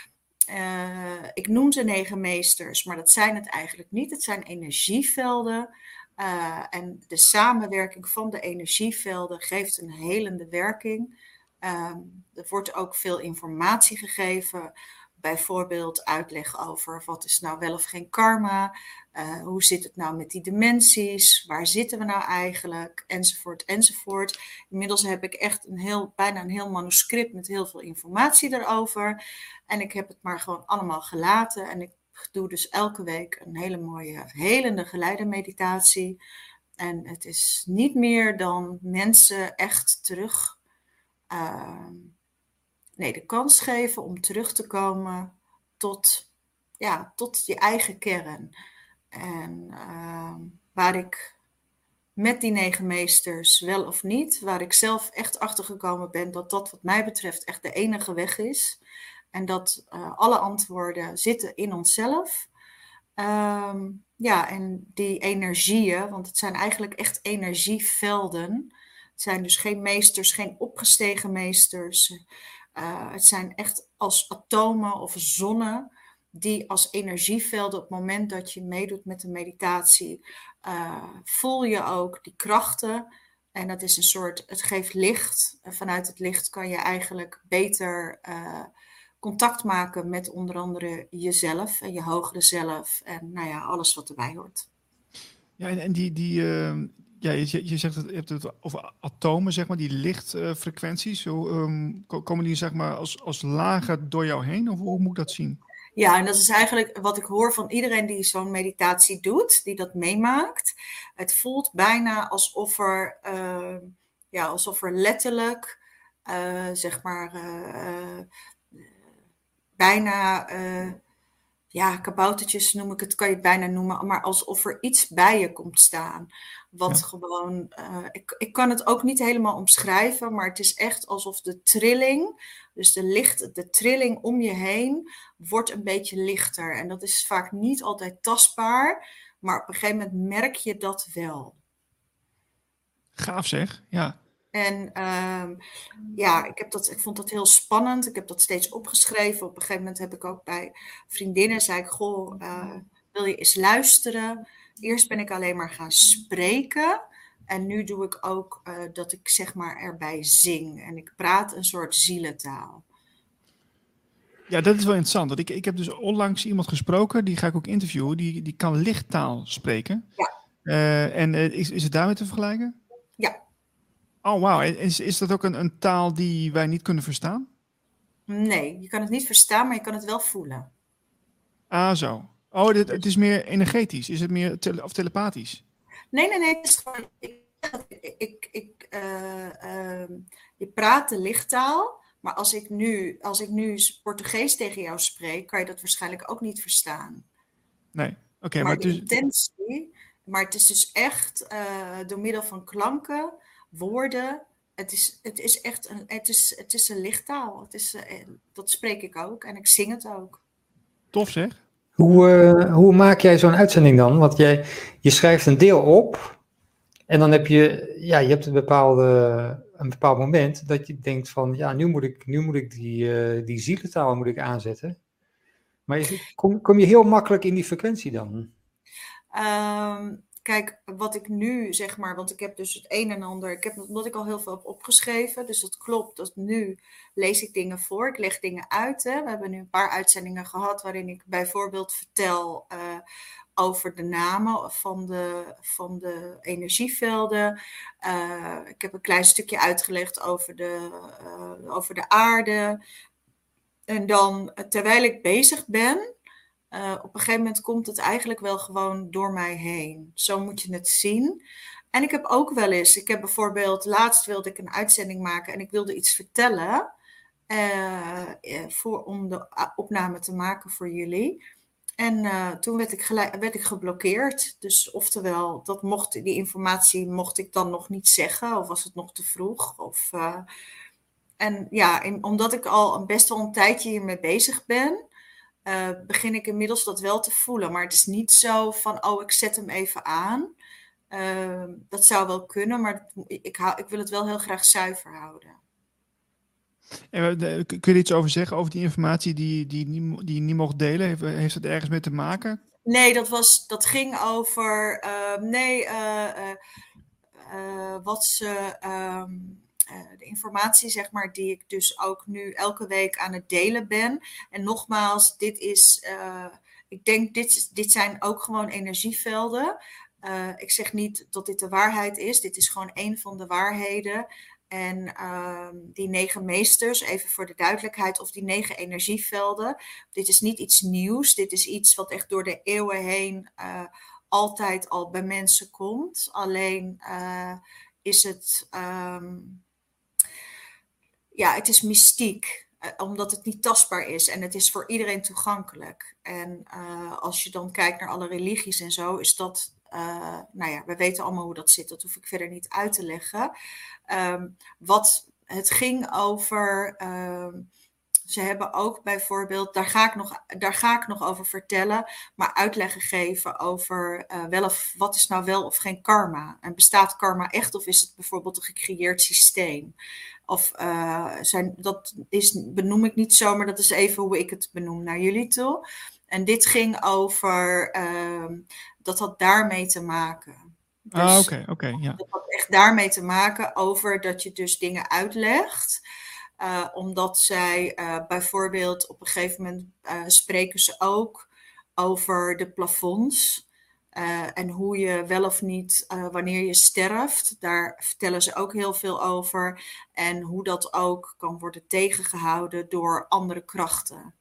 Uh, ik noem ze negen meesters, maar dat zijn het eigenlijk niet. Het zijn energievelden. Uh, en de samenwerking van de energievelden geeft een helende werking. Uh, er wordt ook veel informatie gegeven. Bijvoorbeeld uitleg over wat is nou wel of geen karma, uh, hoe zit het nou met die dimensies, waar zitten we nou eigenlijk, enzovoort, enzovoort. Inmiddels heb ik echt een heel, bijna een heel manuscript met heel veel informatie erover. En ik heb het maar gewoon allemaal gelaten. En ik doe dus elke week een hele mooie helende geleide meditatie. En het is niet meer dan mensen echt terug Uh, Nee, de kans geven om terug te komen tot, ja, tot je eigen kern. En uh, waar ik met die negen meesters, wel of niet, waar ik zelf echt achter gekomen ben dat dat wat mij betreft echt de enige weg is. En dat uh, alle antwoorden zitten in onszelf. Um, ja, en die energieën, want het zijn eigenlijk echt energievelden. Het zijn dus geen meesters, geen opgestegen meesters. Uh, het zijn echt als atomen of zonnen die als energievelden op het moment dat je meedoet met de meditatie, uh, voel je ook die krachten. En dat is een soort, het geeft licht. En vanuit het licht kan je eigenlijk beter uh, contact maken met onder andere jezelf en je hogere zelf. En nou ja, alles wat erbij hoort. Ja, en, en die, die uh, ja, je, je zegt het, je hebt het over atomen, zeg maar, die lichtfrequenties. Uh, um, komen die zeg maar als, als lagen door jou heen? Of hoe moet ik dat zien? Ja, en dat is eigenlijk wat ik hoor van iedereen die zo'n meditatie doet, die dat meemaakt. Het voelt bijna alsof er, uh, ja, alsof er letterlijk, uh, zeg maar, uh, uh, bijna, uh, ja, kaboutertjes noem ik het, kan je het bijna noemen, maar alsof er iets bij je komt staan. Wat ja. gewoon, uh, ik, ik kan het ook niet helemaal omschrijven, maar het is echt alsof de trilling, dus de licht, de trilling om je heen, wordt een beetje lichter. En dat is vaak niet altijd tastbaar, maar op een gegeven moment merk je dat wel. Gaaf zeg, ja. En uh, ja, ik, heb dat, ik vond dat heel spannend. Ik heb dat steeds opgeschreven. Op een gegeven moment heb ik ook bij vriendinnen, zei ik, goh, uh, wil je eens luisteren? Eerst ben ik alleen maar gaan spreken. En nu doe ik ook uh, dat ik zeg maar erbij zing. En ik praat een soort zielentaal. Ja, dat is wel interessant. Want ik, ik heb dus onlangs iemand gesproken, die ga ik ook interviewen, die, die kan lichttaal spreken. Ja. Uh, en uh, is, is het daarmee te vergelijken? Ja. Oh, wauw. Is, is dat ook een, een taal die wij niet kunnen verstaan? Nee, je kan het niet verstaan, maar je kan het wel voelen. Ah, zo. Oh, dit, het is meer energetisch. Is het meer tele- of telepathisch? Nee, nee, nee. Het is gewoon, ik, ik, ik, ik, uh, uh, je praat de lichttaal, maar als ik, nu, als ik nu Portugees tegen jou spreek, kan je dat waarschijnlijk ook niet verstaan. Nee, oké. Okay, maar maar de dus... intentie, maar het is dus echt uh, door middel van klanken, woorden. Het is, het is echt een, het is, het is een lichttaal. Het is, uh, dat spreek ik ook en ik zing het ook. Tof zeg. Hoe, uh, hoe maak jij zo'n uitzending dan? Want jij, je schrijft een deel op en dan heb je, ja, je hebt een, bepaalde, een bepaald moment dat je denkt van, ja, nu moet ik, nu moet ik die, uh, die zielentaal moet ik aanzetten. Maar is, kom, kom je heel makkelijk in die frequentie dan? Um, kijk, wat ik nu zeg maar, want ik heb dus het een en ander, ik heb omdat ik al heel veel heb opgeschreven, dus dat klopt, dat nu lees ik dingen voor, ik leg dingen uit. Hè. We hebben nu een paar uitzendingen gehad waarin ik bijvoorbeeld vertel uh, over de namen van de, van de energievelden. Uh, ik heb een klein stukje uitgelegd over de, uh, over de aarde. En dan, terwijl ik bezig ben, Uh, op een gegeven moment komt het eigenlijk wel gewoon door mij heen. Zo moet je het zien. En ik heb ook wel eens, ik heb bijvoorbeeld, laatst wilde ik een uitzending maken en ik wilde iets vertellen uh, voor, om de opname te maken voor jullie. En uh, toen werd ik, gelijk, werd ik geblokkeerd. Dus oftewel, dat mocht, die informatie mocht ik dan nog niet zeggen, of was het nog te vroeg. Of, uh, en ja, in, omdat ik al best wel een tijdje hiermee bezig ben, Uh, begin ik inmiddels dat wel te voelen. Maar het is niet zo van, oh, ik zet hem even aan. Uh, dat zou wel kunnen, maar ik, hou, ik wil het wel heel graag zuiver houden. En, kun je er iets over zeggen, over die informatie die, die, die, die je niet mocht delen? Heeft, heeft het ergens mee te maken? Nee, dat, was, dat ging over, uh, nee, uh, uh, uh, wat ze... Um, Uh, de informatie, zeg maar, die ik dus ook nu elke week aan het delen ben. En nogmaals, dit is, uh, ik denk, dit, dit zijn ook gewoon energievelden. Uh, ik zeg niet dat dit de waarheid is. Dit is gewoon een van de waarheden. En uh, die negen meesters, even voor de duidelijkheid, of die negen energievelden. Dit is niet iets nieuws. Dit is iets wat echt door de eeuwen heen uh, altijd al bij mensen komt. Alleen uh, is het... Um, Ja, het is mystiek, uh, omdat het niet tastbaar is en het is voor iedereen toegankelijk. En uh, als je dan kijkt naar alle religies en zo, is dat, uh, nou ja, we weten allemaal hoe dat zit, dat hoef ik verder niet uit te leggen. Um, wat het ging over, um, Ze hebben ook bijvoorbeeld, daar ga ik nog, daar ga ik nog over vertellen, maar uitleg gegeven over uh, wel of, wat is nou wel of geen karma. En bestaat karma echt of is het bijvoorbeeld een gecreëerd systeem? Of uh, zijn, dat is, benoem ik niet zo, maar dat is even hoe ik het benoem naar jullie toe. En dit ging over, uh, dat had daarmee te maken. Dus, ah, oké, okay, okay, ja. Dat had echt daarmee te maken over dat je dus dingen uitlegt. Uh, omdat zij uh, bijvoorbeeld op een gegeven moment uh, spreken ze ook over de plafonds. Uh, en hoe je wel of niet, uh, wanneer je sterft, daar vertellen ze ook heel veel over. En hoe dat ook kan worden tegengehouden door andere krachten.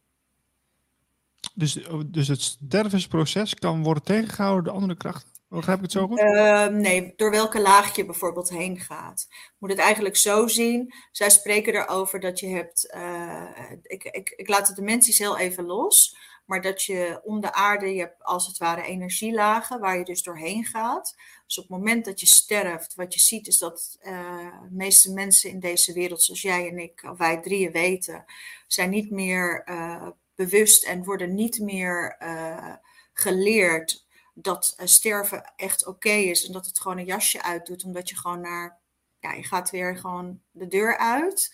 Dus, dus het stervensproces kan worden tegengehouden door andere krachten? Begrijp ik het zo goed? Uh, nee, door welke laag je bijvoorbeeld heen gaat. Je moet het eigenlijk zo zien. Zij spreken erover dat je hebt... Uh, ik, ik, ik laat de dimensies heel even los. Maar dat je om de aarde, je hebt als het ware energielagen waar je dus doorheen gaat. Dus op het moment dat je sterft, wat je ziet is dat uh, de meeste mensen in deze wereld, zoals jij en ik, of wij drieën weten, zijn niet meer uh, bewust en worden niet meer uh, geleerd dat uh, sterven echt oké okay is en dat het gewoon een jasje uitdoet, omdat je gewoon naar, ja, je gaat weer gewoon de deur uit.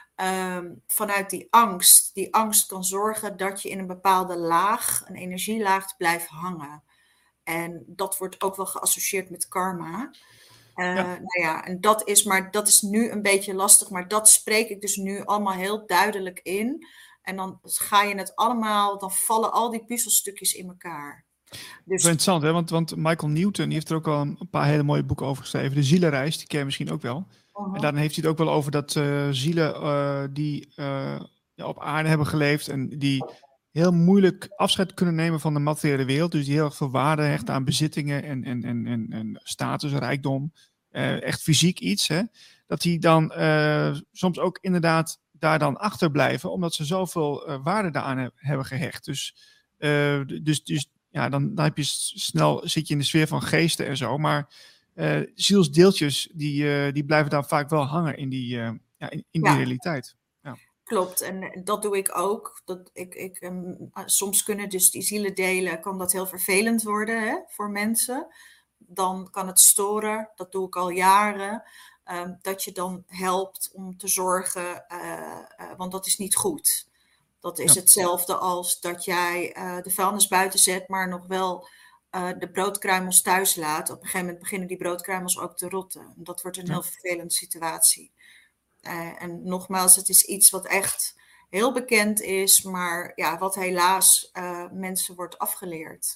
Um, vanuit die angst, die angst kan zorgen dat je in een bepaalde laag, een energielaag, blijft hangen. En dat wordt ook wel geassocieerd met karma. Uh, ja. Nou ja, en dat is, maar dat is nu een beetje lastig, maar dat spreek ik dus nu allemaal heel duidelijk in. En dan ga je het allemaal, dan vallen al die puzzelstukjes in elkaar. Dus... Interessant, hè? Want, want Michael Newton die heeft er ook al een paar hele mooie boeken over geschreven. De Zielenreis, die ken je misschien ook wel. Uh-huh. En daarin heeft hij het ook wel over dat uh, zielen uh, die uh, ja, op aarde hebben geleefd en die heel moeilijk afscheid kunnen nemen van de materiële wereld. Dus die heel erg veel waarde hechten aan bezittingen en, en, en, en, en status, rijkdom. Uh, echt fysiek iets. Hè? Dat die dan uh, soms ook inderdaad daar dan achterblijven, omdat ze zoveel uh, waarde daaraan he- hebben gehecht. Dus, uh, dus, dus ja, dan, dan heb je snel, zit je in de sfeer van geesten en zo. Maar uh, zielsdeeltjes, die, uh, die blijven dan vaak wel hangen in die, uh, ja, in, in die ja. realiteit. Ja. Klopt, en dat doe ik ook. Dat ik, ik, um, soms kunnen dus die zielendelen, kan dat heel vervelend worden, hè, voor mensen. Dan kan het storen, dat doe ik al jaren. Um, dat je dan helpt om te zorgen, uh, uh, want dat is niet goed. Dat is ja. hetzelfde als dat jij uh, de vuilnis buiten zet, maar nog wel uh, de broodkruimels thuis laat. Op een gegeven moment beginnen die broodkruimels ook te rotten. Dat wordt een ja. heel vervelende situatie. Uh, en nogmaals, het is iets wat echt heel bekend is, maar ja, wat helaas uh, mensen wordt afgeleerd.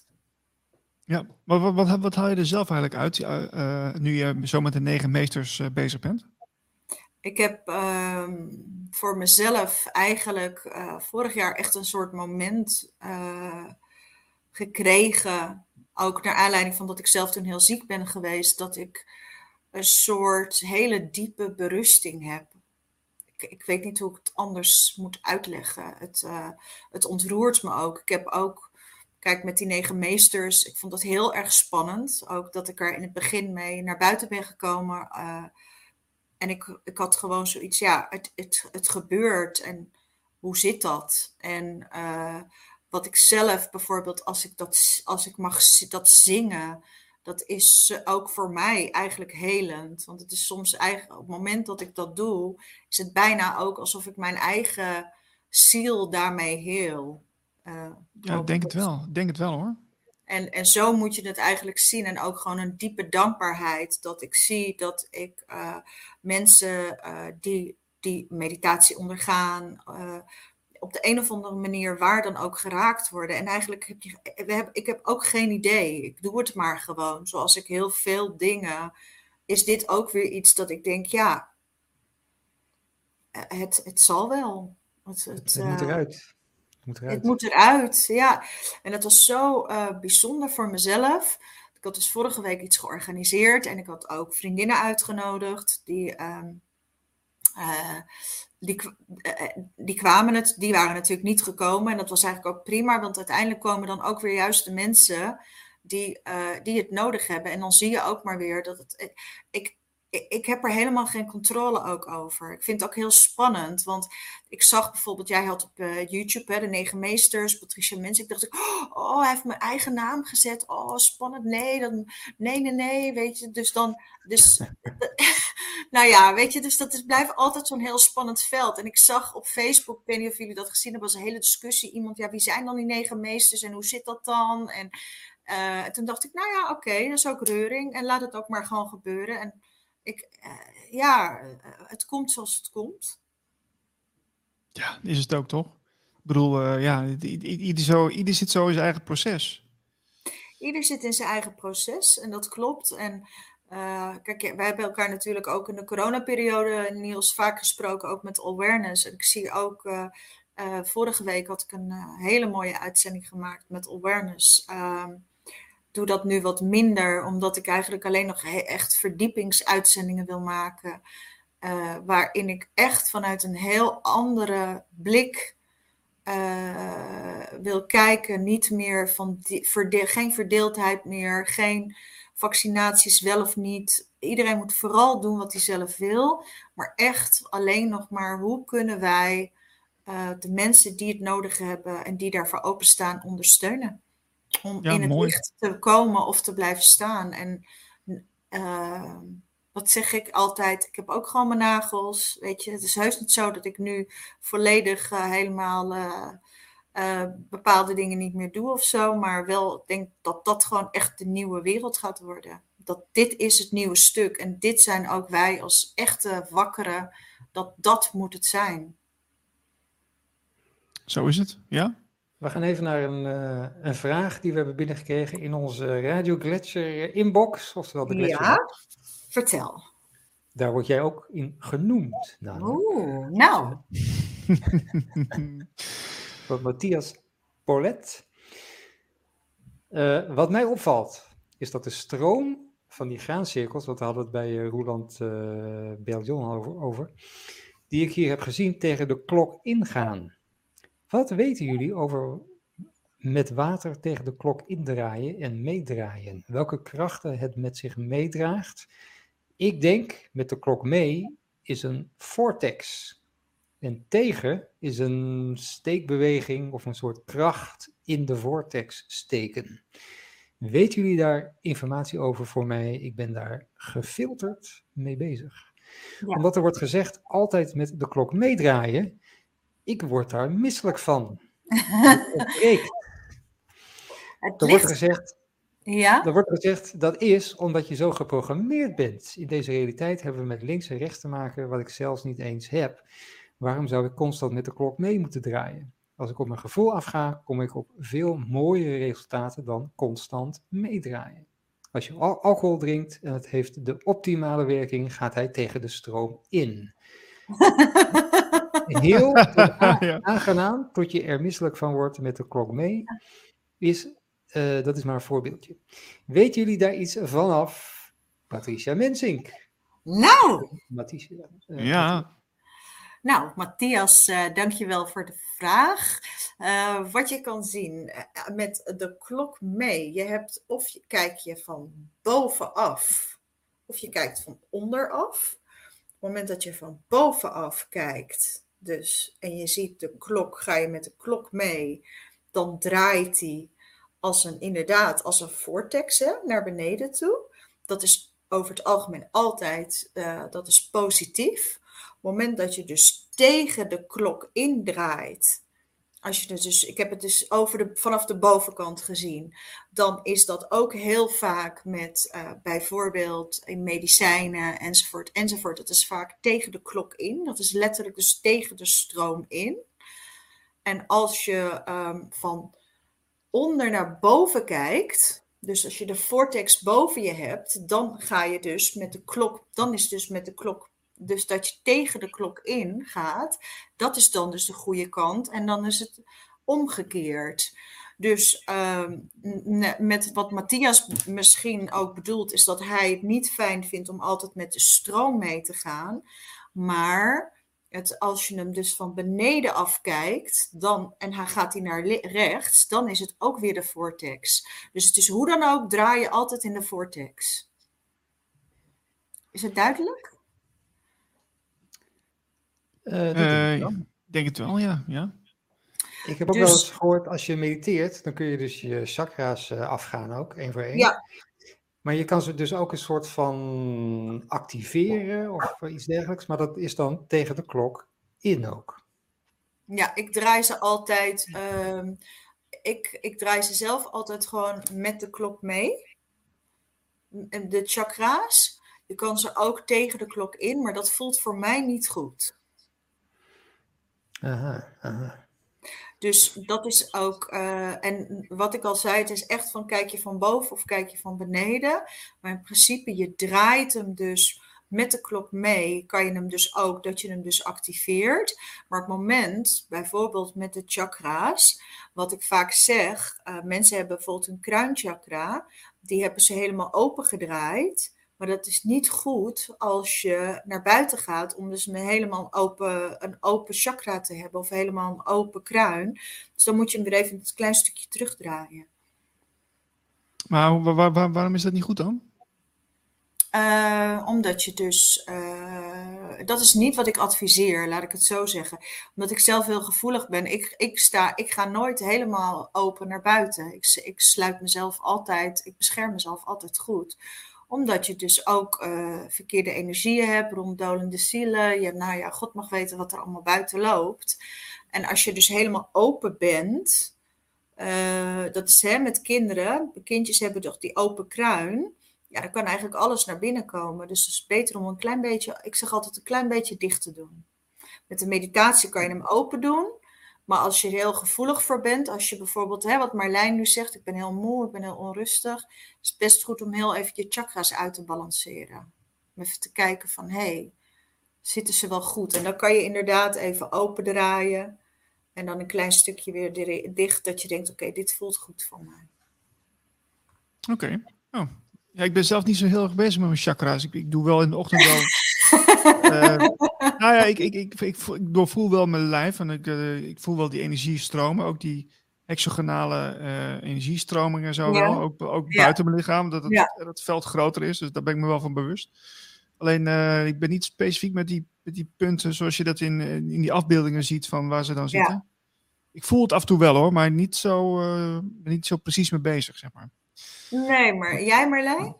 Ja, maar wat, wat, wat haal je er zelf eigenlijk uit, uh, uh, nu je zo met de negen meesters uh, bezig bent? Ik heb uh, voor mezelf eigenlijk uh, vorig jaar echt een soort moment uh, gekregen, ook naar aanleiding van dat ik zelf toen heel ziek ben geweest, dat ik een soort hele diepe berusting heb. Ik, ik weet niet hoe ik het anders moet uitleggen. Het, uh, het ontroert me ook. Ik heb ook, kijk, met die negen meesters, ik vond dat heel erg spannend. Ook dat ik er in het begin mee naar buiten ben gekomen. Uh, en ik, ik had gewoon zoiets, ja, het, het, het gebeurt en hoe zit dat? En uh, wat ik zelf bijvoorbeeld, als ik, dat, als ik mag dat zingen, dat is ook voor mij eigenlijk helend. Want het is soms eigenlijk, op het moment dat ik dat doe, is het bijna ook alsof ik mijn eigen ziel daarmee heel. Uh, ja, ik denk het wel. Ik denk het wel hoor. En, en zo moet je het eigenlijk zien. En ook gewoon een diepe dankbaarheid. Dat ik zie dat ik uh, mensen uh, die, die meditatie ondergaan, Uh, op de een of andere manier waar dan ook geraakt worden. En eigenlijk heb je, we hebben, ik heb ook geen idee. Ik doe het maar gewoon. Zoals ik heel veel dingen, is dit ook weer iets dat ik denk, ja, het, het zal wel. Het, het, het moet eruit. Het moet eruit. Het moet eruit, ja. En dat was zo uh, bijzonder voor mezelf. Ik had dus vorige week iets georganiseerd en ik had ook vriendinnen uitgenodigd die... Um, uh, Die, die kwamen het, die waren natuurlijk niet gekomen en dat was eigenlijk ook prima, want uiteindelijk komen dan ook weer juist de mensen die, uh, die het nodig hebben en dan zie je ook maar weer dat het, ik, ik, ik heb er helemaal geen controle ook over. Ik vind het ook heel spannend, want ik zag bijvoorbeeld, jij had op uh, YouTube hè, de negen meesters, Patricia Mens. Ik dacht, oh, hij heeft mijn eigen naam gezet. Oh, spannend. Nee, dan, nee, nee, nee, weet je. Dus dan, dus, nou ja, weet je, dus dat is, blijft altijd zo'n heel spannend veld. En ik zag op Facebook, ik weet niet of jullie dat gezien hebben, was een hele discussie. Iemand, ja, wie zijn dan die negen meesters en hoe zit dat dan? En uh, toen dacht ik, nou ja, oké, okay, dat is ook reuring. En laat het ook maar gewoon gebeuren. En ik, uh, ja, uh, het komt zoals het komt. Ja, is het ook toch? Ik bedoel, uh, ja, ieder, zo, ieder zit zo in zijn eigen proces. Ieder zit in zijn eigen proces en dat klopt. En uh, kijk, wij hebben elkaar natuurlijk ook in de coronaperiode, Niels, vaak gesproken, ook met awareness. En ik zie ook, uh, uh, vorige week had ik een uh, hele mooie uitzending gemaakt met awareness. Uh, doe dat nu wat minder, omdat ik eigenlijk alleen nog he- echt verdiepingsuitzendingen wil maken. Uh, waarin ik echt vanuit een heel andere blik uh, wil kijken. Niet meer van die, verde- geen verdeeldheid meer, geen vaccinaties wel of niet. Iedereen moet vooral doen wat hij zelf wil. Maar echt alleen nog maar hoe kunnen wij uh, de mensen die het nodig hebben en die daarvoor openstaan ondersteunen. Om ja, in het mooi. licht te komen of te blijven staan. En uh, wat zeg ik altijd? Ik heb ook gewoon mijn nagels. Weet je, het is heus niet zo dat ik nu volledig uh, helemaal uh, uh, bepaalde dingen niet meer doe of zo. Maar wel, ik denk dat dat gewoon echt de nieuwe wereld gaat worden. Dat dit is het nieuwe stuk. En dit zijn ook wij als echte wakkere. Dat dat moet het zijn. Zo is het, ja. We gaan even naar een, uh, een vraag die we hebben binnengekregen in onze Radio Gletscher inbox, oftewel de Gletscher. Ja, vertel. Daar word jij ook in genoemd. Oeh, nou. Van Matthias Polet. Uh, wat mij opvalt, is dat de stroom van die graancirkels, want we hadden het bij uh, Roeland uh, Belgion over, over, die ik hier heb gezien, tegen de klok ingaan. Wat weten jullie over met water tegen de klok indraaien en meedraaien? Welke krachten het met zich meedraagt? Ik denk met de klok mee is een vortex. En tegen is een steekbeweging of een soort kracht in de vortex steken. Weten jullie daar informatie over voor mij? Ik ben daar gefilterd mee bezig. Ja. Omdat er wordt gezegd altijd met de klok meedraaien. Ik word daar misselijk van. Het er wordt gezegd, ja? Er wordt gezegd, dat is omdat je zo geprogrammeerd bent. In deze realiteit hebben we met links en rechts te maken, wat ik zelfs niet eens heb. Waarom zou ik constant met de klok mee moeten draaien? Als ik op mijn gevoel afga, kom ik op veel mooiere resultaten dan constant meedraaien. Als je al- alcohol drinkt en het heeft de optimale werking, gaat hij tegen de stroom in. Heel a- aangenaam, tot je er misselijk van wordt met de klok mee, is, uh, dat is maar een voorbeeldje. Weten jullie daar iets vanaf? Patricia Mensink. Nou! Matthias, uh, ja. Nou, Matthias, uh, dankjewel voor de vraag. Uh, wat je kan zien uh, met de klok mee, je hebt of je kijk je van bovenaf, of je kijkt van onderaf. Op het moment dat je van bovenaf kijkt, dus, en je ziet de klok, ga je met de klok mee, dan draait die als een, inderdaad als een vortex hè, naar beneden toe. Dat is over het algemeen altijd, uh, dat is positief. Op het moment dat je dus tegen de klok indraait, als je dus, ik heb het dus over de, vanaf de bovenkant gezien, dan is dat ook heel vaak met uh, bijvoorbeeld in medicijnen enzovoort, enzovoort. Dat is vaak tegen de klok in. Dat is letterlijk dus tegen de stroom in. En als je um, van onder naar boven kijkt, dus als je de vortex boven je hebt, dan ga je dus met de klok, dan is dus met de klok, dus dat je tegen de klok in gaat, dat is dan dus de goede kant. En dan is het omgekeerd. Dus um, met wat Matthias misschien ook bedoelt, is dat hij het niet fijn vindt om altijd met de stroom mee te gaan. Maar het, als je hem dus van beneden af kijkt, dan, en hij gaat hij naar rechts, dan is het ook weer de vortex. Dus het is hoe dan ook, draai je altijd in de vortex. Is het duidelijk? Uh, dat denk ik wel. Uh, denk het wel, ja. ja. Ik heb ook dus, wel eens gehoord, als je mediteert, dan kun je dus je chakra's uh, afgaan ook, één voor één. Ja. Maar je kan ze dus ook een soort van activeren of iets dergelijks, maar dat is dan tegen de klok in ook. Ja, ik draai ze altijd, uh, ik, ik draai ze zelf altijd gewoon met de klok mee. De chakra's, je kan ze ook tegen de klok in, maar dat voelt voor mij niet goed. Aha, aha. Dus dat is ook, uh, en wat ik al zei, het is echt van kijk je van boven of kijk je van beneden. Maar in principe, je draait hem dus met de klok mee, kan je hem dus ook, dat je hem dus activeert. Maar op het moment, bijvoorbeeld met de chakra's, wat ik vaak zeg, uh, mensen hebben bijvoorbeeld een kruinchakra, die hebben ze helemaal open gedraaid. Maar dat is niet goed als je naar buiten gaat om dus een helemaal open, een open chakra te hebben of helemaal een open kruin. Dus dan moet je hem weer even een klein stukje terugdraaien. Maar waar, waar, waarom is dat niet goed dan? Uh, omdat je dus, uh, dat is niet wat ik adviseer, laat ik het zo zeggen. Omdat ik zelf heel gevoelig ben. Ik, ik, sta, ik ga nooit helemaal open naar buiten. Ik, ik sluit mezelf altijd, ik bescherm mezelf altijd goed. Omdat je dus ook uh, verkeerde energieën hebt, ronddolende zielen. Je, nou ja, God mag weten wat er allemaal buiten loopt. En als je dus helemaal open bent, uh, dat is hè, met kinderen. Kindjes hebben toch die open kruin. Ja, dan kan eigenlijk alles naar binnen komen. Dus het is beter om een klein beetje, ik zeg altijd een klein beetje dicht te doen. Met de meditatie kan je hem open doen. Maar als je er heel gevoelig voor bent, als je bijvoorbeeld, hè, wat Marlijn nu zegt, ik ben heel moe, ik ben heel onrustig, is het best goed om heel even je chakras uit te balanceren. Om even te kijken van, hé, hey, zitten ze wel goed? En dan kan je inderdaad even open draaien en dan een klein stukje weer dicht, dat je denkt, oké, okay, dit voelt goed voor mij. Oké, okay. Oh. Ja, ik ben zelf niet zo heel erg bezig met mijn chakra's. Ik, ik doe wel in de ochtend wel... uh, nou ja, ik, ik, ik, ik, ik doorvoel wel mijn lijf en ik, uh, ik voel wel die energiestromen, ook die hexagonale uh, energiestromingen en zo ja. wel, ook, ook ja. buiten mijn lichaam, dat het, ja. dat het veld groter is, dus daar ben ik me wel van bewust. Alleen, uh, ik ben niet specifiek met die, met die punten zoals je dat in, in die afbeeldingen ziet van waar ze dan zitten. Ja. Ik voel het af en toe wel hoor, maar niet zo, uh, ben niet zo precies mee bezig, zeg maar. Nee, maar jij Marlijn?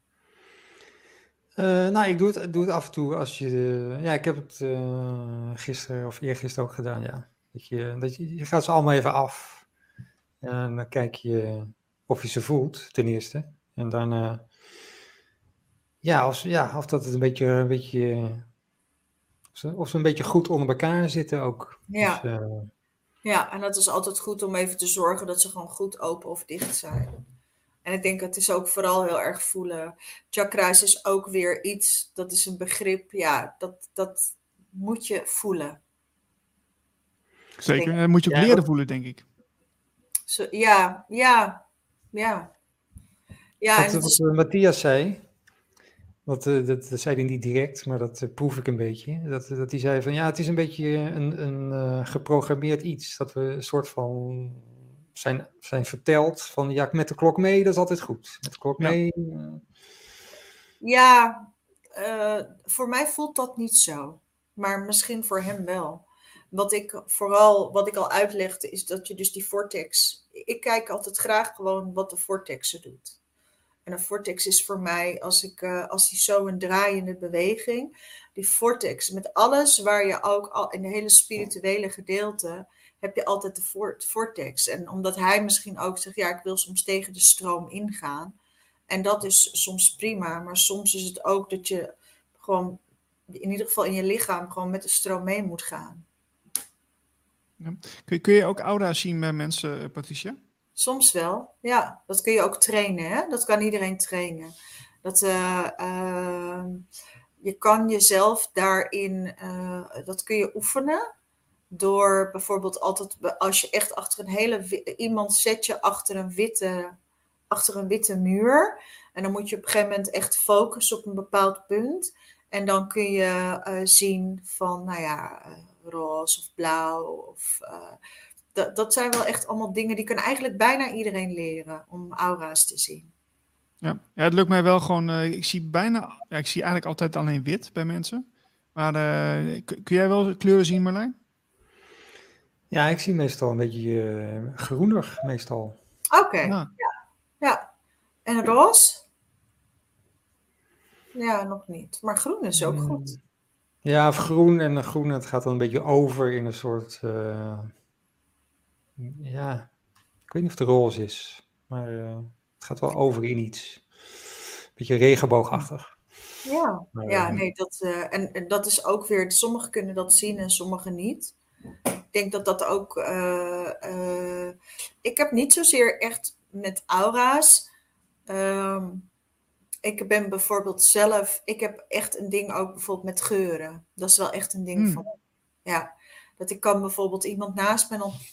Uh, nou, ik doe het, doe het af en toe als je... Uh, ja, ik heb het uh, gisteren of eergisteren ook gedaan, ja. Dat je, dat je, je gaat ze allemaal even af. En dan kijk je of je ze voelt, ten eerste. En dan... Uh, ja, of, ja, of dat het een beetje... Een beetje of, ze, of ze een beetje goed onder elkaar zitten ook. Ja. Dus, uh, ja, en dat is altijd goed om even te zorgen dat ze gewoon goed open of dicht zijn. En ik denk, het is ook vooral heel erg voelen. Chakra's is ook weer iets, dat is een begrip, ja, dat, dat moet je voelen. Zeker, dat moet je ook ja, leren dat... voelen, denk ik. Zo, ja, ja, ja. ja wat en wat is... Matthias zei, wat, uh, dat, dat zei hij niet direct, maar dat uh, proef ik een beetje. Dat, dat hij zei van, ja, het is een beetje een, een uh, geprogrammeerd iets. Dat we een soort van... Zijn, zijn verteld van ja, met de klok mee, dat is altijd goed. Met de klok ja. mee. Uh... Ja, uh, voor mij voelt dat niet zo. Maar misschien voor hem wel. Wat ik vooral, wat ik al uitlegde, is dat je dus die vortex... Ik kijk altijd graag gewoon wat de vortex doet. En een vortex is voor mij, als, ik, uh, als die zo een draaiende beweging... Die vortex, met alles waar je ook al in de hele spirituele gedeelte... heb je altijd de vortex. En omdat hij misschien ook zegt, ja, ik wil soms tegen de stroom ingaan. En dat is soms prima. Maar soms is het ook dat je gewoon, in ieder geval in je lichaam, gewoon met de stroom mee moet gaan. Ja. Kun, je, kun je ook aura zien bij mensen, Patricia? Soms wel, ja. Dat kun je ook trainen, hè? Dat kan iedereen trainen. Dat, uh, uh, je kan jezelf daarin, uh, dat kun je oefenen. Door bijvoorbeeld altijd, als je echt achter een hele, iemand zet je achter een witte, achter een witte muur. En dan moet je op een gegeven moment echt focussen op een bepaald punt. En dan kun je uh, zien van, nou ja, uh, roze of blauw. Of, uh, dat, dat zijn wel echt allemaal dingen die kan eigenlijk bijna iedereen leren om aura's te zien. Ja. ja, het lukt mij wel gewoon. Uh, ik zie bijna, ja, ik zie eigenlijk altijd alleen wit bij mensen. Maar uh, kun, kun jij wel kleuren zien, Marlijn? Ja, ik zie meestal een beetje uh, groener, meestal. Oké, okay. ja. ja. ja. En roze? Ja, nog niet. Maar groen is ook goed. Ja, of groen en groen, het gaat dan een beetje over in een soort, uh, ja, ik weet niet of het roze is, maar uh, het gaat wel over in iets. Beetje regenboogachtig. Ja, maar, ja nee, dat, uh, en, en dat is ook weer, sommigen kunnen dat zien en sommigen niet. Ik denk dat dat ook, uh, uh, ik heb niet zozeer echt met aura's. Um, ik ben bijvoorbeeld zelf, ik heb echt een ding ook bijvoorbeeld met geuren. Dat is wel echt een ding mm. van, ja. Dat ik kan bijvoorbeeld iemand naast me dan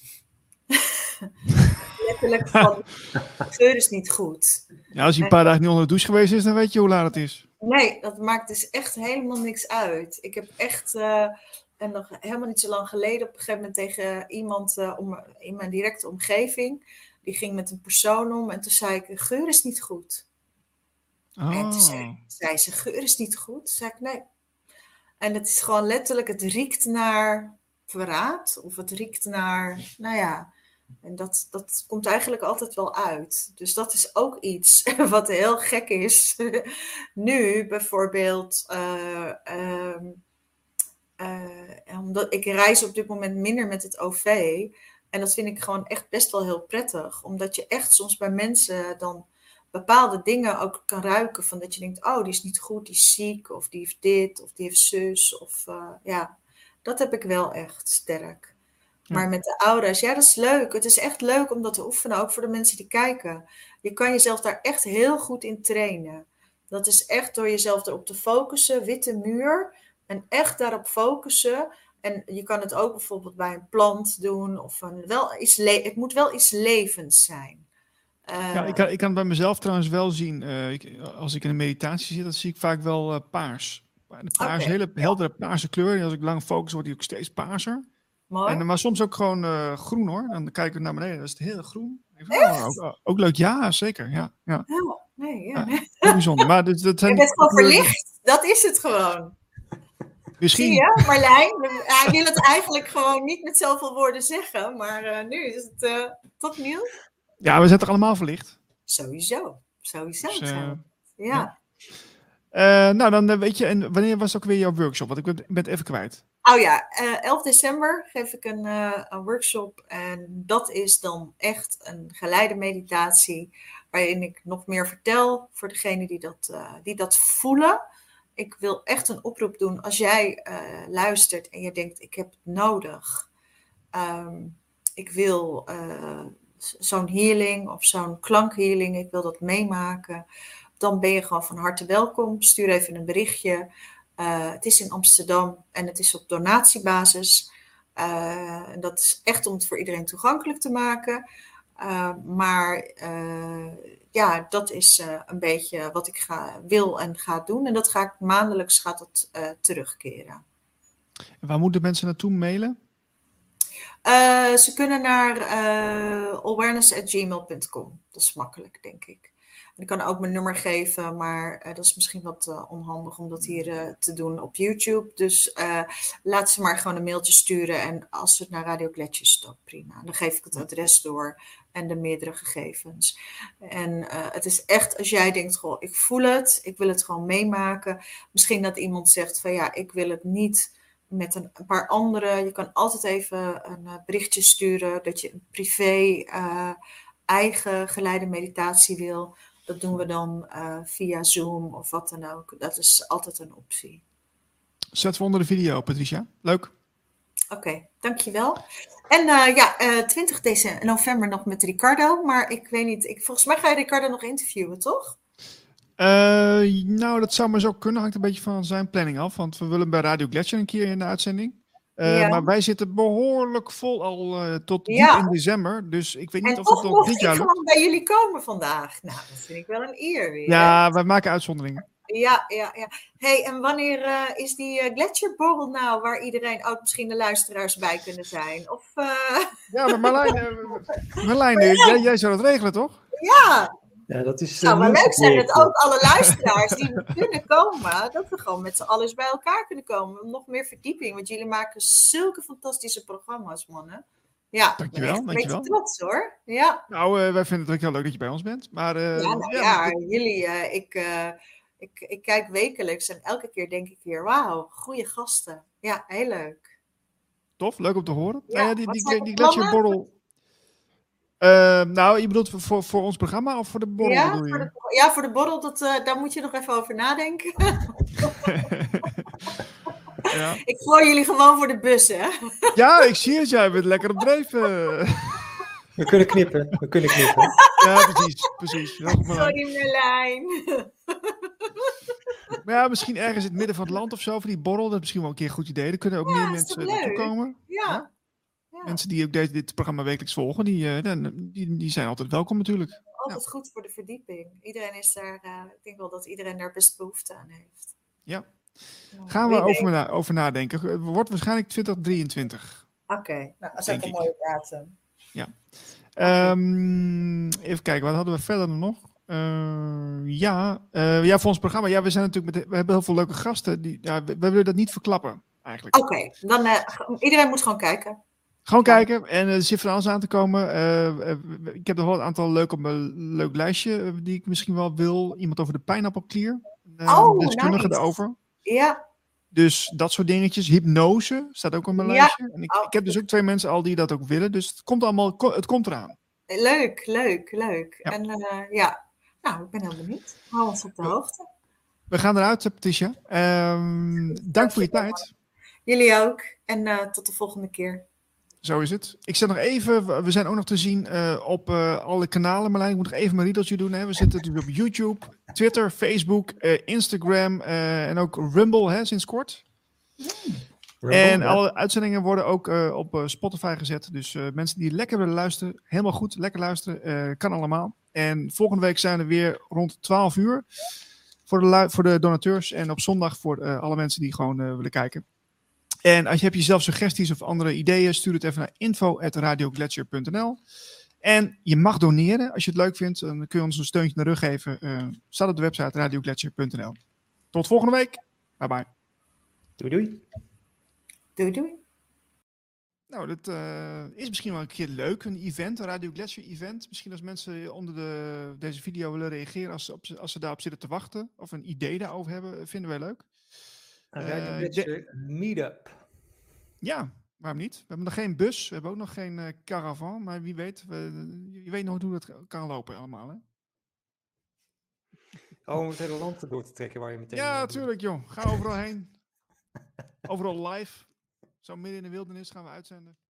letterlijk van, de geur is niet goed. Ja, als je een paar en, dagen niet onder de douche geweest is, dan weet je hoe laat het is. Nee, dat maakt dus echt helemaal niks uit. Ik heb echt, uh, en nog helemaal niet zo lang geleden op een gegeven moment tegen iemand uh, om, in mijn directe omgeving, die ging met een persoon om en toen zei ik, de geur is niet goed. Oh. En toen zei, zei ze, geur is niet goed. Toen zei ik, nee. En het is gewoon letterlijk, het riekt naar verraad. Of het riekt naar, nou ja. En dat, dat komt eigenlijk altijd wel uit. Dus dat is ook iets wat heel gek is. Nu bijvoorbeeld, uh, uh, uh, omdat ik reis op dit moment minder met het O V. En dat vind ik gewoon echt best wel heel prettig. Omdat je echt soms bij mensen dan bepaalde dingen ook kan ruiken. Van dat je denkt, oh, die is niet goed, die is ziek. Of die heeft dit, of die heeft zus. Of uh, ja, dat heb ik wel echt sterk. Ja. Maar met de aura's, ja, dat is leuk. Het is echt leuk om dat te oefenen, ook voor de mensen die kijken. Je kan jezelf daar echt heel goed in trainen. Dat is echt door jezelf erop te focussen, witte muur. En echt daarop focussen. En je kan het ook bijvoorbeeld bij een plant doen. Of een, wel iets le- het moet wel iets levends zijn. Uh, ja, ik kan, ik kan het bij mezelf trouwens wel zien. Uh, ik, als ik in een meditatie zit, dan zie ik vaak wel uh, paars. De paars, okay. hele heldere paarse kleur. En als ik lang focus, wordt die ook steeds paarser. Mooi. En, maar soms ook gewoon uh, groen hoor. Dan kijk ik naar beneden, dan is het heel groen. Oh, ook, ook leuk, ja, zeker. Ja, ja. Oh, nee, ja. ja heel bijzonder. Maar dat, dat zijn je bent gewoon verlicht. Dat is het gewoon. Misschien. Zie je, Marlijn? Hij wil het eigenlijk gewoon niet met zoveel woorden zeggen. Maar uh, nu is het uh, toch nieuw. Ja, we zijn toch allemaal verlicht? Sowieso. Sowieso. Dus, uh, ja. ja. Uh, nou, dan uh, weet je, en wanneer was ook weer jouw workshop? Want ik ben, ben het even kwijt. Oh ja, uh, elf december geef ik een, uh, een workshop. En dat is dan echt een geleide meditatie. Waarin ik nog meer vertel voor degenen die dat, uh, die dat voelen. Ik wil echt een oproep doen. Als jij uh, luistert en je denkt, ik heb het nodig. Um, ik wil uh, zo'n healing of zo'n klankhealing. Ik wil dat meemaken. Dan ben je gewoon van harte welkom. Stuur even een berichtje. Uh, het is in Amsterdam en het is op donatiebasis. Uh, dat is echt om het voor iedereen toegankelijk te maken. Uh, maar uh, ja, dat is uh, een beetje wat ik ga, wil en ga doen. En dat ga ik maandelijks gaat dat, uh, terugkeren. En waar moeten mensen naartoe mailen? Uh, ze kunnen naar uh, awareness at gmail dot com. Dat is makkelijk, denk ik. Ik kan ook mijn nummer geven, maar uh, dat is misschien wat uh, onhandig om dat hier uh, te doen op YouTube. Dus uh, laat ze maar gewoon een mailtje sturen. En als het naar Radio Gletscher stopt, prima. Dan geef ik het adres door en de meerdere gegevens. En uh, het is echt, als jij denkt, goh, ik voel het, ik wil het gewoon meemaken. Misschien dat iemand zegt van ja, ik wil het niet met een, een paar anderen. Je kan altijd even een uh, berichtje sturen dat je een privé uh, eigen geleide meditatie wil. Dat doen we dan uh, via Zoom of wat dan ook. Dat is altijd een optie. Zetten we onder de video, Patricia. Leuk. Oké, okay, dankjewel. En uh, ja, uh, twintig november nog met Ricardo. Maar ik weet niet, ik, volgens mij ga je Ricardo nog interviewen, toch? Uh, nou, dat zou maar zo kunnen. Hangt een beetje van zijn planning af. Want we willen bij Radio Gletscher een keer in de uitzending. Uh, ja. Maar wij zitten behoorlijk vol al uh, tot ja. diep in december. Dus ik weet niet en of het nog dit jaar lukt. En toch mocht ik gewoon bij jullie komen vandaag. Nou, dat vind ik wel een eer weer. Ja, hè? Wij maken uitzonderingen. Ja, ja, ja. Hey, en wanneer uh, is die uh, gletsjerborrel nou, waar iedereen ook misschien de luisteraars bij kunnen zijn? Of, uh... Ja, maar Marlijn, uh, Marlijn ja. jij, jij zou dat regelen, toch? Ja, Ja, dat is Het zou uh, wel leuk zijn dat nieuwsprojecten. ook alle luisteraars die kunnen komen, dat we gewoon met z'n allen eens bij elkaar kunnen komen. Nog meer verdieping, want jullie maken zulke fantastische programma's, mannen. Ja, ik ben Dankjewel, echt een beetje dankjewel. trots hoor. Ja, Nou, eh, wij vinden het ook heel leuk dat je bij ons bent. Maar eh, ja, nou ja, ja, maar dit- jullie, eh, ik, eh, ik, ik kijk wekelijks en elke keer denk ik weer, wauw, goede gasten. Ja, heel leuk. tof, leuk om te horen. Ja, nou ja, die, wat die, zijn die, de gletsjerborrel. Eh, nou, je bedoelt voor, voor ons programma of voor de borrel Ja, bedoel je? voor de, ja, voor de borrel, dat, uh, daar moet je nog even over nadenken. Ja. Ik gooi jullie gewoon voor de bus, hè? Ja, ik zie het. Jij bent lekker op dreef. Uh. We kunnen knippen, we kunnen knippen. Ja, precies. precies. Sorry, Merlijn. Maar ja, misschien ergens in het midden van het land of zo, voor die borrel. Dat is misschien wel een keer een goed idee. Er kunnen ook Ja, meer is mensen toch naartoe leuk? komen. Ja. Ja. Ja. Mensen die ook deze, dit programma wekelijks volgen, die, uh, die, die zijn altijd welkom natuurlijk. Altijd Ja. goed voor de verdieping. Iedereen is daar, uh, ik denk wel dat iedereen daar best behoefte aan heeft. Ja. Nou, Gaan we wie over, weet. na, over nadenken. Het wordt waarschijnlijk twintig drieëntwintig. Oké, okay. Nou, dat is Denk ook een ik. mooie datum. Ja. Um, even kijken, wat hadden we verder nog? Uh, ja, uh, ja, voor ons programma. Ja, we zijn natuurlijk met, we hebben heel veel leuke gasten. Die, ja, we, we willen dat niet verklappen, eigenlijk. Oké, okay, dan uh, iedereen moet gewoon kijken. Gewoon ja. kijken. En uh, er zit van alles aan te komen. Uh, uh, ik heb nog wel een aantal leuk op mijn leuk lijstje uh, die ik misschien wel wil. Iemand over de pijnappelklier. Uh, oh, deskundige nice. erover. Ja. Dus dat soort dingetjes. Hypnose staat ook op mijn ja. lijstje. En ik, oh. ik heb dus ook twee mensen al die dat ook willen. Dus het komt allemaal, het komt eraan. Leuk, leuk, leuk. Ja. En uh, ja, nou, ik ben heel benieuwd. Hou ons op de hoogte. We gaan eruit, Patricia. Um, dank voor je tijd. Jullie ook. En uh, tot de volgende keer. Zo is het. Ik zet nog even, we zijn ook nog te zien uh, op uh, alle kanalen. Marlijn, ik moet nog even mijn riedeltje doen. Hè. We zitten dus op YouTube, Twitter, Facebook, uh, Instagram uh, en ook Rumble hè, sinds kort. Mm. Rumble, en ja. alle uitzendingen worden ook uh, op uh, Spotify gezet. Dus uh, mensen die lekker willen luisteren, helemaal goed, lekker luisteren, uh, kan allemaal. En volgende week zijn we weer rond twaalf uur voor de, voor de donateurs. En op zondag voor uh, alle mensen die gewoon uh, willen kijken. En als je hebt jezelf suggesties of andere ideeën, stuur het even naar info at radiogletsjer punt n l. En je mag doneren als je het leuk vindt. Dan kun je ons een steuntje naar de rug geven. Uh, staat op de website radiogletsjer punt n l. Tot volgende week. Bye bye. Doei doei. Doei doei. Nou, dat uh, is misschien wel een keer leuk. Een event, een Radio Gletsjer event. Misschien als mensen onder de, deze video willen reageren. Als ze, op, als ze daarop zitten te wachten. Of een idee daarover hebben. Vinden wij leuk. Een Radio Gletsjer uh, meetup. Ja, waarom niet? We hebben nog geen bus, we hebben ook nog geen uh, caravan, maar wie weet, we, je weet nog hoe dat kan lopen allemaal, hè? Oh, om het hele land door te trekken waar je meteen... Ja, natuurlijk, joh. Ga overal heen. Overal live. Zo midden in de wildernis gaan we uitzenden.